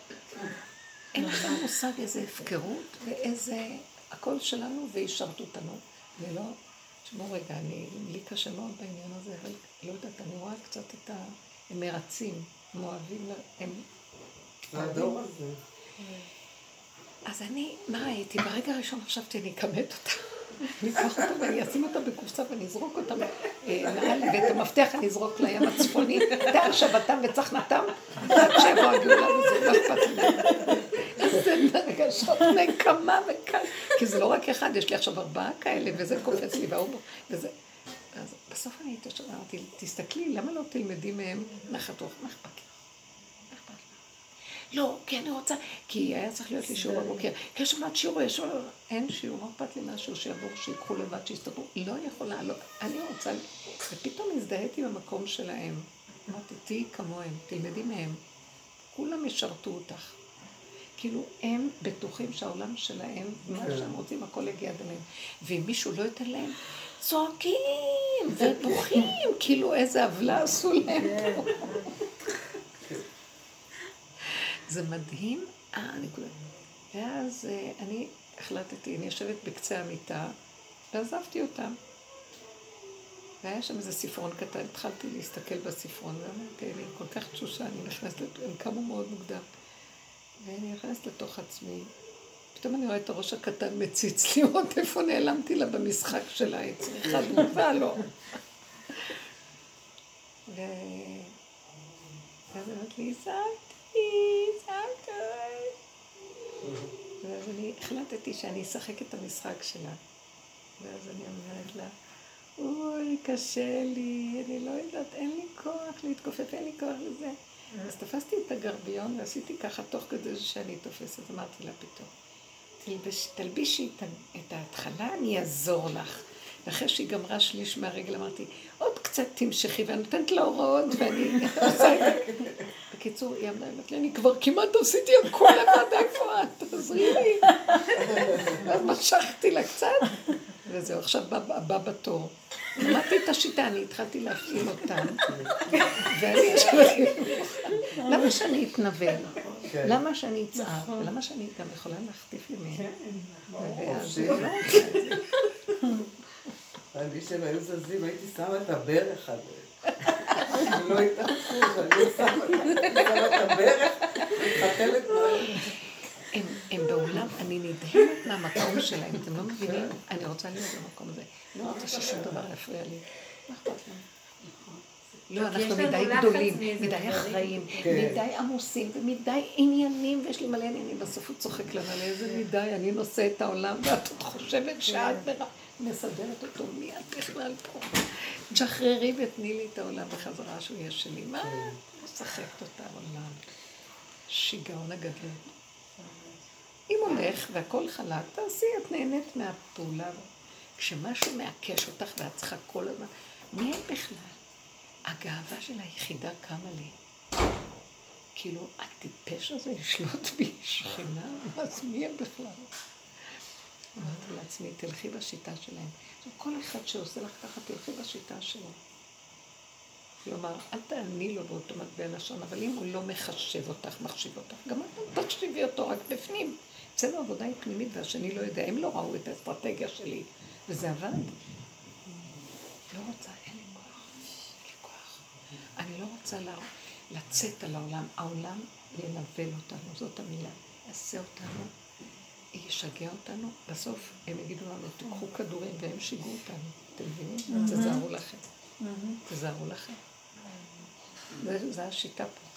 אין לך מושג איזה הפקרות ואיזה הכל שלנו וישרת אותנו. ולא, תשמעו רגע, אני, לי קשה מאוד בעניין הזה, אבל לא יודעת, אני רואה קצת את ה... הם מרצים, הם אוהבים, הם... הדור הזה. אז אני, מה ראיתי? ברגע הראשון חשבתי, אני אכמת אותה. אני אקח אותה ואני אשים אותה בקופסה ואני אזרוק אותה מעל, ואת המפתח אני אזרוק לים הצפוני, תאר שבתם וצחנתם, עד שיבוא הגאולה וזה לא אכפת לי. איזה נרגשות נקמה וקל, כי זה לא רק אחד, יש לי עכשיו ארבעה כאלה, וזה קופץ לי והוא, וזה... אז בסוף אני הייתה שם, אמרתי, תסתכלי, למה לא תלמדי מהם נחת רוח? מה אכפת לי? לא, כי אני רוצה, כי היה צריך להיות לי שיעור בבוקר, כי יש שמעת שיעור, יש שיעור, אין שיעור, לא אכפת לי משהו שיעבור, שיקחו לבד, שיסתדרו, לא יכולה, לא, אני רוצה, ופתאום הזדהיתי במקום שלהם, אמרתי, תהי כמוהם, תלמדי מהם, כולם ישרתו אותך, כאילו הם בטוחים שהעולם שלהם, מה שהם רוצים, הכל יגיע עד אליהם, ואם מישהו לא ייתן להם, צועקים ובוכים, כאילו איזה עוולה עשו להם פה. זה מדהים, אה, אני כולה. ואז אני החלטתי, אני יושבת בקצה המיטה, ועזבתי אותם. והיה שם איזה ספרון קטן, התחלתי להסתכל בספרון, ואמרתי, אני כל כך תשושה, אני נכנסת, הם קמו מאוד מוקדם. ואני נכנסת לתוך עצמי. פתאום אני רואה את הראש הקטן מציץ לראות איפה נעלמתי לה במשחק שלה, היא צריכה תגובה, לא. ו... ואז אמרת לי, זלתי, זלתי. ואז אני החלטתי שאני אשחק את המשחק שלה. ואז אני אומרת לה, אוי, קשה לי, אני לא יודעת, אין לי כוח להתכופף, אין לי כוח לזה. אז תפסתי את הגרביון ועשיתי ככה תוך כדי שאני תופסת, אמרתי לה פתאום, תלבש, תלבישי את, את ההתחלה, אני אעזור לך. ואחרי שהיא גמרה שליש מהרגל, אמרתי, עוד קצת תמשכי, ואני נותנת לה הוראות, ואני עושה את זה. בקיצור, היא אמרה, אני כבר כמעט עשיתי הכל לבד, איפה את? תעזרי לי. אז משכתי לה קצת, וזהו, עכשיו בא, בא בתור. למדתי את השיטה, אני התחלתי להפעיל אותם, ואני אשאלתי, למה שאני אתנבל? למה שאני אצעק? למה שאני גם יכולה להחטיף למי? ואז אני שהם היו זזים, הייתי שמה את הברך עליהם. לא התאפסו, אני שמה את הברך, מתחתלת בהם. הם בעולם, אני נדהמת מהמקום שלהם, אתם לא מבינים? אני רוצה להיות במקום הזה. לא רוצה ששום דבר יפריע לי. מה אכפת לי? לא, אנחנו מדי גדולים, מדי אחראים, מדי עמוסים ומדי עניינים, ויש לי מלא עניינים. בסוף הוא צוחק לנו על איזה מדי, אני נושא את העולם, ואת חושבת שאת מסדרת אותו, מי את בכלל פה? תשחררי ותני לי את העולם בחזרה שהוא יש שלי. מה? משחקת אותה העולם. שיגעון הגדול. אם הולך והכל חלק, תעשי, את נהנית מהפעולה. כשמשהו מעקש אותך ואת צריכה כל הזמן, מי אין בכלל? הגאווה של היחידה קמה לי. כאילו, הטיפש הזה ישלוט בי שכינה, אז מי אין בכלל? אמרתי לעצמי, תלכי בשיטה שלהם. כל אחד שעושה לך ככה, תלכי בשיטה שלו. כלומר, אל תעני לו באותו מטבע לשון, אבל אם הוא לא מחשב אותך, מחשיב אותך, גם את תחשיבי אותו רק בפנים. אצלנו עבודה היא פנימית והשני לא יודע, הם לא ראו את האסטרטגיה שלי, וזה עבד. לא רוצה, אין לי כוח, אין לי כוח. אני לא רוצה לצאת על העולם, העולם ינבל אותנו, זאת המילה, יעשה אותנו, ישגע אותנו, בסוף הם יגידו לנו, תקחו כדורים והם שיגעו אותנו, אתם מבינים? תזהרו לכם, תזהרו לכם. זה השיטה פה.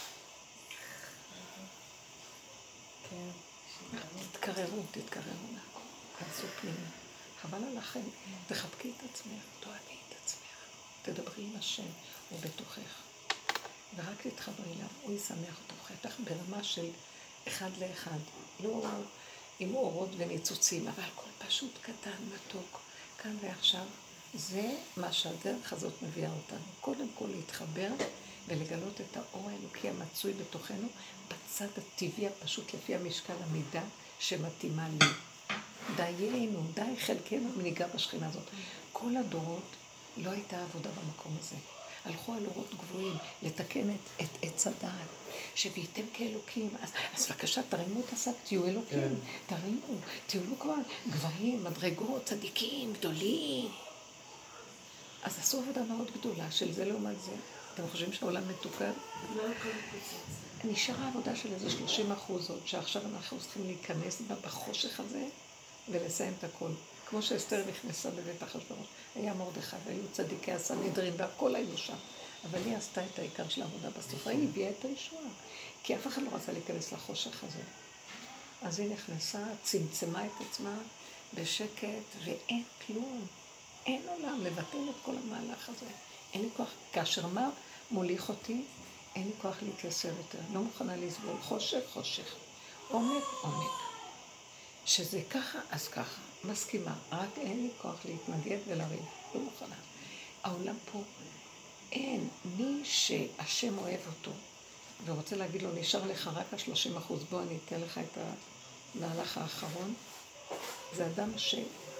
כן. תתקררו, תתקררו, תעשו פנימה. חבל עליכם, תחבקי את עצמך, תאהבי את עצמך, תדברי עם השם, הוא בתוכך. ורק תתחברי אליו, הוא ישמח אותך, איתך ברמה של אחד לאחד, לא עם אורות וניצוצים, אבל הכל פשוט קטן, מתוק, כאן ועכשיו. זה מה שהדרך הזאת מביאה אותנו. קודם כל להתחבר ולגלות את האור האלוקי המצוי בתוכנו, בצד הטבעי הפשוט לפי המשקל המידה שמתאימה לי. דיינו, די חלקנו מניגע בשכינה הזאת. כל הדורות לא הייתה עבודה במקום הזה. הלכו על אורות גבוהים לתקן את, את עץ הדעת, שוויתם כאלוקים. אז, אז בבקשה, תרימו את הסף, תהיו אלוקים, כן. תרימו, תהיו כבר גבהים, מדרגות, צדיקים, גדולים. אז עשו עבודה מאוד גדולה של זה לעומת זה. אתם חושבים שהעולם מתוקן? לא הכל מתפוצץ. נשארה העבודה של איזה שלושים אחוז עוד, שעכשיו אנחנו צריכים להיכנס בה בחושך הזה ולסיים את הכל. כמו שאסתר נכנסה בבית אחשוורוש, היה מרדכי והיו צדיקי הסנהדרין והכל היו שם. אבל היא עשתה את העיקר של העבודה בסוף, היא הביאה את הישועה. כי אף אחד לא רצה להיכנס לחושך הזה. אז היא נכנסה, צמצמה את עצמה בשקט ואין כלום. אין עולם לבטל את כל המהלך הזה. אין לי כוח, כאשר מה מוליך אותי, אין לי כוח להתייסר יותר. לא מוכנה לסבול. חושך, חושך. עומק, עומק. שזה ככה, אז ככה. מסכימה. רק אין לי כוח להתנגד ולריב. לא מוכנה. העולם פה, אין מי שהשם אוהב אותו, ורוצה להגיד לו, נשאר לך רק ה-שלושים אחוז, בוא אני אתן לך את המהלך האחרון. זה אדם ש...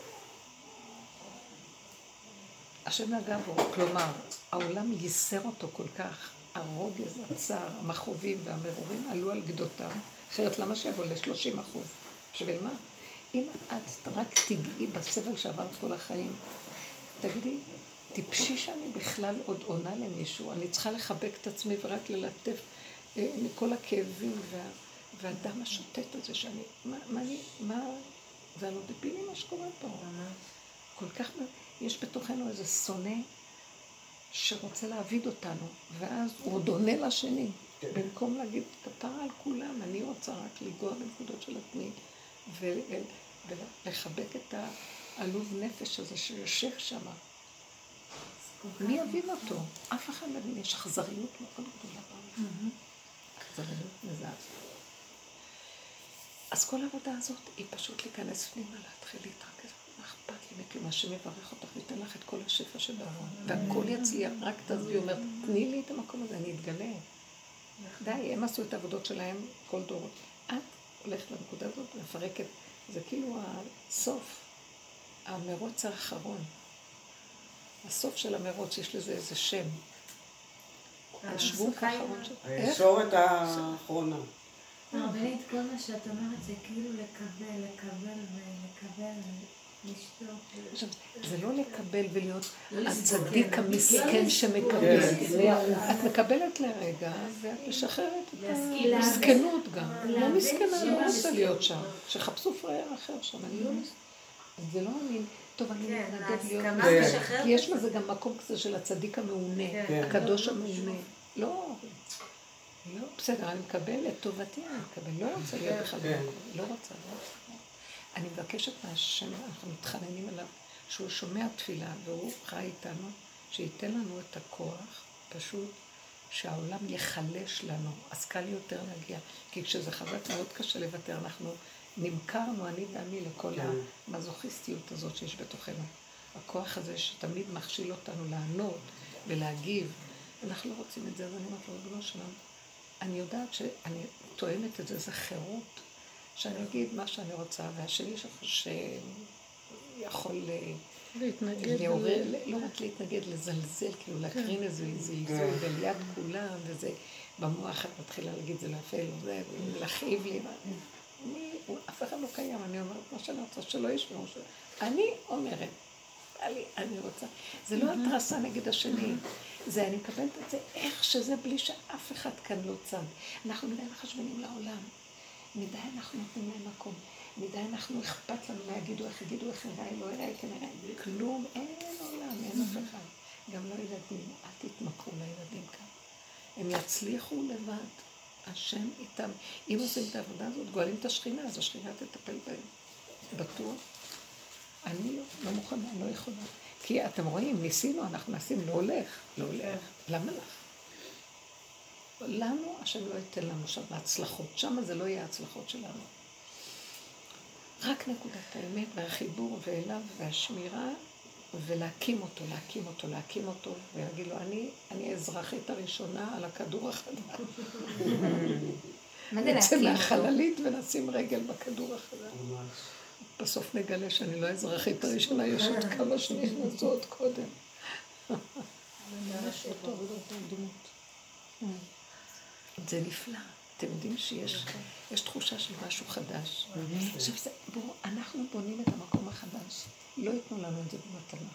השם נגע בו, כלומר, העולם ייסר אותו כל כך, הרוגז, הצער, המכאובים והמרורים עלו על גדותיו, אחרת למה שיבוא ל-שלושים אחוז? בשביל מה? אם את רק תגעי בסבל שעברת כל החיים, תגידי, טיפשי שאני בכלל עוד עונה למישהו, אני צריכה לחבק את עצמי ורק ללטף אה, מכל הכאבים וה, והדם השוטט הזה שאני, מה, מה, מה, זה הלא דבילי מה שקורה פה. כל כך, יש בתוכנו איזה שונא שרוצה להעביד אותנו, ואז הוא עוד עונה לשני, במקום להגיד, כפרה על כולם, אני רוצה רק לגוע בנקודות של עצמי, ולחבק את העלוב נפש הזה שיושב שם. מי יבין אותו? אף אחד לא יבין, יש אכזריות מאוד גדולה. אכזריות מזעזעת. אז כל העבודה הזאת היא פשוט להיכנס פנימה, להתחיל להתרכז. מה אכפת לי מכלום? השם יברך אותך ויתן לך את כל השפע שבעולם. והכל יצליח, רק תעזבי, אומר, תני לי את המקום הזה, אני אתגלה. די, הם עשו את העבודות שלהם כל דורות. את הולכת לנקודה הזאת ומפרקת. זה כאילו הסוף, המרוץ האחרון. הסוף של המרוץ, שיש לזה איזה שם. השבוק האחרון של... הישורת האחרונה. הרבנית, כל מה שאת אומרת זה כאילו לקבל, לקבל ולקבל ולשתוק. זה לא לקבל ולהיות הצדיק המסכן שמקבל. את מקבלת לרגע ואת משחררת את המסכנות גם. לא מסכנה, לא רוצה להיות שם. שחפשו פרייר אחר שם, אני לא מסכנה. זה לא אני, טוב, אני כן, מתנגד להיות... ההסכמה כן. משחררת. כי יש לזה גם מקום כזה של הצדיק המעונה, כן. הקדוש המעונה. לא, לא, בסדר, אני מקבל את טובתי, אני מקבל, לא רוצה להיות בכלל כן. במקום, לא רוצה, לא רוצה. אני מבקשת מהשם, אנחנו מתחננים עליו, שהוא שומע תפילה, והוא חי איתנו, שייתן לנו את הכוח, פשוט, שהעולם יחלש לנו, אז קל יותר להגיע. כי כשזה חזק מאוד קשה לוותר, אנחנו נמכרנו, אני ואני, לכל כן. המזוכיסטיות הזאת שיש בתוכנו. הכוח הזה שתמיד מכשיל אותנו לענות ולהגיב, אנחנו לא רוצים את זה, אז אני אומרת לו, ריבונו שלנו, אני יודעת שאני טועמת את זה, זה חירות, שאני אגיד מה שאני רוצה, והשני שיכול להתנגד. לעורר, לא רק להתנגד, לזלזל, כאילו להקרין איזה זלזול בליד כולם, וזה במוח את מתחילה להגיד, זה לא יפה, לא זה, ולהכאיב לי. אני, אף אחד לא קיים, אני אומרת מה שאני רוצה, שלא ישמעו, אני אומרת, אני רוצה, זה לא התרסה נגד השני, זה אני מקבלת את זה איך שזה בלי שאף אחד כאן לא צד. אנחנו מדי מחשבנים לעולם, מדי אנחנו נותנים להם מקום, מדי אנחנו אכפת לנו מה יגידו, איך יגידו, איך נראה, לא יראה, כנראה, כלום, אין עולם, אין אף אחד. גם לא ילדים, אל תתמכרו לילדים כאן. הם יצליחו לבד, השם איתם. אם עושים את העבודה הזאת, גואלים את השכינה, אז השכינה תטפל בהם. בטוח. אני לא, לא מוכנה, לא יכולה. כי אתם רואים, ניסינו, אנחנו נשים, לא הולך, לא הולך. למה לך? לנו, השם לא ייתן לנו שם הצלחות. שם זה לא יהיה הצלחות שלנו. רק נקודת האמת והחיבור ואליו והשמירה, ולהקים אותו, להקים אותו, להקים אותו, ולהגיד לו, אני, אני האזרחית הראשונה על הכדור החדש. מה זה נצא להקים אותו? מהחללית ונשים רגל בכדור החדש. בסוף נגלה שאני לא האזרחית הראשונה, יש עוד כמה שנכנסות קודם. זה נפלא. אתם יודעים שיש יש תחושה של משהו חדש. עכשיו, בואו, אנחנו בונים את המקום החדש. לא ייתנו לנו את זה במתנה.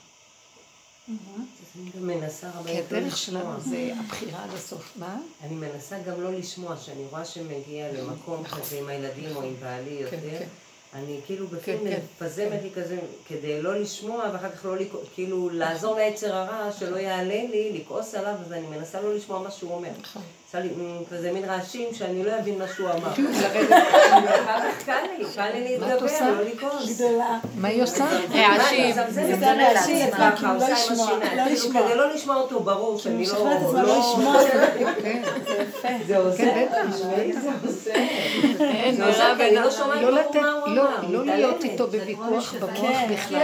אני מנסה הרבה כי יותר הדרך שלנו לשמוע. זה הבחירה עד הסוף. מה? אני מנסה גם לא לשמוע, שאני רואה שמגיע למקום כזה עם הילדים או עם בעלי יותר. אני כאילו בפנים מפזמת לי כזה, כדי לא לשמוע, ואחר כך לא, כאילו לעזור ליצר הרע, שלא יעלה לי, לכעוס עליו, אז אני מנסה לא לשמוע מה שהוא אומר. עושה לי כזה מין רעשים שאני לא אבין מה שהוא אמר. קל לי, קל לי להתגבר, לא לכעוס. מה היא עושה? רעשים. זה רעשים, ככה, עושה עם השיניים. כדי לא לשמוע אותו, ברור שאני לא... לא לשמוע. זה עושה, תשמעי, זה עושה. זה עושה, כי אני לא שומעת ברור מה הוא אמר. לא להיות איתו בוויכוח במוח בכלל.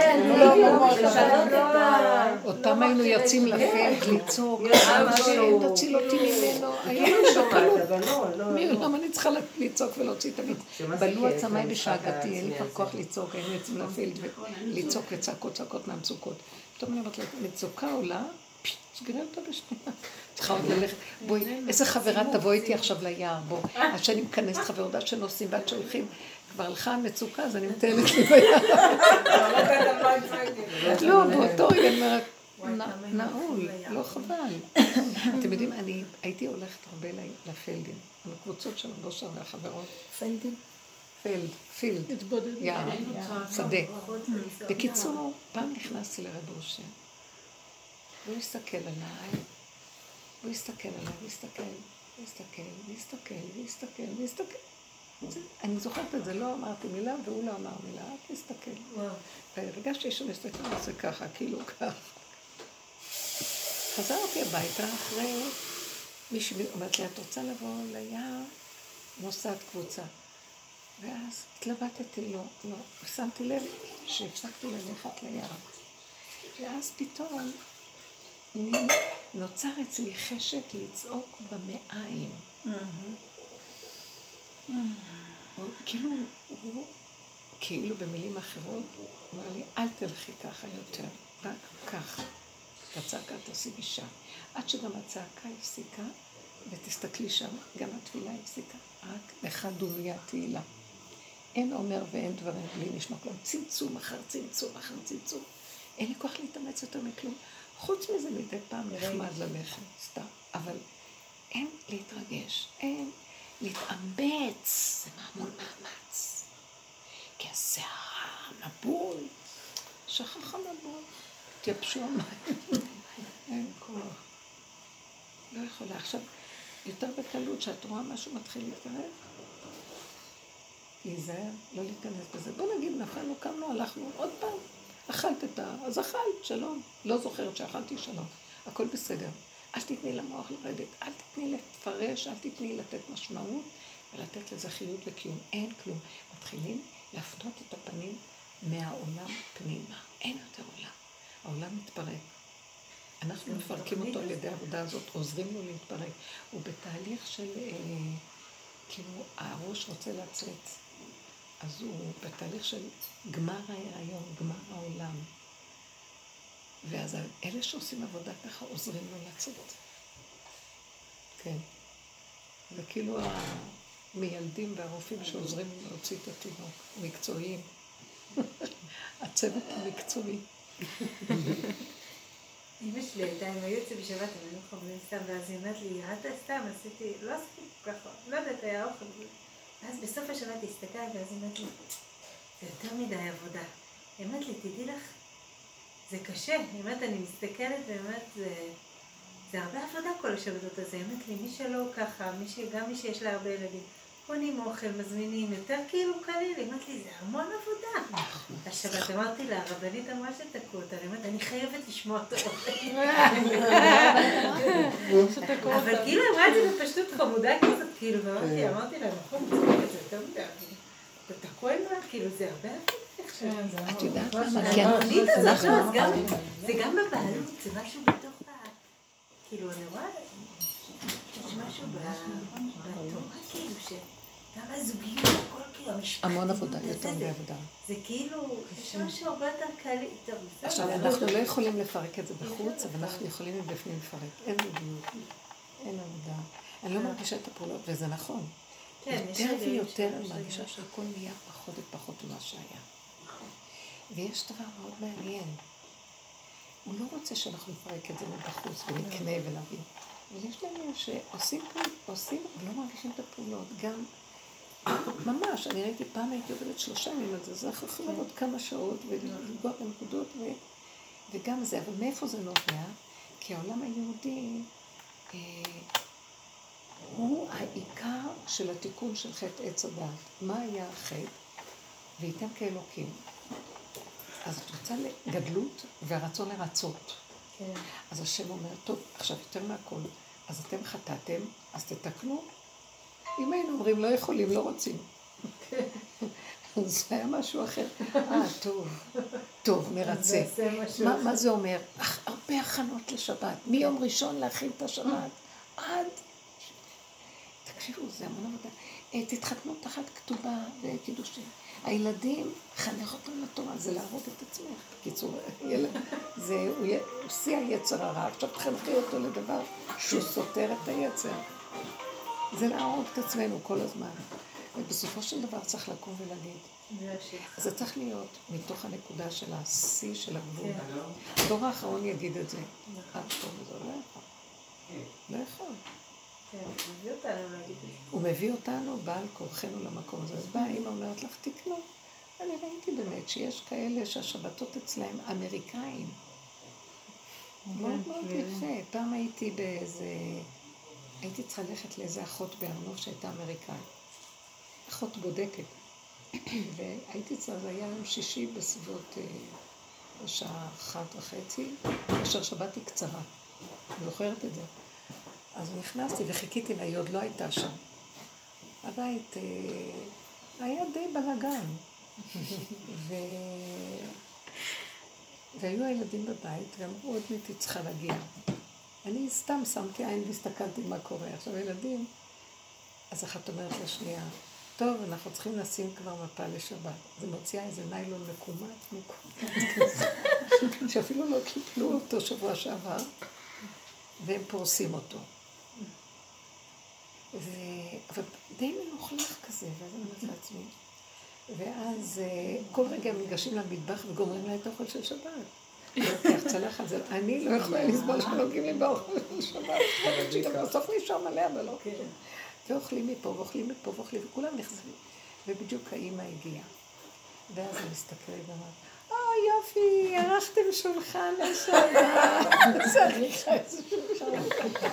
אותם היינו יוצאים לפלד, לצעוק, תציל אותי ממנו. למה אני צריכה לצעוק ולהוציא תמיד? בלו עצמי בשאגתי, אין לי כבר כוח לצעוק, היינו יוצאים לפלד ולצעוק וצעקות, צעקות מהמצוקות. פתאום אני אומרת לה, מצוקה עולה, סגרה אותה בשנייה. צריכה עוד ללכת, בואי, איזה חברה תבוא איתי עכשיו ליער, בוא, עד שאני מכנסת חברות, עד שנוסעים ועד שהולכים, כבר הלכה המצוקה, אז אני מתאמת לי ביער. לא, באותו רגע אני אומרת, נעול, לא חבל. אתם יודעים, אני הייתי הולכת הרבה לפלדים, על הקבוצות של הבושר והחברות. פלדים? פלד, פילד, יער, שדה. בקיצור, פעם נכנסתי לרב ראשי. הוא הסתכל עליי, הוא הסתכל עליי, הוא הסתכל, הוא הסתכל, הוא הסתכל, הוא הסתכל, הוא הסתכל. אני זוכרת את זה, לא אמרתי מילה והוא לא אמר מילה, רק הסתכל. והרגשתי שהוא מסתכל על זה ככה, כאילו ככה. חזרתי הביתה אחרי מישהי אומרת לי, את רוצה לבוא ליער? נוסעת קבוצה. ואז התלבטתי, לא, לא, ושמתי לב שהפסקתי ללכת ליער. ואז פתאום נוצר אצלי חשק לצעוק במעיים. כאילו, הוא, כאילו במילים אחרות, הוא אמר לי, אל תלכי ככה יותר, רק כך. את הצעקה תעשי משם. עד שגם הצעקה הפסיקה, ותסתכלי שם, גם התפילה הפסיקה. רק לך דומיה תהילה. אין אומר ואין דברים בלי נשמע כלום. צמצום אחר צמצום אחר צמצום. אין לי כוח להתאמץ יותר מכלום. חוץ מזה מדי פעם נחמד ללכת, סתם. אבל אין להתרגש, אין להתאמץ. זה מעמול מאמץ. כי הסערה, המבול, שכח המבוא, תייבשו המים. אין כוח. לא יכולה. עכשיו, יותר בקלות, שאת רואה משהו מתחיל להתקרב, להיזהר, לא להיכנס בזה. בוא נגיד, נפלנו, קמנו, הלכנו, עוד פעם. אכלת את ה... אז אכלת, שלום. לא זוכרת שאכלתי שלום. הכל בסדר. אל תתני למוח לרדת, אל תתני לפרש, אל תתני לתת משמעות, ולתת לזה חיות וקיום. אין כלום. מתחילים להפנות את הפנים מהעולם פנימה. אין יותר עולם. העולם מתפרק. אנחנו מפרקים אותו על ידי העבודה הזאת, עוזרים לו להתפרק. הוא בתהליך של, אה, כאילו, הראש רוצה להצריץ. אז הוא בתהליך של גמר ההיריון, גמר העולם. ואז אלה שעושים עבודה ככה עוזרים לו לצאת. כן. זה כאילו המילדים והרופאים שעוזרים לו להוציא את התינוק, מקצועיים. הצוות המקצועי. אמא שלי הייתה, הם היו יוצאים בשבת, הם היו חברים סתם, ואז היא אומרת לי, ראתה סתם, עשיתי, לא עשיתי ככה, לא יודעת, היה אוכל. ואז בסוף השבת הסתכלת, ואז היא אומרת לי, זה יותר מדי עבודה. היא אומרת לי, תדעי לך, זה קשה. היא אומרת, אני מסתכלת, והיא אומרת, זה, זה הרבה עבודה כל השבתות הזה. היא אומרת לי, מי שלא ככה, מי ש, גם מי שיש לה הרבה ילדים, קונים אוכל, מזמינים, יותר כאילו קליל. היא אומרת לי, זה המון עבודה. השבת אמרתי לה, הרבנית אמרה שתקעו אותה, היא אומרת, אני חייבת לשמוע את האוכל. אבל כאילו אמרה את זה בפשטות חמודה כזאת, כאילו, ואמרתי, אמרתי לה, נכון, זה יותר מדי. ותקעו אליה, כאילו, זה הרבה עבודה. את יודעת למה? זה גם בבעלות, זה משהו בתוך ה... כאילו, אני רואה, יש משהו בתורה, כאילו, שגם הזוגיות, הכל כאילו, המשפט. המון עבודה, יותר בעבודה. זה כאילו, יש משהו הרבה יותר קל. עכשיו, אנחנו לא יכולים לפרק את זה בחוץ, אבל אנחנו יכולים מבפנים לפרק. אין זוגיות, אין עבודה. אני לא מרגישה את הפעולות, וזה נכון. יותר ויותר אני מרגישה שהכל נהיה פחות ופחות ממה שהיה. ויש דבר מאוד מעניין. הוא לא רוצה שאנחנו נפרק את זה מבחוץ ונקנה ונביא. אבל יש לנו שעושים כאן, עושים, אבל לא מרגישים את הפעולות. גם, ממש, אני ראיתי פעם הייתי עובדת שלושה ימים על זה, זה יכול לעבוד כמה שעות ולגוע בנקודות וגם זה. אבל מאיפה זה נובע? כי העולם היהודי הוא העיקר של התיקון של חטא עץ הדת. מה היה החטא? וייתם כאלוקים. אז את רוצה לגדלות והרצון לרצות. כן. אז השם אומר, טוב, עכשיו יותר מהכל, אז אתם חטאתם, אז תתקנו. אם היינו אומרים, לא יכולים, לא רוצים. כן. זה היה משהו אחר. אה, טוב, טוב, נרצה. מה, מה זה אומר? אך, הרבה הכנות לשבת. מיום ראשון להכין את השבת. עד... תקשיבו, זה המון עבודה. תתחתנו תחת כתובה וקידושים. הילדים, חנך אותם לתורה, זה להרוג את עצמך. בקיצור, ילד, זה, הוא שיא היצר הרע. עכשיו תחנכי אותו לדבר שהוא סותר את היצר. זה להרוג את עצמנו כל הזמן. ובסופו של דבר צריך לקום ולהגיד. זה צריך להיות מתוך הנקודה של השיא של הגבול. הדור האחרון יגיד את זה. עד טוב, זה לא יכול. לא יכול. הוא מביא אותנו בעל כורחנו למקום הזה. אז באה, אמא אומרת לך, תקנו. אני ראיתי באמת שיש כאלה שהשבתות אצלהם אמריקאים. מאוד מאוד יפה. פעם הייתי באיזה... הייתי צריכה ללכת לאיזה אחות בארנוב שהייתה אמריקאית. אחות בודקת. והייתי צריכה, זה היה יום שישי בסביבות שעה אחת וחצי, כאשר שבת היא קצרה. אני זוכרת את זה. אז נכנסתי וחיכיתי לה, היא עוד לא הייתה שם. הבית אה, היה די בלגן. ו... והיו הילדים בבית, ואמרו, עוד מיתי צריכה להגיע. אני סתם שמתי עין והסתכלתי מה קורה. עכשיו הילדים, אז אחת אומרת לשנייה, טוב, אנחנו צריכים לשים כבר מפה לשבת. זה מוציאה איזה ניילון מקומט, מקומט, שאפילו לא קיפלו אותו שבוע שעבר, והם פורסים אותו. ו... אבל די מנוחלך כזה, ואז אני אומרת לעצמי. ואז כל רגע הם ניגשים למטבח וגומרים לה את האוכל של שבת. לוקח צלחת, אני לא יכולה לסבול שנוגעים לי באוכל של שבת. שגם בסוף נשאר מלא, אבל לא. ואוכלים מפה, ואוכלים מפה, ואוכלים, וכולם נחזרים. ובדיוק האמא הגיעה. ואז אני מסתכלת ואומרת, אה, יופי, ערכתם שולחן לשבת. זה עריכה איזה שולחן.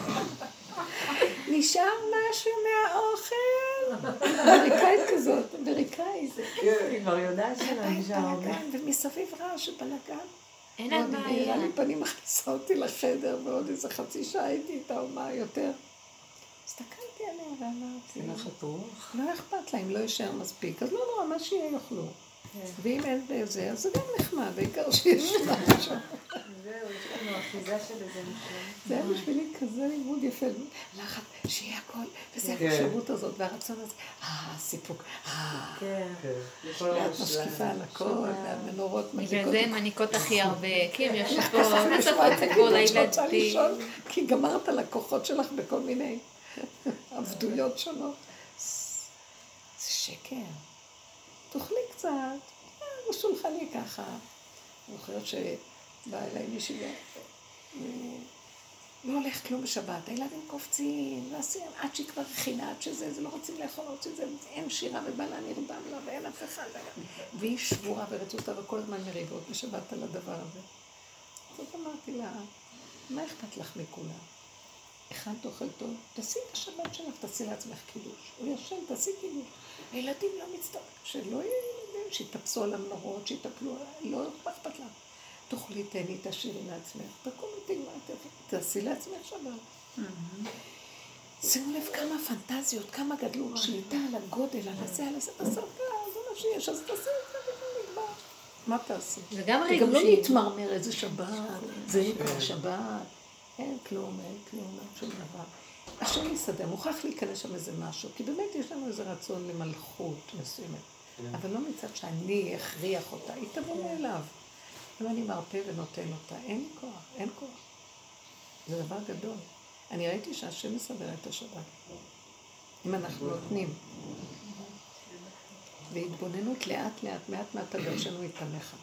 נשאר משהו מהאוכל? אמריקאית כזאת, אמריקאית. היא כבר יודעת שלה נשאר. ומסביב רעש ובלגן. אין על מה היה. לי פנים מכניסה אותי לחדר, ועוד איזה חצי שעה הייתי איתה או מה יותר. הסתכלתי עליה ואמרתי, נחת רוח. לא אכפת לה, אם לא יישאר מספיק, אז לא נורא, מה שיהיה יאכלו. ואם אין בזה, אז זה גם נחמד, בעיקר שיש משהו. זהו, יש לנו אחיזה של איזה נשמע. זה היה בשבילי כזה לימוד יפה, לחת, שיהיה הכל, וזה החשבות הזאת, והרצון הזה, אה, סיפוק, אה, ואת משקיפה על הכל, והמנורות מדליקות. בגלל זה הן מניקות הכי הרבה, כי הן יושבות, מספרות את כל הילדים. כי גמרת לקוחות שלך בכל מיני עבדויות שונות. זה שקר. תאכלי קצת, בשולחני ככה. אני חושבת שבא אליי מישהי, לא הולך כלום בשבת, הילדים קופצים, ועשיהם עד שהיא כבר הכינה, עד שזה, זה לא רוצים לאכול, לא רוצים זה, אין שירה ובעלה נרדם לה, ואין אף אחד. והיא שבורה ורצותה וכל הזמן מריבות בשבת על הדבר הזה. אז אמרתי לה, מה אכפת לך מכולה? אחד תאכל טוב, תעשי את השבת שלך, תעשי לעצמך קידוש. הוא ישן, תעשי קידוש. הילדים לא מצטער, שלא יהיו ילדים, שיטפסו על המנורות, שיטפלו, לא אכפת לה. תאכלי, תהני, תשאירי לעצמך, תקומי, תגמר, תעשי לעצמך שבת. שימו לב כמה פנטזיות, כמה גדלות, שליטה על הגודל, על הזה, על הזה, בסרקה, זה מה שיש, אז תעשי את זה, נגמר. מה תעשי? וגם רגושים. גם לא להתמרמר איזה שבת, זה כבר שבת. אין כלום, אין כלום, אין שום דבר. השם יסדר, מוכרח להיכנס שם איזה משהו, כי באמת יש לנו איזה רצון למלכות מסוימת, אבל לא מצד שאני אכריח אותה, היא תבוא מאליו. אם אני מרפא ונותן אותה, אין לי כוח, אין כוח. זה דבר גדול. אני ראיתי שהשם מסדר את השבת. אם אנחנו נותנים. והתבוננות לאט לאט, מעט מעט הגב שלנו יתמכה.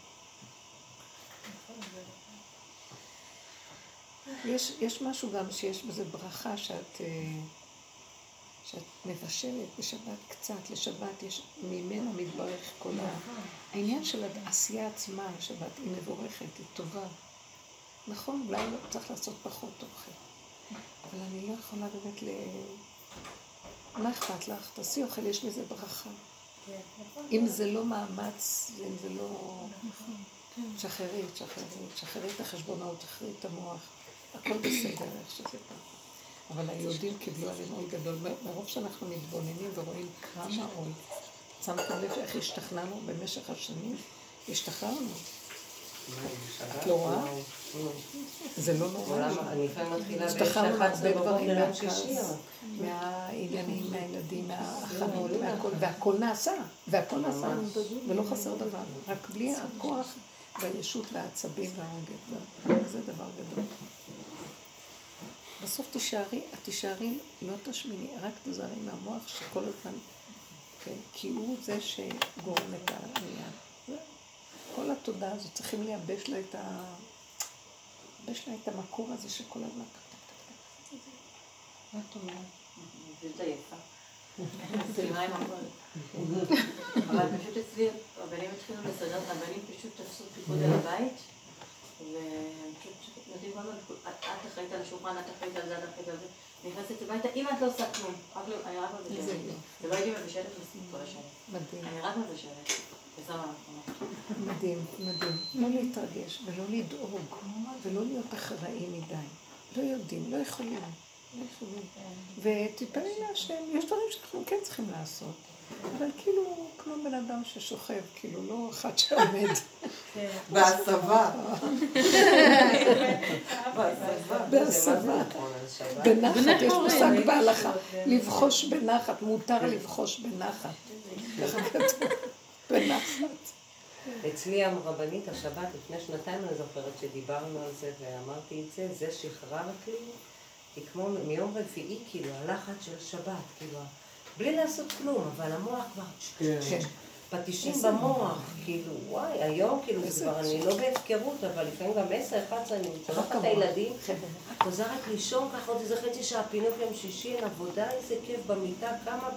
יש, יש משהו גם שיש בזה ברכה שאת, שאת מבשלת בשבת קצת, לשבת יש ממנה מתברך כל ה... העניין של העשייה עצמה, שבת היא מבורכת, היא טובה. נכון, אולי לא צריך לעשות פחות אוכל. אבל אני לא יכולה באמת ל... מה אכפת לך? תעשי אוכל, יש לזה ברכה. אם זה לא מאמץ, אם זה לא... שחררי, שחררי, שחררי את החשבונאות, שחררי את המוח. הכל בסדר, איך שזה פעם. אבל היהודים קיבלו עלינו עול גדול. מרוב שאנחנו מתבוננים ורואים כמה עול. שמתם לב איך השתכנענו במשך השנים? השתחררנו. את לא רואה? זה לא נורא. אני לפעמים מתחילה השתחררנו באחד הרבה דברים מהכעס, מהעניינים, מהילדים, מההכנות, מהכל. והכל נעשה. והכל נעשה. ולא חסר דבר. רק בלי הכוח והישות והעצבים והרוגת. זה דבר גדול. בסוף תישארי, תישארי, לא תשמיני, רק תזהרי מהמוח שכל הזמן, כן, כי הוא זה שגורם את העניין. כל התודעה הזאת, צריכים לייבש לה את ה... לייבש לה את המקור הזה שכל הזמן... מה את אומרת? זה יפה. סלימה עם הכל. אבל פשוט אצלי, הבנים התחילו לסדר, הבנים פשוט תפסו פיקוד על הבית, ופשוט נותנים כל הזמן, את אחראית על השולחן, את אחראית על זה, את אחראית על זה. נכנסת הביתה, אם את לא עושה כלום, אני רק מבשלת. ולא הייתי מבשלת מספיק כל השני. מדהים. אני רק מבשלת. ושמה המקומות. מדהים, מדהים. לא להתרגש ולא לדאוג ולא להיות אחראי מדי. לא יודעים, לא יכולים. לא יכולים. ותתפני להשם, יש דברים שאנחנו כן צריכים לעשות. אבל כאילו, כמו בן אדם ששוכב, כאילו, לא אחד שעומד. בהסבה. בהסבה. בנחת, יש מושג בהלכה. לבחוש בנחת, מותר לבחוש בנחת. ככה כתוב, בנחת. אצלי הרבנית השבת, לפני שנתיים אני זוכרת שדיברנו על זה ואמרתי את זה, זה שחרר כאילו, כי כמו מיום רביעי, כאילו, הלחץ של שבת, כאילו, בלי לעשות כלום, אבל המוח כבר פטישים במוח, כאילו, וואי, היום כאילו זה כבר, אני לא בהפקרות, אבל לפעמים גם עשר, אחת עשרה, אני שולחת את הילדים, חוזרת לישון ככה עוד איזה חצי שעה, פינוק יום שישי, אין עבודה, איזה כיף במיטה, כמה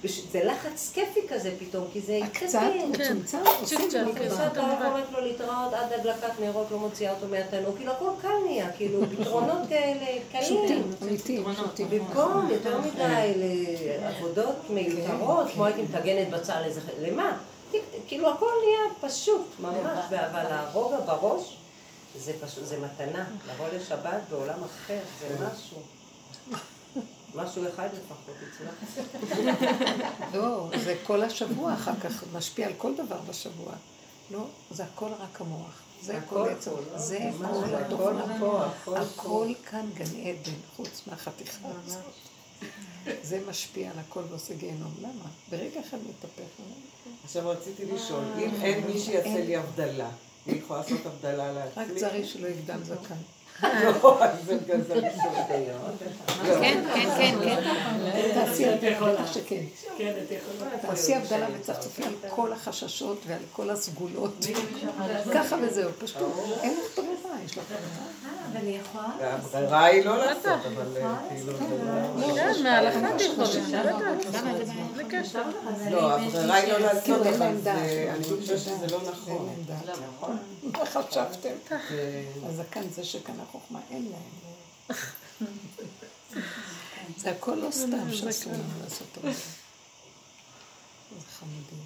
זה לחץ כיפי כזה פתאום, כי זה קצת מצומצם, עושים את זה. אתה אומרת לו להתראות עד הדלקת נרות, לא מוציאה אותו מהתנור, כאילו הכל קל נהיה, כאילו פתרונות כאלה, קלים. אמיתי, במקום יותר מדי לעבודות מיותרות, כמו הייתי מתגנת בצל איזה, למה? כאילו הכל נהיה פשוט, ממש, אבל הרוגע בראש, זה פשוט, זה מתנה, לבוא לשבת בעולם אחר, זה משהו. משהו אחד לפחות אצלך. לא, זה כל השבוע אחר כך, משפיע על כל דבר בשבוע. לא, זה הכל רק המוח. זה הכל בעצם, זה הכל, הכל, הכל כאן גן עדן, חוץ מהחתיכה הזאת. זה משפיע על הכל ועושה גיהנום. למה? ברגע אחד מתהפך. עכשיו רציתי לשאול, אם אין מי שיעשה לי הבדלה, אני יכולה לעשות הבדלה לעצמי? רק צריך שלא יגדל זקן. לא, זה גזל לשאול. כן, כן, כן, כן. תעשי הבדלה שכן. תעשי הבדלה וצפצפי על כל החששות ועל כל הסגולות. ככה וזהו, פשוט. אין לך ברירה, יש לך ברירה. אבל היא יכולה? הברירה היא לא לעשות, אבל כאילו... כן, מהלכת יכולה. זה קשר. לא, הברירה היא לא לעשות, אבל אני חושבת שזה לא נכון. מה חשבתם? הזקן זה שכאן החוכמה, אין להם. זה הכל לא סתם שאסור לנו לעשות אותו. זה חמודים.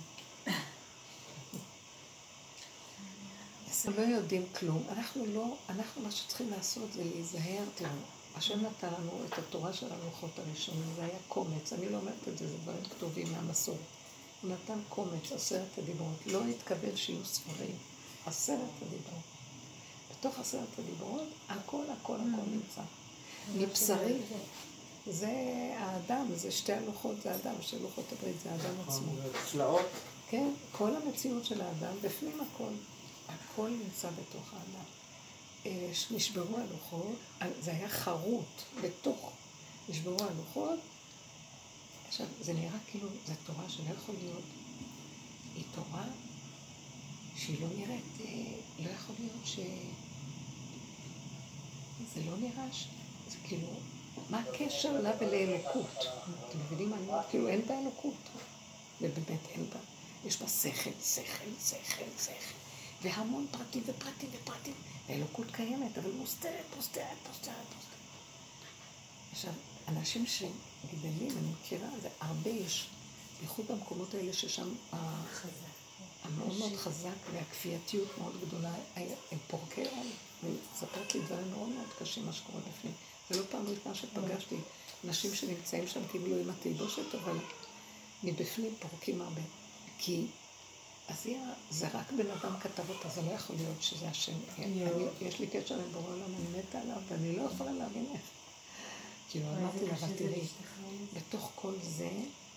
אנחנו לא יודעים כלום. אנחנו לא, אנחנו מה שצריכים לעשות זה להיזהר. תראו, השם נתן לנו את התורה של הלוחות הראשונים, זה היה קומץ. אני לא אומרת את זה, זה דברים כתובים מהמסורת. הוא נתן קומץ, עשרת הדיברות. לא התקבל שיהיו ספרים. עשרת הדיברות. בתוך עשרת הדיברות, הכל, הכל, הכל נמצא. מבשרי, זה האדם, זה שתי הלוחות, זה האדם, שתי לוחות הברית, זה האדם עצמו. צלעות. כן, כל המציאות של האדם, בפנים הכל. הכל נמצא בתוך האדם. נשברו הלוחות, זה היה חרוט בתוך, נשברו הלוחות. עכשיו, זה נראה כאילו, זו תורה שלא יכול להיות. היא תורה שהיא לא נראית, לא יכול להיות ש... זה לא נראה ש... זה כאילו, מה הקשר לה ולאלוקות? אתם מבינים מה אני אומרת? כאילו אין בה אלוקות. ובאמת אין בה. יש בה שכל, שכל, שכל, שכל. והמון פרטים ופרטים ופרטים. האלוקות קיימת, אבל מוסתרת, מוסתרת, מוסתרת, מוסתרת. עכשיו, אנשים שגדלים, אני מכירה, זה הרבה יש, בייחוד במקומות האלה ששם המאוד מאוד חזק והכפייתיות מאוד גדולה, הם פורקי עול. וספרת לי דברים מאוד מאוד קשים מה שקורה בפנים. זה לא פעם ראשונה שפגשתי נשים שנמצאים שם קיבלו עם התלבושת, אבל מבפנים פורקים הרבה. כי אז זה רק בן אדם כתב אותה, זה לא יכול להיות שזה השם. יש לי קשר עם בורא עולם, אני מתה עליו, ואני לא יכולה להבין איך. כאילו אמרתי לה, אבל תראי, בתוך כל זה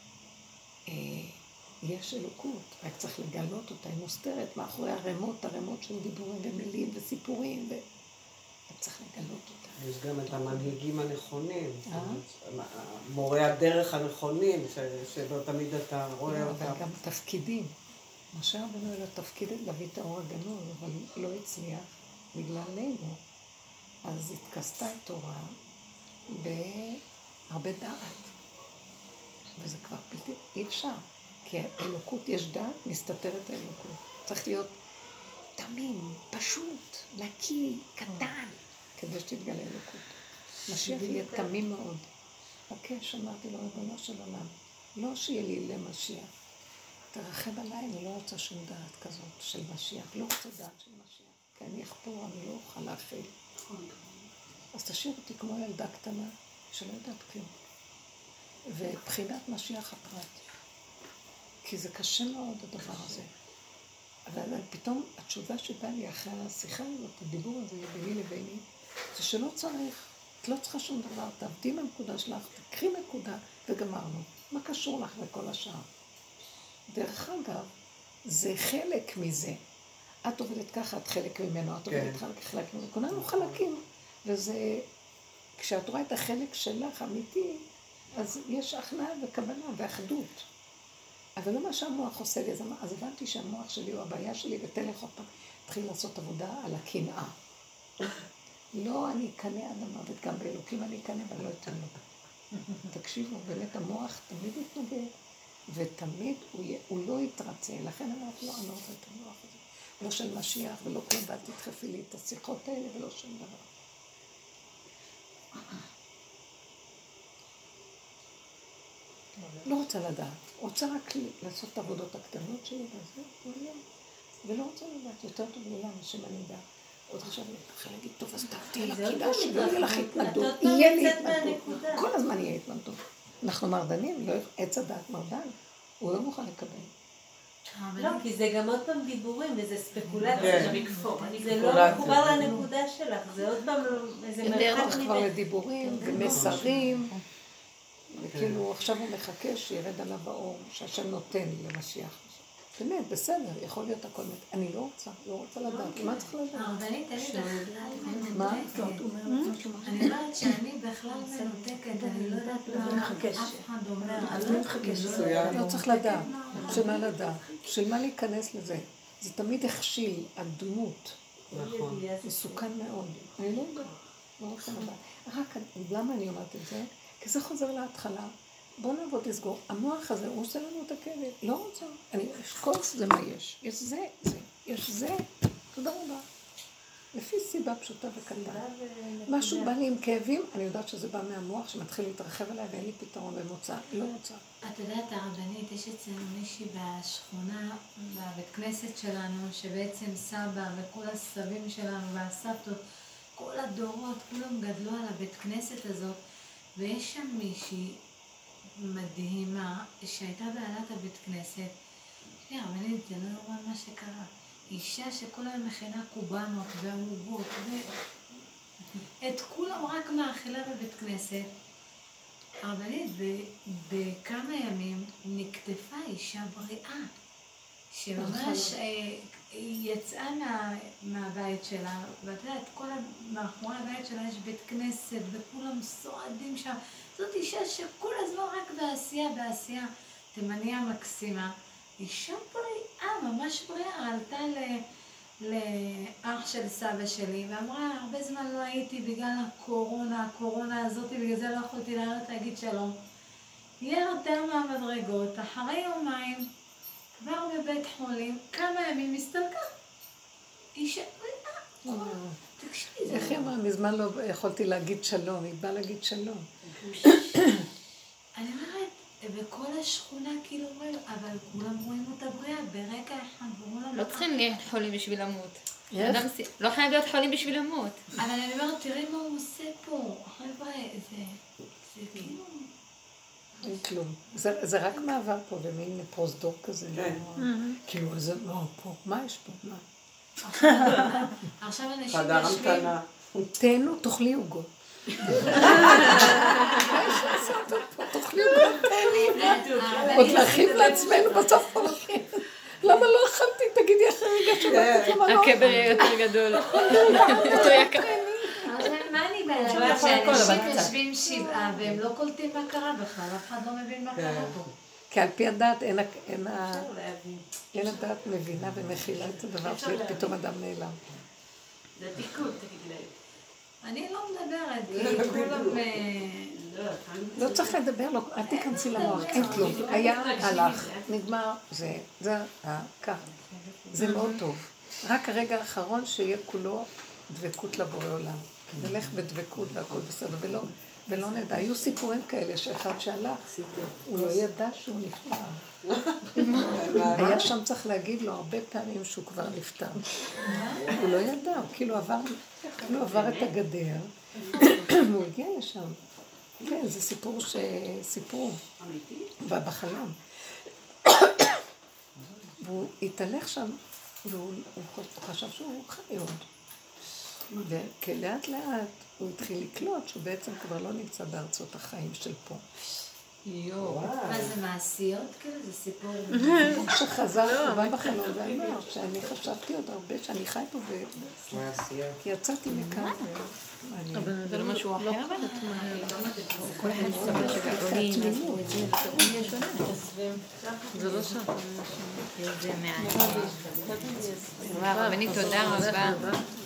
יש אלוקות, רק צריך לגלות אותה, היא מוסתרת מאחורי הרמות, הרמות של דיבורים ומילים וסיפורים, וצריך לגלות אותה. יש גם את המנהיגים הנכונים, מורי הדרך הנכונים, שלא תמיד אתה רואה אותם. אבל גם תפקידים. משה רבנו היה לו תפקיד להביא את האור הגנוז, אבל לא הצליח בגללנו. אז התכסתה את אורה בהרבה דעת. וזה כבר בלתי, אי אפשר. כי האלוקות, יש דעת, מסתתרת האלוקות. צריך להיות תמים, פשוט, נקי, קטן, כדי שתתגלה אלוקות. משיח יהיה תמים מאוד. אוקיי, שמעתי לו, ריבונו של עולם, לא שיהיה לי למשיח. תרחם עליי, אני לא רוצה שום דעת כזאת של משיח, לא רוצה דעת של משיח. כי אני אחפור, אני לא אוכל להכיל. אז תשאיר אותי כמו ילדה קטנה, שלא יודעת כלום. ובחינת משיח הפרט. כי זה קשה מאוד הדבר הזה. אבל פתאום התשובה שבאה לי אחרי השיחה הזאת, הדיבור הזה ביני לביני, זה שלא צריך, את לא צריכה שום דבר, תעבדי מהנקודה שלך, תקחי נקודה וגמרנו. מה קשור לך לכל השאר? דרך אגב, זה חלק מזה. את עובדת ככה, את חלק ממנו, את עובדת חלק, חלק ממנו. כולנו חלקים. וזה, כשאת רואה את החלק שלך אמיתי, אז יש הכנעה וכוונה ואחדות. אבל לא מה שהמוח עושה לי, אז הבנתי שהמוח שלי הוא הבעיה שלי, ותן לך עוד פעם, תתחיל לעשות עבודה על הקנאה. לא, אני אקנה עד המוות, גם באלוקים אני אקנה, אבל לא אתן לו. תקשיבו, באמת המוח תמיד מתנגד. ותמיד הוא, י... הוא לא יתרצה. לכן אמרתי לו, אני לא רוצה את המוח הזה. לא של משיח ולא כלום, ואל תדחפי לי את השיחות האלה ולא שום דבר. לא רוצה לדעת, רוצה רק לעשות את העבודות הקטנות שלי וזה, ולא רוצה לדעת, יותר טוב לי למה שאני אדע. עוד עכשיו אני צריכה להגיד, טוב, אז תעבדי על הקידה שלא יהיה לך התנגדות, יהיה לי התנגדות, כל הזמן יהיה התנגדות. אנחנו מרדנים, עץ הדעת מרדן, הוא לא מוכן לקבל. לא, כי זה גם עוד פעם דיבורים, וזה ספקולציה, זה לא מחובר לנקודה שלך, זה עוד פעם איזה מרחק יותר צריך כבר לדיבורים ומסרים, וכאילו עכשיו הוא מחכה שירד עליו האור, שהשם נותן לי למשיח. באמת, בסדר, יכול להיות הכל מת. אני לא רוצה, לא רוצה לדעת. מה צריך לדעת? הרבנית, אני בכלל מה? אני אומרת שאני בכלל מנותקת, אני לא יודעת מה אף אחד אומר. אני מחכשת. לא צריך לדעת. של מה לדעת? של מה להיכנס לזה? זה תמיד הכשיל, הדמות. נכון. מסוכן מאוד. אני לא יודעת. לא רוצה לדעת. רק, למה אני אומרת את זה? כי זה חוזר להתחלה. בוא נעבוד לסגור. המוח הזה, הוא עושה לנו את הכאב. לא רוצה. אני אשקוץ, זה מה יש. יש זה, זה. יש זה. תודה רבה. לפי סיבה פשוטה וקטנה. משהו בא לי עם כאבים, אני יודעת שזה בא מהמוח שמתחיל להתרחב עליי ואין לי פתרון במוצא. לא רוצה. את יודעת, הרבנית, יש אצלנו מישהי בשכונה, בבית כנסת שלנו, שבעצם סבא וכל הסבים שלנו והסבתות, כל הדורות, כולם גדלו על הבית כנסת הזאת, ויש שם מישהי מדהימה שהייתה בעלת הבית כנסת. תראי, הרבנית, זה לא נורא מה שקרה. אישה שכולה מכינה קובנות וערוגות, את כולם רק מאכילה בבית כנסת. הרבנית, בכמה ימים נקטפה אישה בריאה, שממש היא יצאה מה, מהבית שלה, ואת יודעת, כל מאחורי הבית שלה יש בית כנסת, וכולם סועדים שם. זאת אישה שכל הזמן רק בעשייה, בעשייה, תימניה מקסימה. אישה בריאה, ממש בריאה, עלתה לאח של סבא שלי, ואמרה, הרבה זמן לא הייתי בגלל הקורונה, הקורונה הזאת, בגלל זה לא יכולתי לעלות להגיד שלום. ירדה מהמדרגות, אחרי יומיים, כבר בבית חולים, כמה ימים מסתלקה. אישה בריאה. תקשיבי, זה... איך היא אמרה? מזמן לא יכולתי להגיד שלום, היא באה להגיד שלום. אני אומרת, בכל השכונה כאילו אומרים, אבל כולם רואים אותה בריאה, ברגע אחד, ואומרים לא צריכים להיות חולים בשביל למות. איך? לא חייב להיות חולים בשביל למות. אבל אני אומרת, תראי מה הוא עושה פה. חבר'ה, זה... זה כאילו... אין כלום. זה רק מעבר פה במין פרוזדור כזה. כאילו, זה לא פה. מה יש פה? מה? עכשיו אנשים חדר יושבים... המתנה. תהנו, תאכלי עוגות. תאכלי עוגות, תהני. עוד להכיב לעצמנו בסוף הולכים. למה לא אכלתי? תגידי אחרי רגע שבאת למלון. הקבר יהיה יותר גדול. יותר יקר. מה אני בעצם? שאנשים יושבים שבעה והם לא קולטים מה קרה בכלל, אף אחד לא מבין מה קרה פה. כי על פי הדעת אין הדעת מבינה ומכילה את הדבר שפתאום אדם נעלם. זה תיקון, תגיד להם. אני לא מדברת, כי כולם... לא צריך לדבר, אל תיכנסי למוח, אין כלום. היה, הלך, נגמר, זה, זה, כך. זה מאוד טוב. רק הרגע האחרון שיהיה כולו דבקות לבורא עולם. נלך בדבקות והכל בסדר, ולא, ולא נדע. היו סיפורים כאלה שאחד שהלך, הוא לא ידע שהוא נפטר. היה שם צריך להגיד לו הרבה פעמים שהוא כבר נפטר. הוא לא ידע, הוא כאילו עבר, כאילו עבר את הגדר, והוא הגיע לשם. כן, זה סיפור שסיפור, בחלום. והוא התהלך שם, והוא חשב שהוא חי עוד. וכלאט לאט הוא התחיל לקלוט שהוא בעצם כבר לא נמצא בארצות החיים של פה. יואו. מה זה מעשיות? כאילו זה סיפור... הוא שחזר, הוא בא בחלום ואמר שאני חשבתי עוד הרבה שאני חי פה ו... כי יצאתי מכאן. אבל זה לא משהו אחר? כל אחד סבל שגעולים. זה לא שם. זה מעניין. רבנית, תודה רבה.